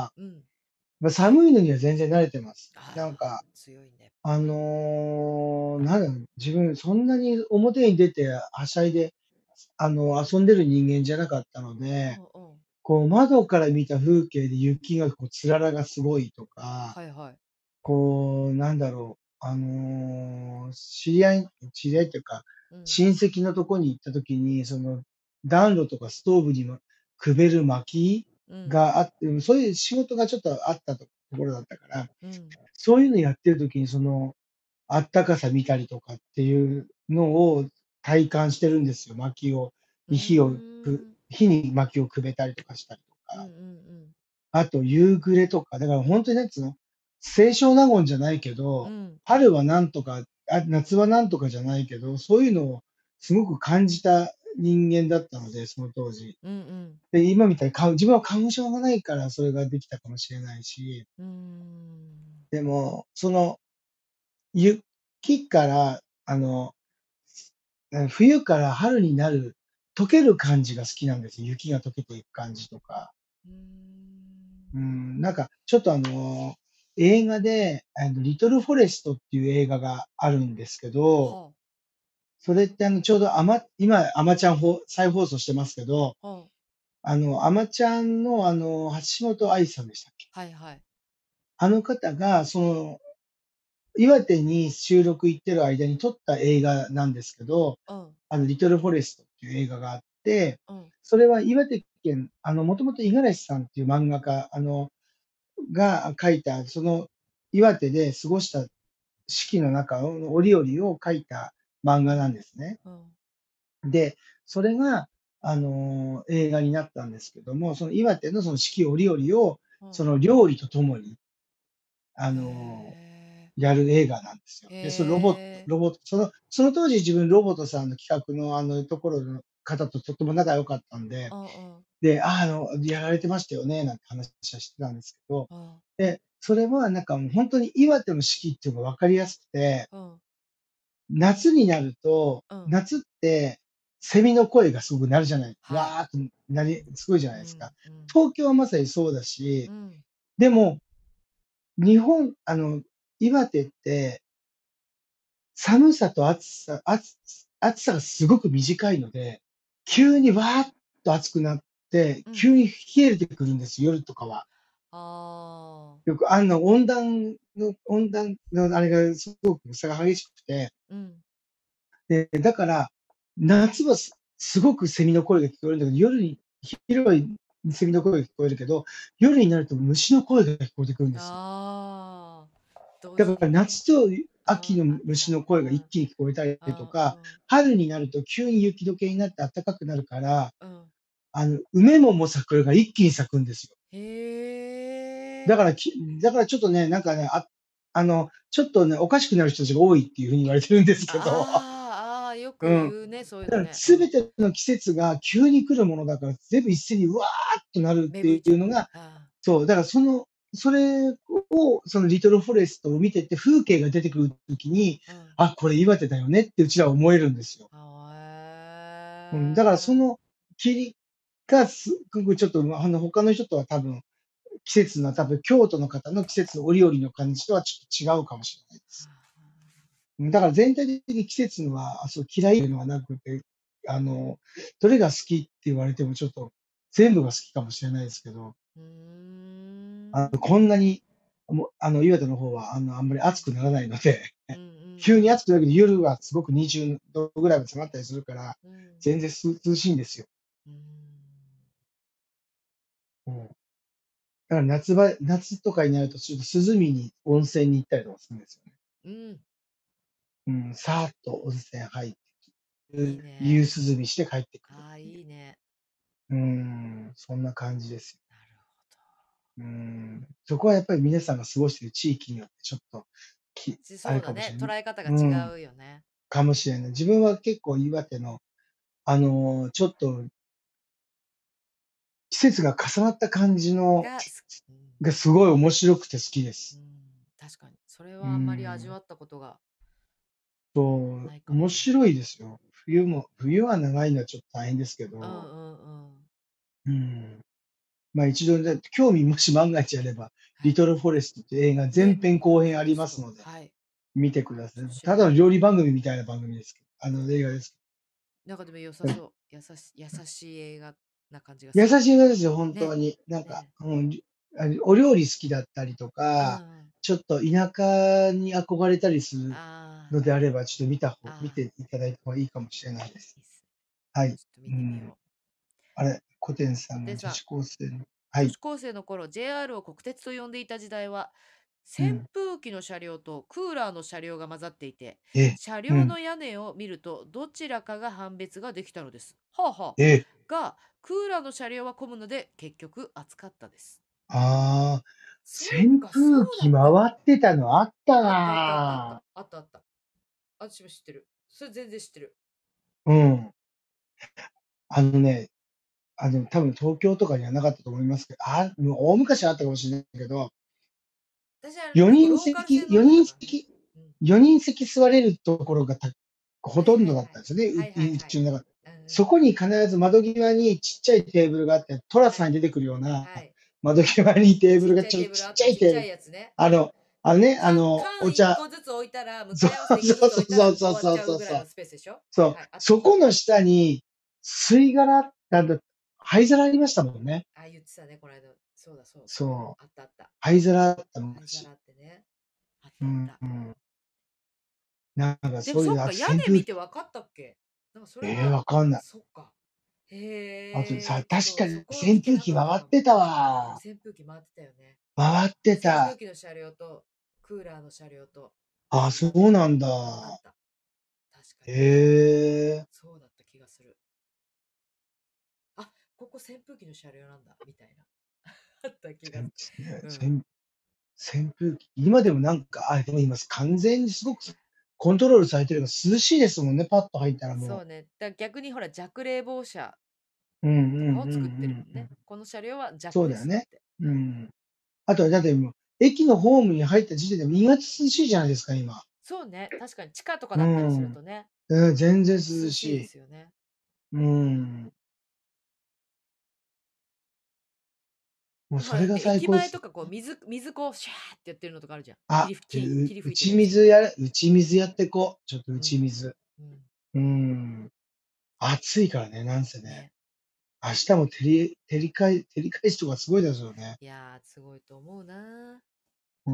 うん。 寒いのには全然慣れてます。なんああ、 か、 強いね。 なんだろう、自分そんなに表に出てはしゃいで、遊んでる人間じゃなかったので、 うんうん。 こう窓から見た風景で雪がつららがすごいとか、 はいはい。 こう、なんだろう、知り合いっていうか、 うん。 親戚のとこに行った時に、暖炉とかストーブにもくべる薪うん。 があって、そういう仕事がちょっとあったところだったから、 うん。 そういうのやってる時に、あったかさ見たりとかっていうのを体感してるんですよ。 うーん。 火に薪をくべたりとかしたりとか。 うんうんうん。 あと夕暮れとか、だから本当になんつうの、 清少納言じゃないけうど、 ん。 春はなんとか、夏はなんとかじゃないけど、そういうのをすごく感じた人間だったので、その当時。 うんうん。 で、今みたいに自分は花粉症がないからそれができたかもしれないし、 うーん。 でも、その雪から、冬から春になる、溶ける感じが好きなんですよ。雪が溶けていく感じとか。 うーん。 なんか、ちょっと映画で、リトルフォレストっていう映画があるんですけど、 はそれってちょうど今、アマちゃん再放送してますけど、 あ、はあ。 アマちゃんの橋本愛さんでしたっけ？ はいはい。 あの方が、岩手に収録行ってる間に撮った映画なんですけど、 うん、 リトルフォレストっていう映画があって、 うん、 それは岩手県、もともと五十嵐さんっていう漫画家、が書いた、岩手で過ごした四季の中の折々を書いた漫画なんですね。 うん、 で、それが、映画になったんですけども、その岩手のその四季折々を、 うん。 その料理とともに、あへの、 え。 やる映画なんですよ。 へで、そのロボットえ。 ロボット、その当時自分ロボットさんの企画のところの方ととっても仲良かったんで、 うんうん。 で、やられてましたよね、なんて話はしてたんですけど、 うん、 で、それはなんかもう本当に岩手の四季っていうのが分かりやすくて、 うん、 夏になると、 うん。 夏ってセミの声がすごくなるじゃない、 はい。 わーっとすごいじゃないですか。 うん、うん、 東京はまさにそうだし、 うん。 でも、日本、岩手って寒さと暑さがすごく短いので、急にわーっと暑くなって、 うん。 急に冷えてくるんですよ、夜とかは。 ああ。 よく温暖のあれがすごく差が激しくて、 うん。 で、だから、夏はすごくセミの声が聞こえるんだけど、昼はセミの声が聞こえるけど、夜になると虫の声が聞こえてくるんですよ。 ああ。同だから時にね。 夏とうん、 秋の秋だ。 虫の声がうん、 一気に聞こえたりうん、 とか、 うん、 春になると急に雪解けになって暖かくなるから、 うん。 梅も桜が一気に咲くんですよ。 へえ。 だからだからちょっとね、なんかね、ちょっとね、おかしくなる人たちが多いっていう風に言われてるんですけど、 ああ、ああ、ようん。 く言うね、そういうだからのね。うん。 全ての季節が急に来るものだから、全部一斉にうわーっとなるっ芽て吹いちゃう。 いうのが、 あそう、だからそれそのリトルフォレストを見てて、風景が出てくる時に、 あ、うん。 あ、これ岩手だよねってうちらは思えるんですよ。だからそへえ。 の霧がすごくちょっと、他の人とは多分、多分京都の方の季節折々の感じとはちょっと違うかもしれないです。だから全体的に季節のは、嫌いっていうのはなくて、あの、どれが好きって言われてもちょっと全部が好きかもしれないですけど、 うーん。 こんなに、岩手の方は、あんまり暑くならないので、 うんう急にん暑くなるけど、夜はすごく20度ぐらいまで下がったりするから、 うん。うん。 全然涼しいんですよ。 うーん。 うん。だから夏とかになると、ちょっと涼みに温泉に行ったりとかするんですよね。 うん。 うん、さーっと温泉入って、 いいね。 夕涼みして帰ってくるああ、 っていう。 いいね。 そんな感じですよ。 なるそこはやっぱり皆さんが過ごしている地域によってちょっと、あれそうだね。 かもしれない。 捉え方がうん、 違うよね。 かもしれない。自分は結構岩手の、ちょっと季節が重なった感じの、 うん。 がすごい面白くて好きです。 うん。確かに。それうはあんまり味ん、 わったことがないかも。 面白いですよ。冬は長いのはちょっと大変ですけうんうど、 んうん。 うん。まあ一度ね、興味もし万が一あれば、 はい。 リトルフォレストっていう映画前ね、 編リトル後編ありフォレスト。 ますので、 はい。 見てください。 ちょっと調ただのべてみよ料理番組みたいな番組ですけど、映画ですなんかでも良さけど。 そう。優しい映画な感じがす優る。 しい映画ですよ、本当ね。 に。なんか、 ね。 お料理好きだったりとうんうか、 ん。 ちょっと田舎に憧れたりするあのであれば、ちょっと見あ、ああ、 ていただいた方がいいかもしれないです。 いいっすね。 はい。 ちょっと見うん。 てみよあれ、コテンさう。 んが女小手さん、 子高生の、はい。 女子高生の頃、JR を国鉄と呼んでいた時代は、扇うん。 風機の車両とクーラーの車両が混ざっていて、 え、 車うん。 両の屋根を見るとどちらかが判別ができたのです。はあはあ。 え、 が、クーラーの車両は混むので結局暑かったです。 ああ。 扇そうか、そう風機回だったんだ。 ってたのあったあったあったあったあっなた。あったあった。私も知ってる。それ全然知ってる。 ぁ。うん。あのね、多分東京とかにはなかったと思いますけど、もう大昔はあったかもしれないけど、 私は 4 よく人ローカル線席、 乗っ 4 てたからね。 人席、 うん。 4人席座れるところがほはいとんどはいはい。 だったんですよね、 はいはいはい。 うちの中で。 うんうん。 そこに必ず窓際にちっちゃいテーブルがあって、トラはい。 さんに出てくるようなはい。 窓際にテーブルがちっちゃいテーブルちっあった。ちっちゃちゃいテーブル。 いやつね。 あの、あのね、 缶1 お茶、 個ずつ置いたら、向そかい合わせて1個ずうそうつ置いたらそうそう終わっちそうそうそう。 ゃうぐらいのスペースでしょ？はそう。 いはい。あったあった。 そこの下に、吸い殻、灰皿ありましたもんね。 あ、言ってたね、この間。そうだそうそう。 そう。 あったあった。 灰皿あった灰皿昔。 ってね。あっうん、 たあった。 うん。なんかそういう、 でもそっか、屋根見て扇風機。 分かったっけ？なんかそれは、 わかんない。 そっか。 あとさ、 へえ、ちょっ確かにとそこを見てな扇風機かったかも。 回ってたうん、 わ。 扇風機回ってたよね。 回って扇風た。 機の車両と、クーラーの車両と、 あ、 あったあった。 そうなんだ。 あった。確かに。 へえ。 そうだった気がする。あ、ここ扇風機の車両なんだ、みたいな。あった気がする。うん。 扇扇風機。今でもなんか、でも今完全にすごくコントロールされてるから涼しいですもんね、パッと入ったらもそうね。逆にほら、弱冷房車う。うんうんうんとかを作ってるもんうんうん。 ね。この車両は弱そうだよね。 ですって。 うん。あとはだってもう、駅のホームに入った時点でも意外と涼しいじゃないですか、今。 そうね。確かに地下とかうだったりするん。 とね、 全然涼涼しいでしい。 すよね。 うん。もうほら、だそれがって駅最高です。 前とかこう、水こう、シャーってやってるのとかあるじゃん。霧吹打いてるやつ。 打ち水やってこう。ちょっと打うん。 ち水。 うん。 うん。暑いからね、なんせね。 ね。 明日も照り返しとかすごいですよね。 いやー、すごいと思うな。 うん。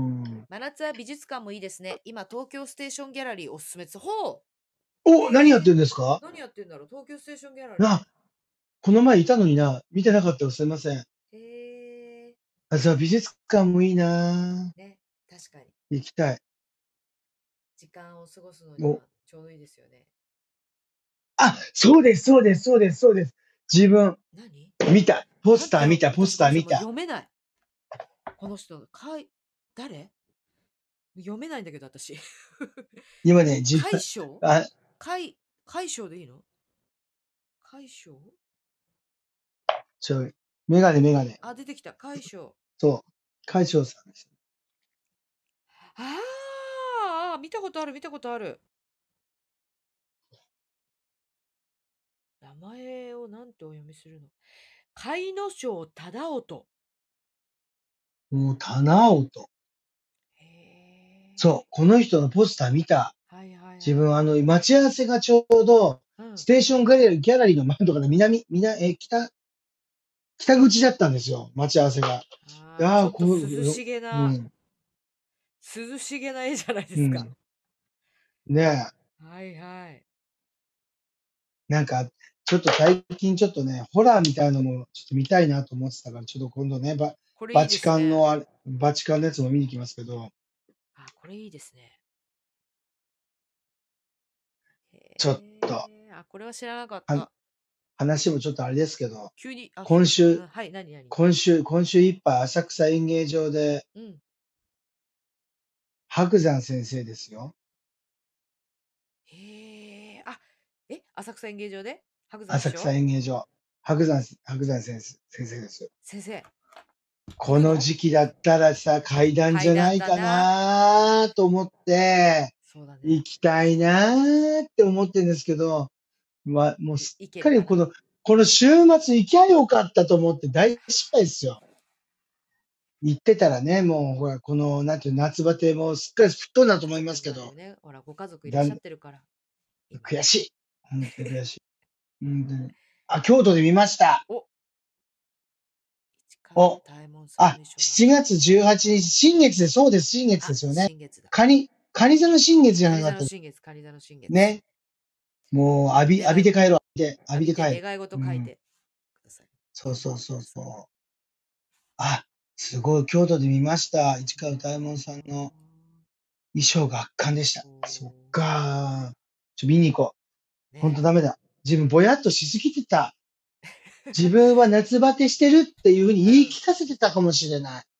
真夏は美術館もいいですね。今、東京ステーションギャラリーおすすめです。ほう。 何やってへえ。 るんですか？ 何やってんだろう、東京ステーションギャラリあ、この前いたのにな。見てなかったよ。すいません。 ー。へえ。 じゃあ美術館もいいな。 ね。確かに。 行きたい。 時間を過ごすのにお、 はちょうどいいですよね。 そうです、そうです、そうです、そうです。自分、 何見た。 なんていうの？ ポ私、 スごめんなさい。もうター見た。 読めない。この人、誰？読めないんだけど、私。 今ね、自分、 海将あ、 海将でいいの？海将。 メガネメガネ。 あ、出てきた。海将。 そう。海翔さんです。 見たことある、見たことある。名前をなんてお読みするの？海之丞忠夫。 もう、棚音。 へえ。 そう。この人のポスター見た。 はいはい自分、 はい。 待ち合わせがちょうど、 うん。 ステーションギャラリーの前とかで北口だったんですよ。待ち合わせが。 ちょっとこう、 涼しげな、 うん、 涼しげな絵じゃないですか。 うん。ねえ。 はいはい。 なんか、ちょっと最近ちょっとね、ホラーみたいなのもちょっと見たいなと思ってたから、ちょっと今度ね、 これいいですね。 バチカンのやつも見に行きますけど、 これいいですね。へちょっと、 え。これは知らなかっはた。 話もちょっとあれですけど、 急に、 今週、 はい、何？ 今週いっぱい浅草演芸場で、 うん。 白山先生ですよ。 へえ。浅草演芸場で白山師浅草匠演芸場。白山先生ですよ。 先生、来このるの？ 時期だったらさ、階段じ階ゃないか段だな。 なと思って、 そうだね。 行きたいなって思ってるんですけど、もうすっいけるかな？ かりこの週末行きゃよかったと思って大失敗ですよ。行ってたらね、もうほら、なんていう夏バテもすっかり吹っ飛んだと思いますけど、 そうだよね。ほら、ご家族いらっだんしゃってるから、今。 悔しい。本当に悔しい。本当に。京都で見ました。 お、市川お、 多右衛門さんの衣装が。 7月18日、新月で、そうです、新月ですよね。 新月だ。 カニ座の新月じゃな蟹かったです座の新月、蟹座の新月。 ね。もう、浴び願い、 て帰ろう。浴浴びてびて帰る。 願い事うん。 書いてください。 そうそうそうください。 そう。すごい、京都で見ました。市川多右衛門さんのう衣装が圧巻でした。 ーん。 そっかー。見に行こう。ほんとね。 ダメだ。自分ぼやっとしすぎてた。自分は夏バテしてるっていうふうに言い聞かせてたかもしれない。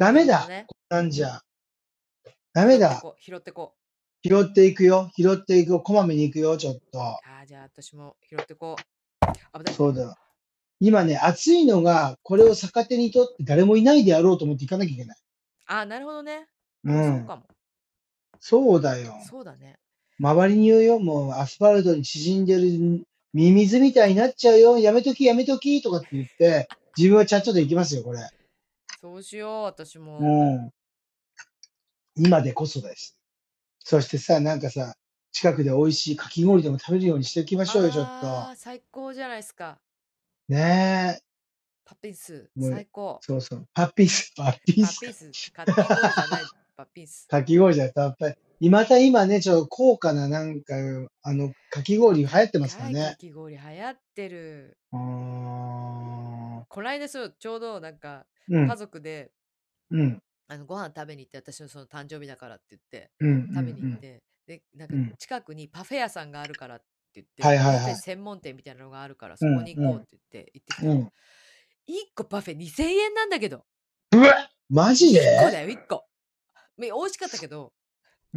ダメだ。 なるほどね。 こんなんじゃ。ダメだ。 拾ってこ拾っていくよ。拾っていくよ。こまめに行くよ、ちょっと。 う。じゃあ私も拾ってこう。危ない。 そうだよ。今ね、暑いのが、これを逆手にとって誰もいないでやろうと思って行かなきゃいけない。 なるほどね。 うん。 そうかも。 そうだよ。 そうだね。 周りに言うよ。もうアスファルトに縮んでるミミズみたいになっちゃうよ。やめとき、やめとき、とかって言って、自分はちゃっちゃと行きますよ、これ。 そうしよう、私も。 うん。今でこそです。そしてさ、なんかさ、近くで美味しいかき氷でも食べるようにしておきましょうよ、ちょっと。 最高じゃないですか。 ねパピンス、 え。もう、 最高。 そうそう。パッピース、パッピース。 パピンス、かき氷じゃない、パピンス。 かき氷じゃなくて、やっぱり、今ね、ちょっと高価ななんか、かき氷流行ってますからかね。 き氷流行ってる。 うーん。 こないだちょうどなんか、家うん、 族で、 うん、 ご飯食べに行って、私のその誕生日だからって言って、 うん、う食べに行っん、 て、で、なんかうん。 近くにパフェ屋さんがあるからって言って、 はいはいパフェはい。 専門店みたいなのがあるから、 うん、 そこに行こうっうん、 て言って行ってきたら、 うん。 1個パフェ2000円なんだけど、 うわマジ 1個でだよ、1個。美味しかったけど、 うん。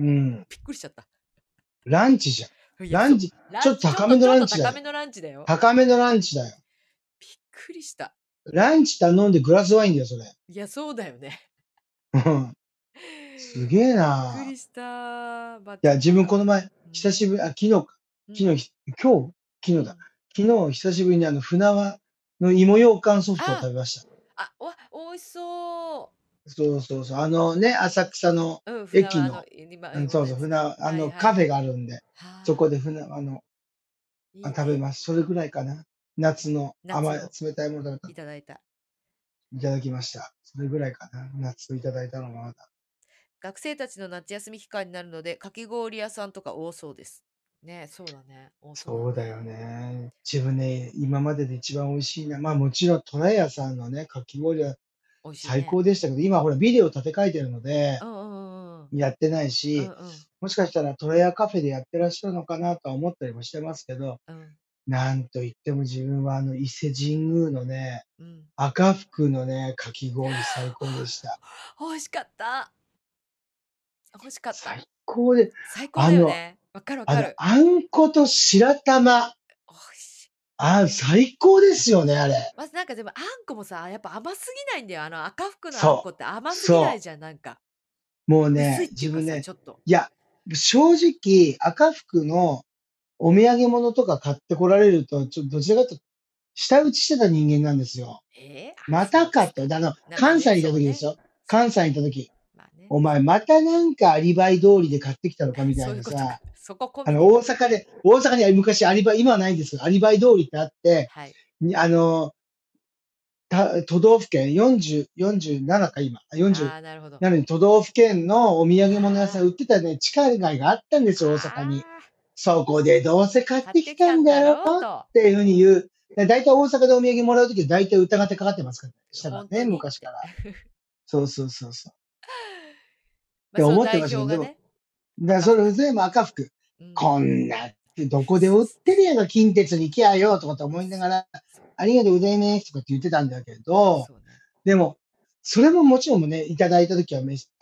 びっくりしちゃった。 ランチじゃん。 いや、そう。 ランチ、ちょっと高めのちょっランチだよ。 と高めのランチだよ。 高めのランチだよ。 びっくりした。 ランチ頼んでグラスワインだよ、それ。 いや、そうだよね。 うんすげえびっくな。 りした。まあ、 いや、 ちょっと自分この前、 うん久しぶり、昨日か。 うん昨日、今日昨日だ。昨日、久しぶりに船輪の芋羊羹ソフトを食べました。 美味しそそうそうそう。浅草のう。うん、船は駅の、 今、 そうそう、 のやつね。はいはいはい。 カフェがあるんで、 はそこでいいね。 食べます。それぐらいかな。夏の夏の冷たいもの食べた。 いただいた。 いただきました。それぐらいかな。夏いただいたのがまだ。 学生たちの夏休み期間になるので、かき氷屋さんとか多そうです。ね、そうだね。多そうだね。 そうだよね。自分ね、今までで一番美味しいな。まあもちろん、トラヤさんのね、かき氷は最美味しいね。 高でしたけど、今ほらビデオ立て替えてるので、 うんうんうんうん。 やってないうんし、 うんもしかしたらトラヤカフェでやってらっしゃるのかなとは思ったりもしてますけど、 うんなんといっても自分は伊勢神宮のね、 うん。 赤福のね、かき氷最高でした。 美味しかった。美味しかった。 最高で、 最高あの、 だよね。わかるわかる。 あんこと白玉。 美味しい。 最高ですよね、あれ。 まずなんかでもあんこもさ、やっぱ甘すぎないんだよ。赤福のあんそこって甘う。 すぎないそじゃん、なんか。 う。もう薄いね、 っていうかさ、 自分ね、 ちょっと。 いや、正直、赤福のお土産物とか買ってこられると、どちらかというと、舌打ちしてた人間なんですよ。またかと。 そうですか。まあね、 関西にいたそうね。 時ですよ。関西にいた時。 まあね。 お前、またなんかアリバイ通りで買ってきたのかみたそういうことか。 いなさ、 そこ込みで。 大阪には昔アリバイ、今はないんですけど、アリバイ通りってあって、 はい。 に都道府県40、47か今、40 なるほど。 なのに都道府県のお土産物屋さんあ売ってたね、地下街があったんですよ、大阪に。 あそこでどうせ買っ買ってきてきたんだたんだよろうと。 っていうふうに言う。だいたい大阪でお土産もらうときは大体疑ってかかってますからね。したからね、 本当にって。 昔から。そうそうそうそう。ってまあ、その代思ってましたけど、でも、 表がね、 それ赤福。 全部赤福。 うん。 こんなってどこで売ってるやろ、近鉄に行きゃよ、とかって思いながら、 そうありがとうございますとかって言ってたんだけど、 そうね。 でも、それももちろんね、いただいたときは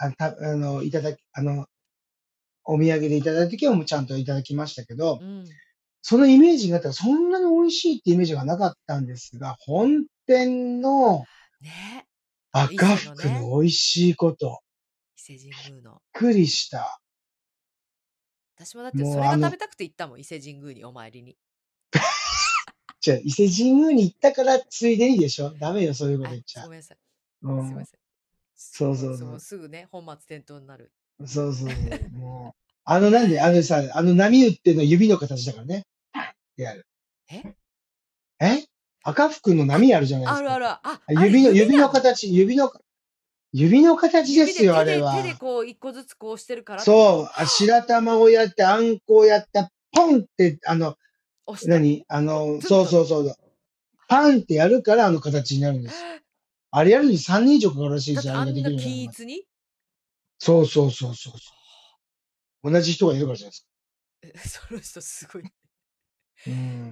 お土産でいただいたときはもうちゃんといただきましたけど、 うん。 そのイメージがあったらそんなに美味しいってイメージがなかったんですが、本店のね。伊赤勢のね、 福の美味しいこと、 伊勢神宮の。 びっくりした。 私もだってもうそれが食べたくて行ったもん、伊勢神宮にお参りに。 伊勢神宮に行ったからついでにでしょダメよ、そういうこと言っちゃ。 ごめんなさい。 うん。 すいません。もうそうそうそう。 すぐね、本末転倒になる。 そうそうそう。もう、なんで、波打ってんの指の形だからね。ってやる。 ええ赤福の波あるじゃないですか。 あるある。あれ指指なの？ の形、指の形ですよ、あれ手では。 こう一個ずつこうしてるからってこと？ そう、白玉をやって、あんこをやった、ポンって、 押したら。 そうそうそう。パンってやるからあの形になるんですよ。あれやるのに3年以上かかるらしいですよ、あだってあれがでんな均きるようになるまで。 一にそうそうそうそうそう。同じ人がいるからじゃないですか。 その人すごい。 うん。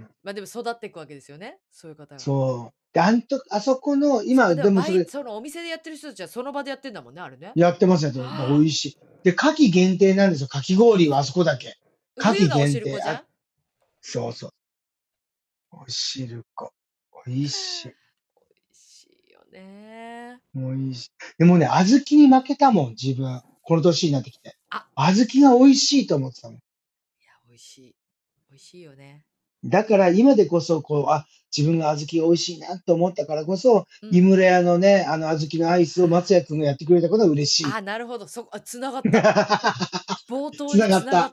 ま、でも育っていくわけですよね、そういう方が。 そう。で、あそこの、今、 そこではでもそれそのお店でやってる人たちはその場でやってんだもんね、あれね。 やってますよ。で、美味しい。で、夏季限定なんですよ。かき氷はあそこだけ。夏季冬がお限定。 汁粉じゃん？ そうそう。お汁粉。美味しい。 美味しいよね。 美味しい。でもね、小豆に負けたもん、自分。この年になってきて。 あ、 小豆が美味しいと思ってたもん。 いや、美味しい。美味しいよね。 だから今でこそ、自分が小豆美味しいなと思ったからこそ、 うん。 井村屋のね、小豆のアイスを松也くんがやってくれたことは嬉しい。 あ、なるほど、繋がった。冒頭に繋がった。 繋がった。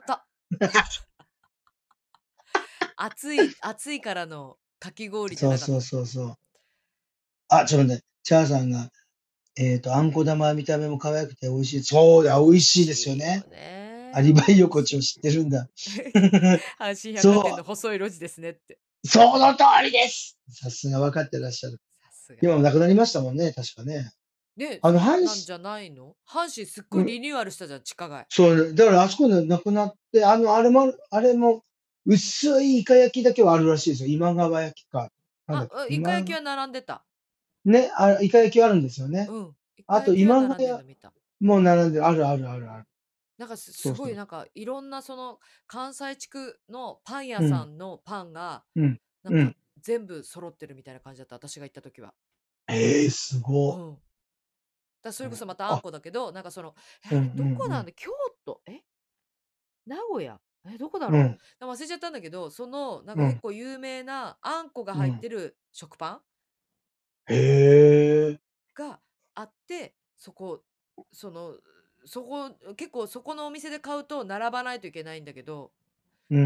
暑いからのかき氷じゃそうそうなかった。 そうそう。あ、ちょっとね、チャーさんが、あんこ玉は見た目も可愛くて美味しい。そうだ、美美味味しいですよしいよね。アね。 リバイ美味しい。 横丁知ってるんだ。 阪神百貨店その細い路地ですねって。 う、その通りです。さすが分かってらっしゃる。 さすが。 今もなくなりましたもんね、確かね。 で、 あの、 そう阪神、 なんじゃないの？阪神すっごうん、 いリニューアルしたじゃん、地下街。 そう、だからあそこでなくなって、あれも、薄いイカ焼きだけはあるらしいですよ。今川焼きか。なんだっけ、 イカ焼きは並んでた。 ね、イカ焼きはあるんですよね。 うん。イカあと焼きは並んでん今川の見た。 も並んでる。あるあるあるある。 なんかすそうそう。 ごいなんかいろんなその関西地区のパン屋さうん、 んのパンがうん、 なんかうん。 全部揃ってるみたいな感じだった、私が行った時は。 すご。 うん。それこうん。 そまたあんあ、 こだけど、なんかその、 うんうどこなんんだ、京都、名古屋、どこだうん。うろん、 う。忘れちゃったんだけど、そのなんか結うん、 構有名なあんこがうん。 入ってる食パンへえ。 があって、その、結構そこのお店で買うと並ばないといけないんだけど、 うんうん。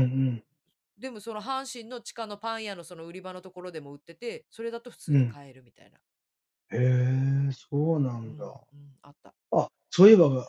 でもその阪神の地下のパン屋のその売り場のところでも売ってて、それだと普通うん。 に買えるみたいな。 へえ、そうなうん、 んだ。 うん、あった。 あ、そういえば、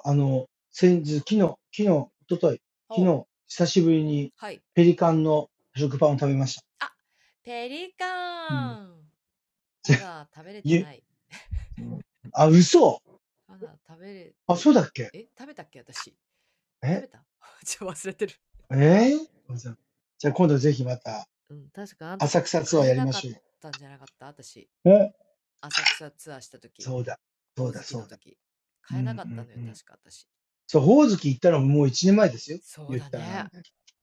一昨日昨ほう、 日、久しぶりにはい。 ペリカンの食パンを食べました。 あ、ペリうん。 カン。まだ食べれてゆない。 うん。あ、嘘。 まだ食べれあ、そうだっけ？ 食べたっけ私。食え？ べた忘れてる。 えじゃあ今度ぜひまた、 うん、確かあの時浅草ツアー買えなかっやりましょうよ。 たんじゃなかった私。 え？ 浅草ツアーした時、 そうだ。そほおうだそうだ。 ずきの時。 うんう買えなかったのよ、 んうん。 確か私。 そう、ほおずき行ったのももう1年前ですよ。 そう言ったらなんだね。 で。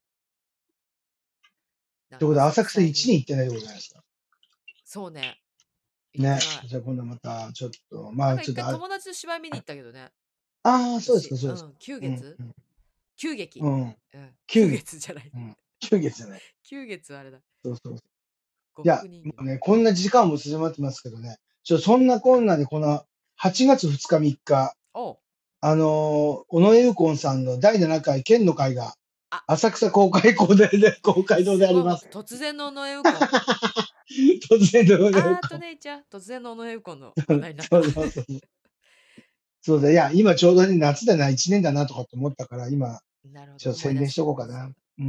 なんかということで、浅草1 浅草に、 年行ってないでございますか。 そうね、行っね。 てない。 じゃあ今度またちょっと、 なんかちょっと、 一回友達と芝居見に行ったけどね、 そうですか私。 そうですか。 うん、9 うん月うん。 9劇。 うん。 うん、9 9月。 月じゃない。 うん。9月じゃない。 9月はあれだ。 そうそう。 呉いや、 服人形。 もうね、こんな時間も縮まってますけどね。そんなこんなで、この8月2日3日、 おう。 尾上右近さんの第7回県の会が、 あ、 浅草公会堂ですごい、 あります。 突然の尾上右近。 突然の尾上右近。 ネイチャー、突然の尾上右近の話題になった。 そうそうそう。そうだ、いや、今ちょうどね、夏だな、1年だなとかって思ったから、今、 なるほど、 ちょっと宣伝し思い出しとこうかな。 そう。 うん。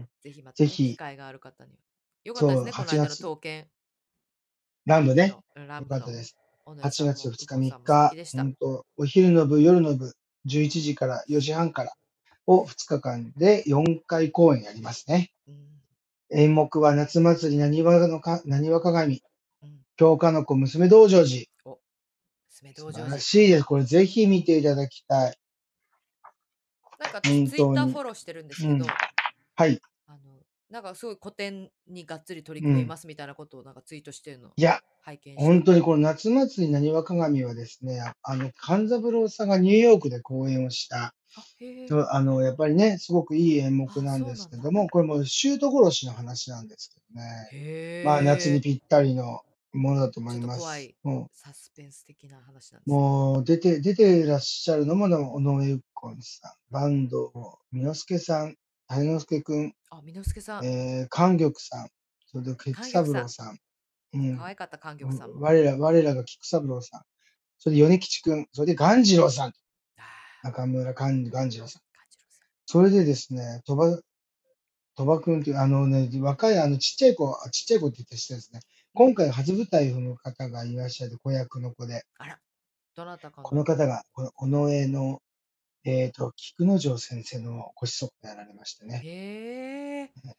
ぜひまたね、機ぜひ、 会がある方には。よかったでそう、 すね、この 8 間の月、 刀剣南部ね。 の乱よ舞のかったです。 尾上さ 8 んも月2日3 右近さんも素敵日、 でした。 ほんと、お昼の部、夜の部、11時から4時半からを2日間で4回公演やりますね。 うん、 演目は夏祭りなにわ鏡、 うん。 京鹿の子娘道成寺。 お、爪素晴ら道成寺。 しいです。これぜひ見ていただきたい。 なんか私ツイッ本当に。 ターフォローしてるんですうん。 けど、 はい。 あの、なんかすごい古典にがっつり取りうん。 組みますみたいなことをなんかツイートしてるのいや、 拝見した。 本当にこの夏祭りなにわ鏡はですね、勘三郎さんがニューヨークで公演をしたあ、へえ。 やっぱりね、すごくいい演目あ、 なんでそうなんだ。 すけども、これも舅殺しの話なんですけどね。まあ、夏へえ。 にぴったりのものだと思いちょっとます。 怖いもサスペンス的な話なんでう、 すね。 出ていらっしゃるのも、尾上右近さん、坂東巳之助さん、谷之助くん、 あ、箕之助さん、 莟玉さん、それで菊三寛玉さん。 郎さん、うん、 可愛かった寛玉さんも。 我らが菊三郎さん、それで米吉くん、それで鴈治郎さん、 ああ、 鴈治郎さん。 感じるさそれでですね、鳥羽くんっていう、若い、ちっちゃい子って言った人ですね。 ん。うん。 今回初舞台の方がいらっしゃって、子役の子で、 あら、どなたかの。 この方が、この尾上の、菊之丞先生のご子息でやられましてね。 へえ。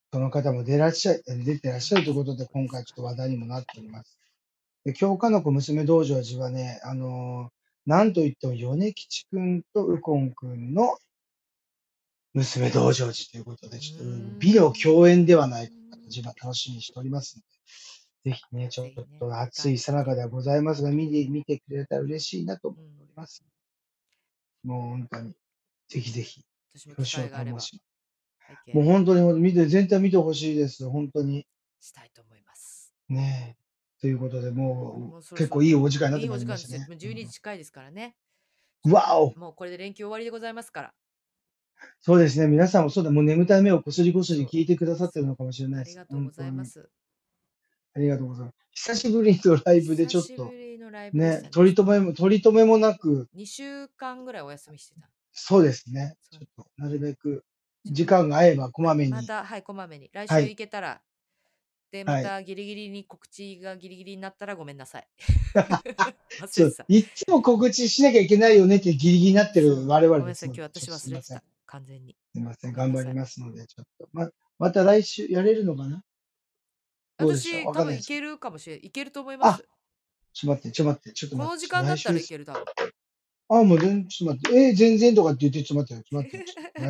その方も出てらっしゃるということで、今回ちょっと話題にもなっております。で、京鹿の子娘道成寺はね、なんといっても米吉くんと右近くんの娘道成寺ということで、ちょっと美の共演ではないかと自分は楽しみにしておりますので、ぜひね、ちょっと暑いさなかではございますが、見てくれたら嬉しいなと思っております。もう本当に、ぜひぜひ、よろしくお願いします。もう本当に全体見てほしいです。本当に。 したいと思います。 ねえ。ということで、もう結構いいお時間になってまいりましたね。 いいお時間ですよ。12時近いですからね。 わお！ もうこれで連休終わりでございますから。 そうですね。皆さんもそうだ、もう眠たい目をこすり聞いてくださってるのかもしれないです。 ありがとうございます。 ありがとうございます。久しぶりのライブでちょっと、ね、取り留めもなく。 2週間ぐらいお休みしてた。 そうですね。ちょっと、なるべく、時間が合えばこまめに。 また、はい、こまめに。来週行けたら、で、またギリギリに告知がギリギリになったらごめんなさい。 そう、いつも告知しなきゃいけないよねってギリギリになってる我々ですので。 ごめんなさい、今日私忘れてた。完全に。 すみません、頑張りますので、ちょっと。また来週やれるのかな？ 私、多分いけるかもしれない。いけると思います。 ちょっと待って。 この時間だったらいける、多分。 もうちょっと待って。全然とかって言って、ちょっと待って。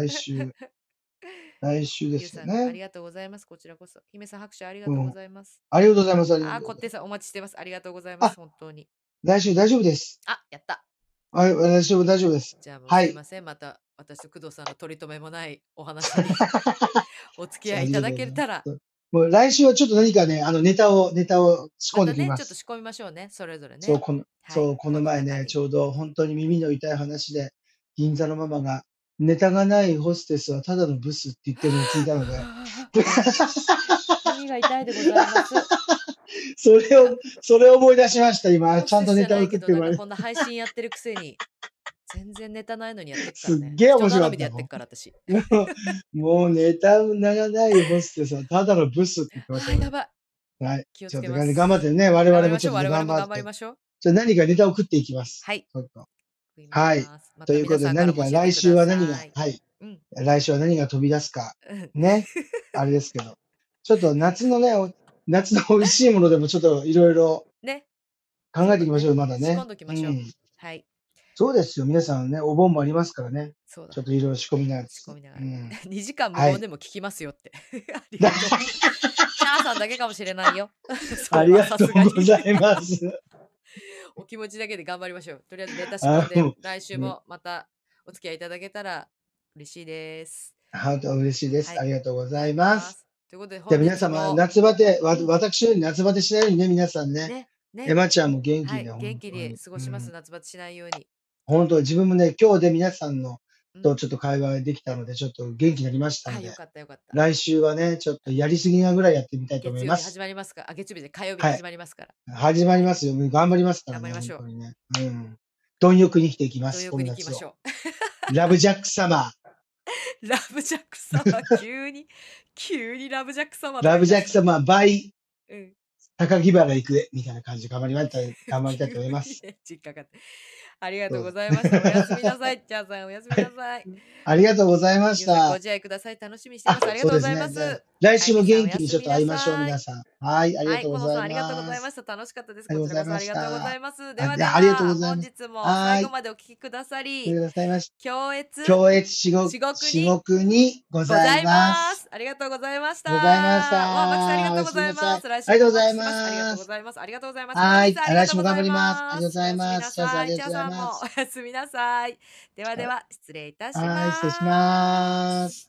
来週ですよね。 ありがとうございます。こちらこそ。姫さん拍手ありがとうございます。 ありがとうございます。 こってさんお待ちしてます。ありがとうございます。本当に。 来週大丈夫です。 やった。 来週も大丈夫です。 じゃあもうすいません。また私と工藤さんの取り留めもないお話にお付き合いいただけたら。 もう来週はちょっと何かね、ネタを仕込んできます。 ちょっと仕込みましょうね。それぞれね。 そう、この前ね、ちょうど本当に耳の痛い話で、銀座のママが、ネタがないホステスはただのブスって言ってるのを聞いたので。 耳が痛いでございます。 それを思い出しました、今。ちゃんとネタを送ってもらえる。 こんな配信やってるくせに、全然ネタないのにやってるからね。 すっげえ面白かった。 でやってるから私。 もうネタがないホステスはただのブスって言ってましたね。 やばい。 はい。 気をつけます。 頑張ってね。我々もちょっと頑張りましょう。 じゃあ何かネタを送っていきます。 はい。 はい。ということで何か来週は何が、はい。来週は何が飛び出すか。ね。あれですけど。ちょっと夏の美味しいものでもちょっといろいろ考えていきましょう、まだね。 仕込んどきましょう。はい。 そうですよ。皆さんね、お盆もありますからね。ちょっといろいろ仕込みながら。 2時間無言でも聞きますよって。ありがとう。チャーさんだけかもしれないよ。 ありがとうございます。 お気持ちだけで頑張りましょう。とりあえずネタ仕込んで、来週もまたお付き合いいただけたら嬉しいです。 本当嬉しいです。ありがとうございます。 ということで、 じゃあ皆様、夏バテ、私のように夏バテしないようにね、皆さんね。エマちゃんも元気で。 元気に過ごします。夏バテしないように。 本当、自分もね、今日で皆さんのとちょっと会話できたので、ちょっと元気になりましたので。 よかった。 来週はね、ちょっとやりすぎなぐらいやってみたいと思います。 始まりますか。月曜日で火曜日始まりますから。 始まりますよ。頑張りますからね。 頑張りましょう。 貪欲に生きていきます。 貪欲に生きましょう。ラブジャックサマー。 ラブジャックサマー、急にラブジャックサマー。 ラブジャックサマー、バイ、高木原行くみたいな感じで頑張りたいと思います。 ありがとうございました。おやすみなさい。チャーさん、おやすみなさい。 ありがとうございました。 ご自愛ください。楽しみにしてます。ありがとうございます。 来週も元気にちょっと会いましょう、皆さん。はい、ありがとうございます。 ありがとうございました。楽しかったです。こちらこそありがとうございます。では、本日も最後までお聞きくださり、強烈至極にございます。 ありがとうございました。 マキさんありがとうございます。来週もお待ちしてます。ありがとうございます。ありがとうございます。ありがとうございます。 はい、来週も頑張ります。ありがとうございます。 チャーさんもおやすみなさい。では、失礼いたします。 はい、失礼します。